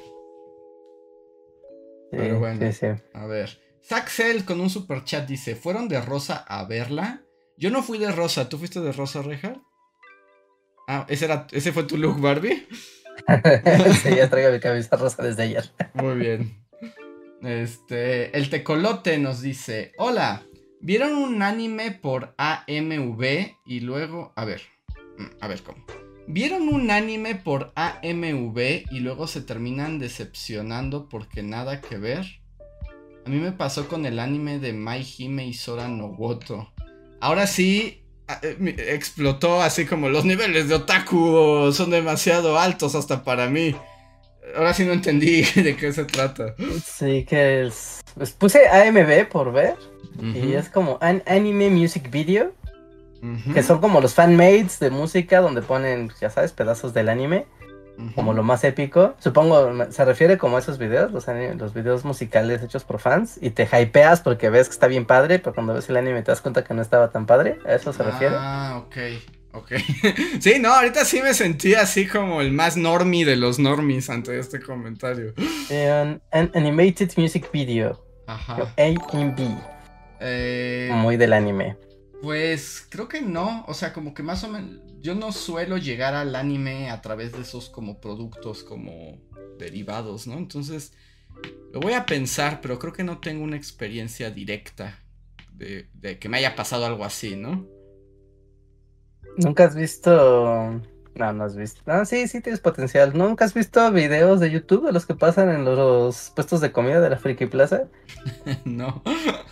S3: Sí,
S2: pero bueno,
S3: sí.
S2: A ver, Saxel con un super chat dice, ¿fueron de Rosa a verla? Yo no fui de Rosa, ¿tú fuiste de Rosa, Reja? Ah, ¿ese fue tu look, Barbie?
S3: Sí, ya traigo mi camisa rosa desde ayer.
S2: Muy bien. El Tecolote nos dice, hola, ¿vieron un anime por AMV y luego... A ver, ¿cómo? ¿Vieron un anime por AMV y luego se terminan decepcionando porque nada que ver? A mí me pasó con el anime de Mai Hime y Sora no Goto. Ahora sí, explotó así como los niveles de otaku son demasiado altos hasta para mí. Ahora sí no entendí de qué se trata.
S3: Sí, que es... Pues puse AMV por ver. Y es como anime music video. Que son como los fanmades de música donde ponen, ya sabes, pedazos del anime. Como lo más épico. Supongo, se refiere como a esos videos, los videos musicales hechos por fans. Y te hypeas porque ves que está bien padre, pero cuando ves el anime te das cuenta que no estaba tan padre. ¿A eso se refiere?
S2: Ah, ok. Sí, no, ahorita sí me sentí así como el más normie de los normies ante este comentario.
S3: Animated music video.
S2: Ajá.
S3: AMV. Muy del anime.
S2: Pues creo que no, o sea, como que más o menos yo no suelo llegar al anime a través de esos como productos como derivados, ¿no? Entonces lo voy a pensar, pero creo que no tengo una experiencia directa de que me haya pasado algo así, ¿no?
S3: ¿Nunca has visto? No has visto. No, sí tienes potencial. ¿Nunca has visto videos de YouTube de los que pasan en los puestos de comida de la Friki Plaza?
S2: No.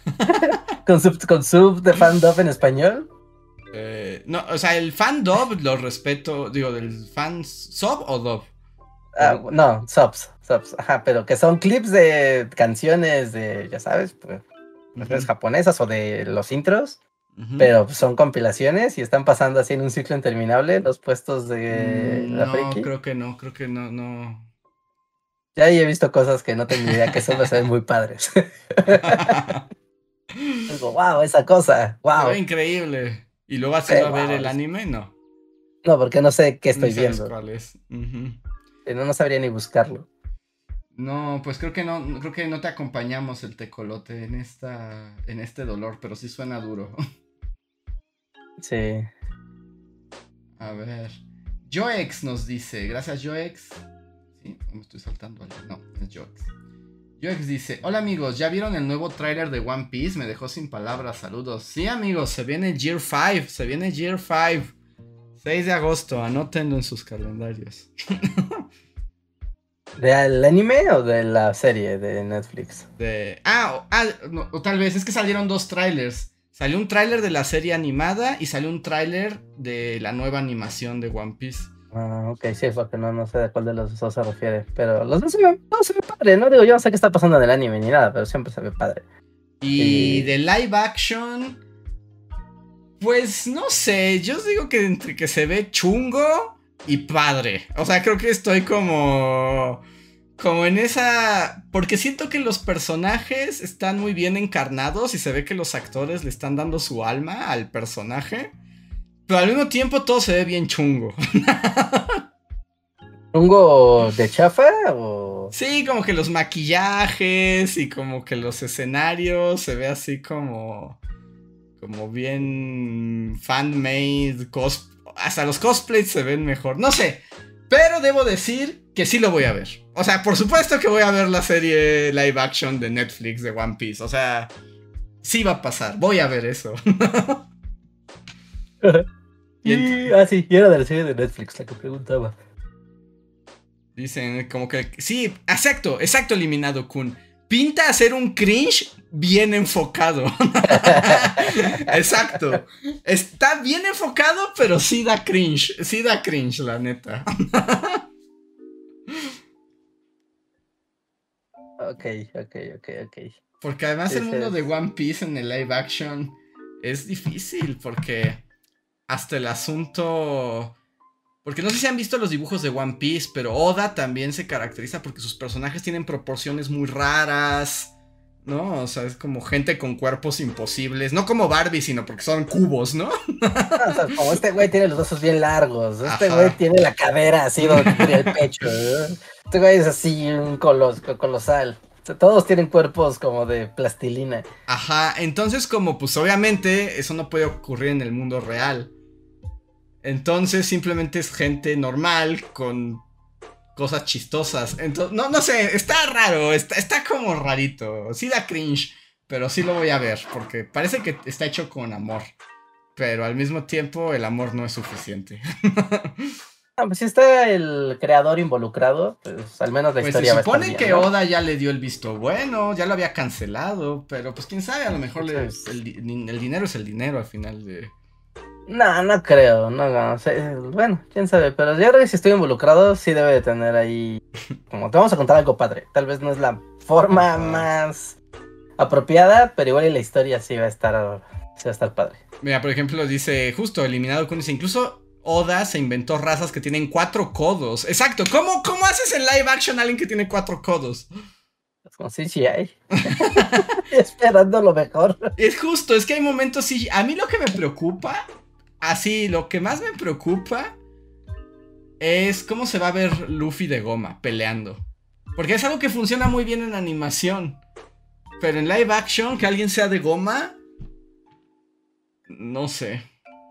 S3: ¿Con sub de fandub en español?
S2: No, o sea, el fan dub lo respeto, digo, ¿del fan sub o dub?
S3: No, subs, ajá, pero que son clips de canciones de, ya sabes, pues, japonesas o de los intros. Pero son compilaciones y están pasando así en un ciclo interminable los puestos de la Friki.
S2: Creo que no.
S3: Ya he visto cosas que no tengo idea que solo se ven muy padres. Digo, wow, esa cosa, wow.
S2: Se ve increíble. ¿Y luego has ido a ver el anime? No.
S3: No, porque no sé qué estoy viendo.
S2: ¿Cuál es?
S3: No sabría ni buscarlo.
S2: No, pues creo que no te acompañamos el Tecolote en este dolor, pero sí suena duro.
S3: Sí.
S2: A ver. Joex nos dice, gracias Joex. ¿Sí? ¿O me estoy saltando algo? No, es Joex. Joex dice, hola amigos, ¿ya vieron el nuevo tráiler de One Piece? Me dejó sin palabras, saludos. Sí amigos, se viene Year 5. 6 de agosto, anótenlo en sus calendarios.
S3: ¿Del anime o de la serie de Netflix?
S2: No, o tal vez, es que salieron 2 trailers. Salió un tráiler de la serie animada y salió un tráiler de la nueva animación de One Piece.
S3: Ok, sí, porque no sé de cuál de los dos se refiere. Pero los dos se ven padre, ¿no? Digo, yo no sé qué está pasando en el anime ni nada, pero siempre se ve padre.
S2: Y de live action, pues no sé, yo digo que entre que se ve chungo y padre. O sea, creo que estoy como en esa... Porque siento que los personajes están muy bien encarnados y se ve que los actores le están dando su alma al personaje. Pero al mismo tiempo todo se ve bien chungo.
S3: ¿Chungo de chafa o...?
S2: Sí, como que los maquillajes y como que los escenarios se ve así como bien fan-made. Hasta los cosplays se ven mejor. No sé, pero debo decir que sí lo voy a ver. O sea, por supuesto que voy a ver la serie live action de Netflix de One Piece. O sea, sí va a pasar, voy a ver eso.
S3: Sí, y era de la serie de Netflix la que preguntaba.
S2: Dicen como que, sí, exacto, eliminado Kun. Pinta a ser un cringe bien enfocado. Exacto. Está bien enfocado, pero sí da cringe, la neta.
S3: Ok.
S2: Porque además
S3: Sí,
S2: el mundo de One Piece en el live action es difícil, porque hasta el asunto... Porque no sé si han visto los dibujos de One Piece, pero Oda también se caracteriza porque sus personajes tienen proporciones muy raras, ¿no? O sea, es como gente con cuerpos imposibles, no como Barbie, sino porque son cubos, ¿no?
S3: O sea, como este güey tiene los brazos bien largos, este
S2: Ajá.
S3: güey tiene la cadera así donde tiene el pecho, ¿no? Este güey es así un colosal. O sea, todos tienen cuerpos como de plastilina.
S2: Ajá, entonces como pues obviamente eso no puede ocurrir en el mundo real. Entonces simplemente es gente normal con cosas chistosas. Entonces, no sé, está raro, está como rarito. Sí da cringe, pero sí lo voy a ver porque parece que está hecho con amor. Pero al mismo tiempo el amor no es suficiente.
S3: Pues si está el creador involucrado, pues al menos la
S2: Pues
S3: historia
S2: se
S3: va a estar
S2: supone
S3: bien,
S2: que
S3: ¿no?
S2: Oda ya le dio el visto bueno, ya lo había cancelado, pero pues quién sabe, a lo mejor el dinero es el dinero al final de...
S3: No creo, no sé, bueno, quién sabe, pero yo creo que si estoy involucrado sí debe de tener ahí, como te vamos a contar algo padre, tal vez no es la forma más apropiada, pero igual y la historia sí va a estar padre.
S2: Mira, por ejemplo, dice, justo, eliminado Kun, dice, incluso Oda se inventó razas que tienen 4 codos. Exacto, ¿cómo haces en live action a alguien que tiene 4 codos?
S3: Es como CGI. Esperando lo mejor.
S2: Es justo, es que hay momentos sí. A mí lo que me preocupa, así, lo que más me preocupa es cómo se va a ver Luffy de goma peleando. Porque es algo que funciona muy bien en animación. Pero en live action, que alguien sea de goma, no sé.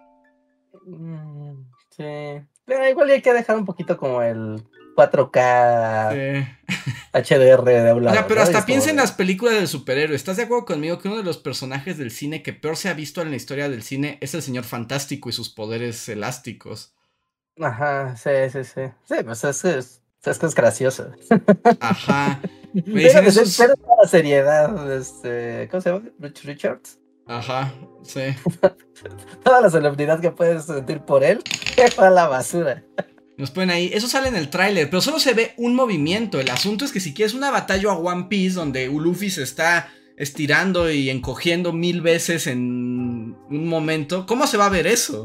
S3: Sí. Pero igual hay que dejar un poquito como el 4K HDR de un
S2: O
S3: lado,
S2: sea, pero
S3: ¿no?
S2: hasta piensa en las películas del superhéroe. ¿Estás de acuerdo conmigo que uno de los personajes del cine que peor se ha visto en la historia del cine es el Señor Fantástico y sus poderes elásticos?
S3: Ajá, sí. Sí, pues es que es gracioso.
S2: Ajá. Me dicen esos...
S3: Pero toda la seriedad, ¿cómo se llama? Richards.
S2: Ajá, sí.
S3: Toda la celebridad que puedes sentir por él, que fue a la basura.
S2: Nos ponen ahí, eso sale en el tráiler, pero solo se ve un movimiento. El asunto es que si quieres una batalla a One Piece donde Luffy se está estirando y encogiendo 1000 veces en un momento, ¿cómo se va a ver eso?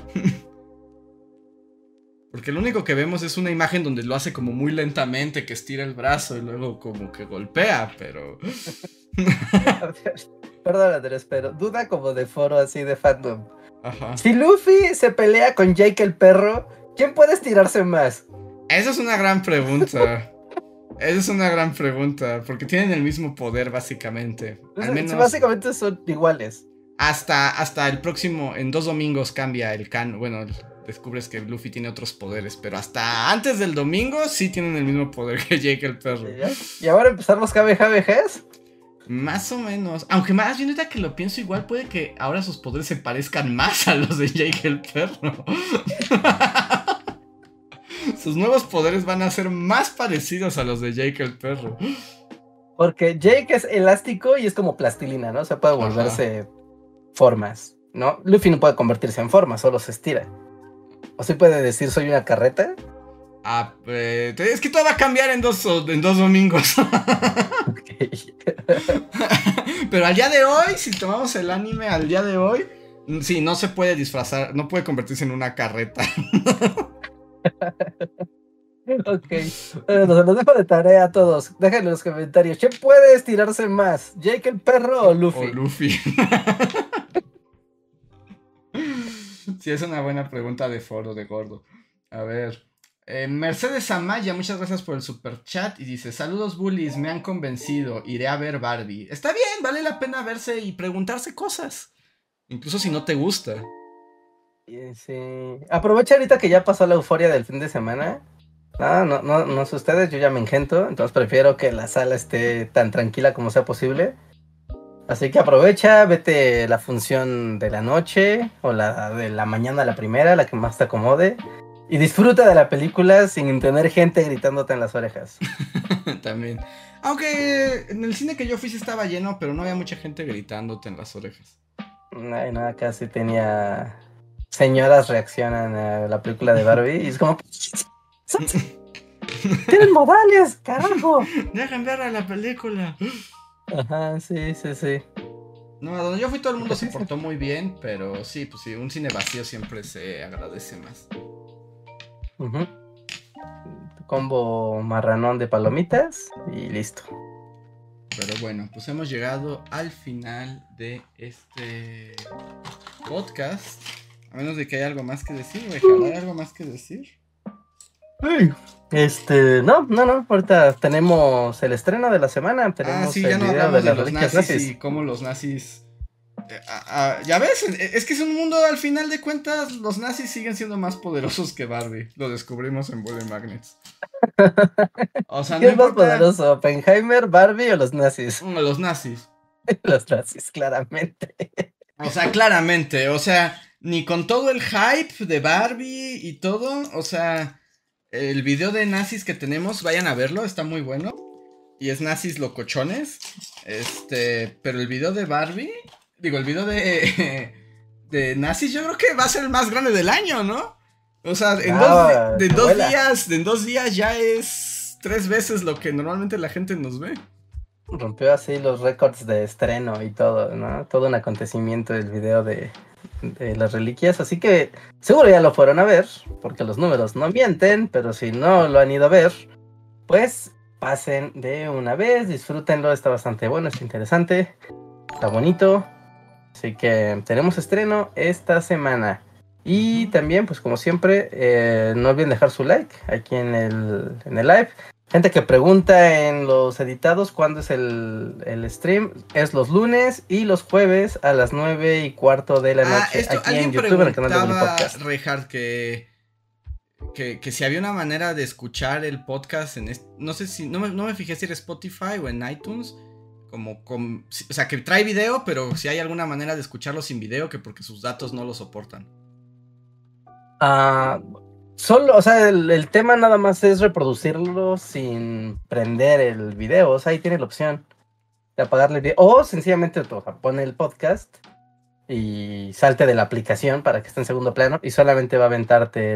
S2: Porque lo único que vemos es una imagen donde lo hace como muy lentamente, que estira el brazo y luego como que golpea, pero...
S3: Perdón, Andrés, pero duda como de foro así de fandom.
S2: Ajá.
S3: Si Luffy se pelea con Jake el perro, ¿quién puede estirarse más?
S2: Esa es una gran pregunta. Esa es una gran pregunta, porque tienen el mismo poder básicamente. Al menos
S3: básicamente son iguales.
S2: hasta el próximo, en 2 domingos cambia el canon. Bueno, descubres que Luffy tiene otros poderes, pero hasta antes del domingo sí tienen el mismo poder que Jake el perro.
S3: ¿Y ahora empezar los KBKBGs?
S2: Más o menos. Aunque más bien ahorita que lo pienso, igual puede que ahora sus poderes se parezcan más a los de Jake el perro. Sus nuevos poderes van a ser más parecidos a los de Jake el perro.
S3: Porque Jake es elástico y es como plastilina, ¿no? O sea, puede volverse formas, ¿no? Luffy no puede convertirse en forma, solo se estira. ¿O sí puede decir soy una carreta?
S2: Es que todo va a cambiar en dos domingos. Pero al día de hoy, si tomamos el anime al día de hoy, sí, no se puede disfrazar, no puede convertirse en una carreta.
S3: Ok, los dejo de tarea a todos. Déjenlo en los comentarios. ¿Quién puede estirarse más? ¿Jake el perro o Luffy?
S2: O Luffy. Sí, es una buena pregunta de foro de gordo. A ver. Mercedes Amaya, muchas gracias por el super chat. Y dice: saludos bullies, me han convencido. Iré a ver Barbie. Está bien, vale la pena verse y preguntarse cosas. Incluso si no te gusta.
S3: Sí. Aprovecha ahorita que ya pasó la euforia del fin de semana. No sé ustedes, yo ya me engento. Entonces prefiero que la sala esté tan tranquila como sea posible. Así que aprovecha, vete la función de la noche o la de la mañana, la primera, la que más te acomode. Y disfruta de la película sin tener gente gritándote en las orejas.
S2: También. Aunque en el cine que yo fui sí estaba lleno, pero no había mucha gente gritándote en las orejas.
S3: Ay, no, casi tenía... Señoras reaccionan a la película de Barbie y es como... ¡Tienen modales, carajo!
S2: Dejen ver a la película.
S3: Ajá, sí.
S2: No, a donde yo fui todo el mundo se portó muy bien, pero sí, pues sí, un cine vacío siempre se agradece más.
S3: Uh-huh. Combo marranón de palomitas y listo.
S2: Pero bueno, pues hemos llegado al final de este podcast. A menos de que haya algo más que decir, ¿hay algo más que decir?
S3: No, ahorita tenemos el estreno de la semana, tenemos
S2: sí,
S3: el
S2: ya no
S3: video
S2: hablamos
S3: de
S2: de
S3: las
S2: los
S3: reliquias
S2: nazis y cómo los nazis... ya ves, es que es un mundo, al final de cuentas, los nazis siguen siendo más poderosos que Barbie. Lo descubrimos en Bully Magnets. O sea,
S3: ¿Quién es más poderoso, Oppenheimer, Barbie o los nazis?
S2: Los nazis.
S3: Los nazis, claramente.
S2: O sea, claramente, o sea, ni con todo el hype de Barbie y todo, o sea, el video de nazis que tenemos, vayan a verlo, está muy bueno. Y es nazis locochones. Pero el video de Barbie, digo, el video de nazis, yo creo que va a ser el más grande del año, ¿no? O sea, en dos días ya es 3 veces lo que normalmente la gente nos ve.
S3: Rompió así los récords de estreno y todo, ¿no? Todo un acontecimiento el video de las reliquias, así que seguro ya lo fueron a ver, porque los números no mienten, pero si no lo han ido a ver, pues pasen de una vez, disfrútenlo, está bastante bueno, está interesante, está bonito, así que tenemos estreno esta semana. Y también, pues como siempre, no olviden dejar su like aquí en el live. Gente que pregunta en los editados cuándo es el stream. Es los lunes y los jueves a las 9:15 de la noche. Aquí en YouTube, en el canal de Bully Podcast.
S2: Reinhardt, que si había una manera de escuchar el podcast en no sé si, no me fijé si era Spotify o en iTunes. O sea, que trae video, pero si hay alguna manera de escucharlo sin video, que porque sus datos no lo soportan.
S3: Solo, o sea, el tema nada más es reproducirlo sin prender el video. O sea, ahí tiene la opción de apagarle el video. O sencillamente pone el podcast y salte de la aplicación para que esté en segundo plano y solamente va a aventarte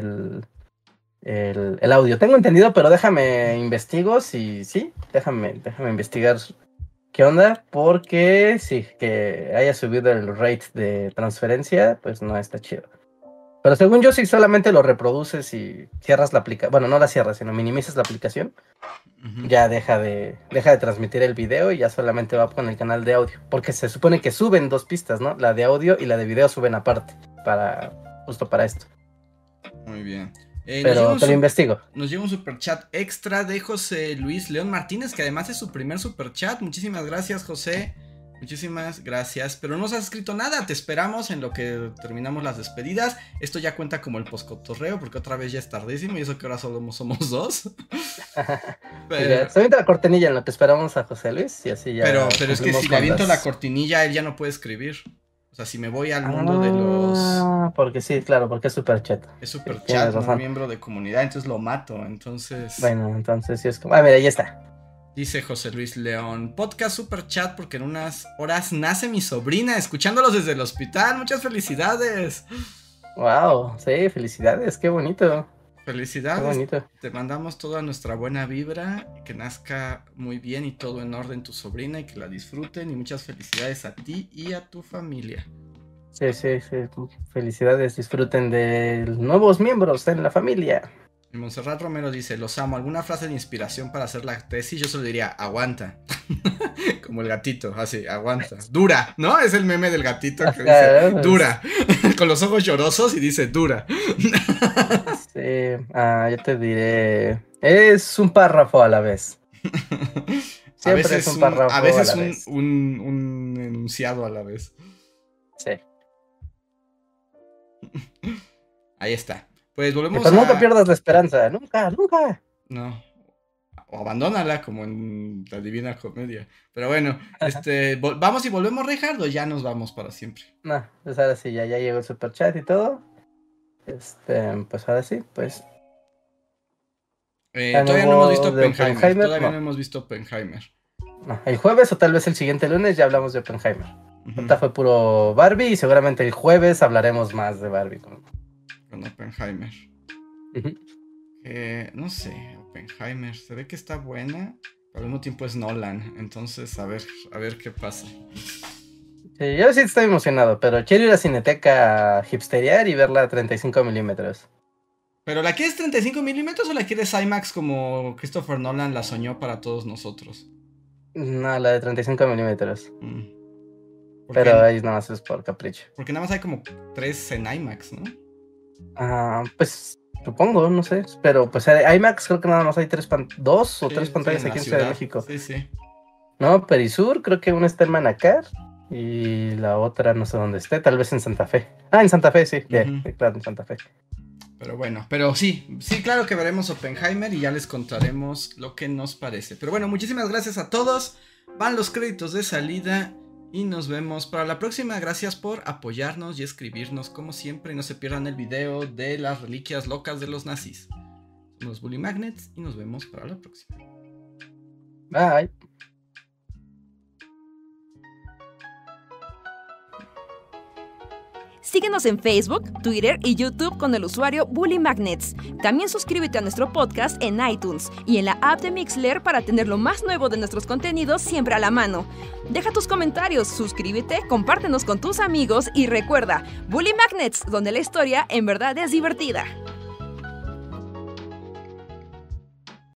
S3: el audio. Tengo entendido, pero déjame investigo si sí. Déjame investigar qué onda, porque sí, que haya subido el rate de transferencia, pues no está chido. Pero según yo, si solamente lo reproduces y cierras la aplicación, bueno, no la cierras, sino minimizas la aplicación, ya deja de transmitir el video y ya solamente va con el canal de audio. Porque se supone que suben 2 pistas, ¿no? La de audio y la de video suben aparte, justo para esto.
S2: Muy bien.
S3: Pero te lo investigo.
S2: Nos llega un superchat extra de José Luis León Martínez, que además es su primer superchat. Muchísimas gracias, José. Muchísimas gracias, pero no nos has escrito nada. Te esperamos en lo que terminamos las despedidas. Esto ya cuenta como el poscotorreo, porque otra vez ya es tardísimo y eso que ahora solo somos 2.
S3: Pero... se avienta la cortinilla en lo que esperamos a José Luis y así ya.
S2: Pero es que si le aviento la cortinilla, él ya no puede escribir. O sea, si me voy al mundo de los...
S3: porque sí, claro, porque es superchat.
S2: Es superchat, no miembro de comunidad, entonces lo mato, entonces...
S3: Bueno, entonces sí es como... mira, ahí está.
S2: Dice José Luis León, podcast super chat porque en unas horas nace mi sobrina, escuchándolos desde el hospital. Muchas felicidades.
S3: Wow, sí, felicidades, qué bonito.
S2: Felicidades.
S3: Qué bonito.
S2: Te mandamos toda nuestra buena vibra, que nazca muy bien y todo en orden tu sobrina y que la disfruten, y muchas felicidades a ti y a tu familia.
S3: Sí, felicidades, disfruten de nuevos miembros en la familia.
S2: Y Montserrat Romero dice, los amo, ¿alguna frase de inspiración para hacer la tesis? Yo solo diría, aguanta. Como el gatito, así, aguanta. Dura, ¿no? Es el meme del gatito que dice, dura. Con los ojos llorosos y dice, dura.
S3: Sí, yo te diré, es un párrafo a la vez.
S2: A veces es un párrafo a veces un enunciado a la vez.
S3: Sí.
S2: Ahí está. Pues volvemos
S3: pero nunca pierdas la esperanza, nunca.
S2: No. O abandónala como en la Divina Comedia. Pero bueno, vamos y volvemos, Reinhardt, o ya nos vamos para siempre.
S3: No, pues ahora sí, ya llegó el superchat y todo. Pues ahora sí, pues.
S2: Todavía no hemos visto Oppenheimer. Todavía no hemos visto Oppenheimer.
S3: No, el jueves o tal vez el siguiente lunes ya hablamos de Oppenheimer. Ahorita fue puro Barbie y seguramente el jueves hablaremos más de Barbie.
S2: Con Oppenheimer. No sé, Oppenheimer, se ve que está buena, pero al mismo tiempo es Nolan, entonces a ver qué pasa.
S3: Sí, yo sí estoy emocionado, pero quiero ir a Cineteca a hipsteriar y verla a 35 milímetros.
S2: ¿Pero la quieres 35 milímetros o la quieres IMAX como Christopher Nolan la soñó para todos nosotros?
S3: No, la de 35 milímetros. Pero ahí nada más es por capricho.
S2: Porque nada más hay como 3 en IMAX, ¿no?
S3: Pues supongo, no sé. Pero pues IMAX creo que nada más hay 2 o 3 pantallas aquí en Ciudad de México.
S2: Sí.
S3: No, Perisur, creo que una está en Manacar y la otra no sé dónde esté, tal vez en Santa Fe. En Santa Fe, sí, claro, en Santa Fe.
S2: Pero bueno, pero sí, claro que veremos Oppenheimer y ya les contaremos lo que nos parece. Pero bueno, muchísimas gracias a todos. Van los créditos de salida y nos vemos para la próxima. Gracias por apoyarnos y escribirnos como siempre. Y no se pierdan el video de las reliquias locas de los nazis. Somos los Bully Magnets y nos vemos para la próxima.
S3: Bye.
S1: Síguenos en Facebook, Twitter y YouTube con el usuario Bully Magnets. También suscríbete a nuestro podcast en iTunes y en la app de Mixler para tener lo más nuevo de nuestros contenidos siempre a la mano. Deja tus comentarios, suscríbete, compártenos con tus amigos y recuerda, Bully Magnets, donde la historia en verdad es divertida.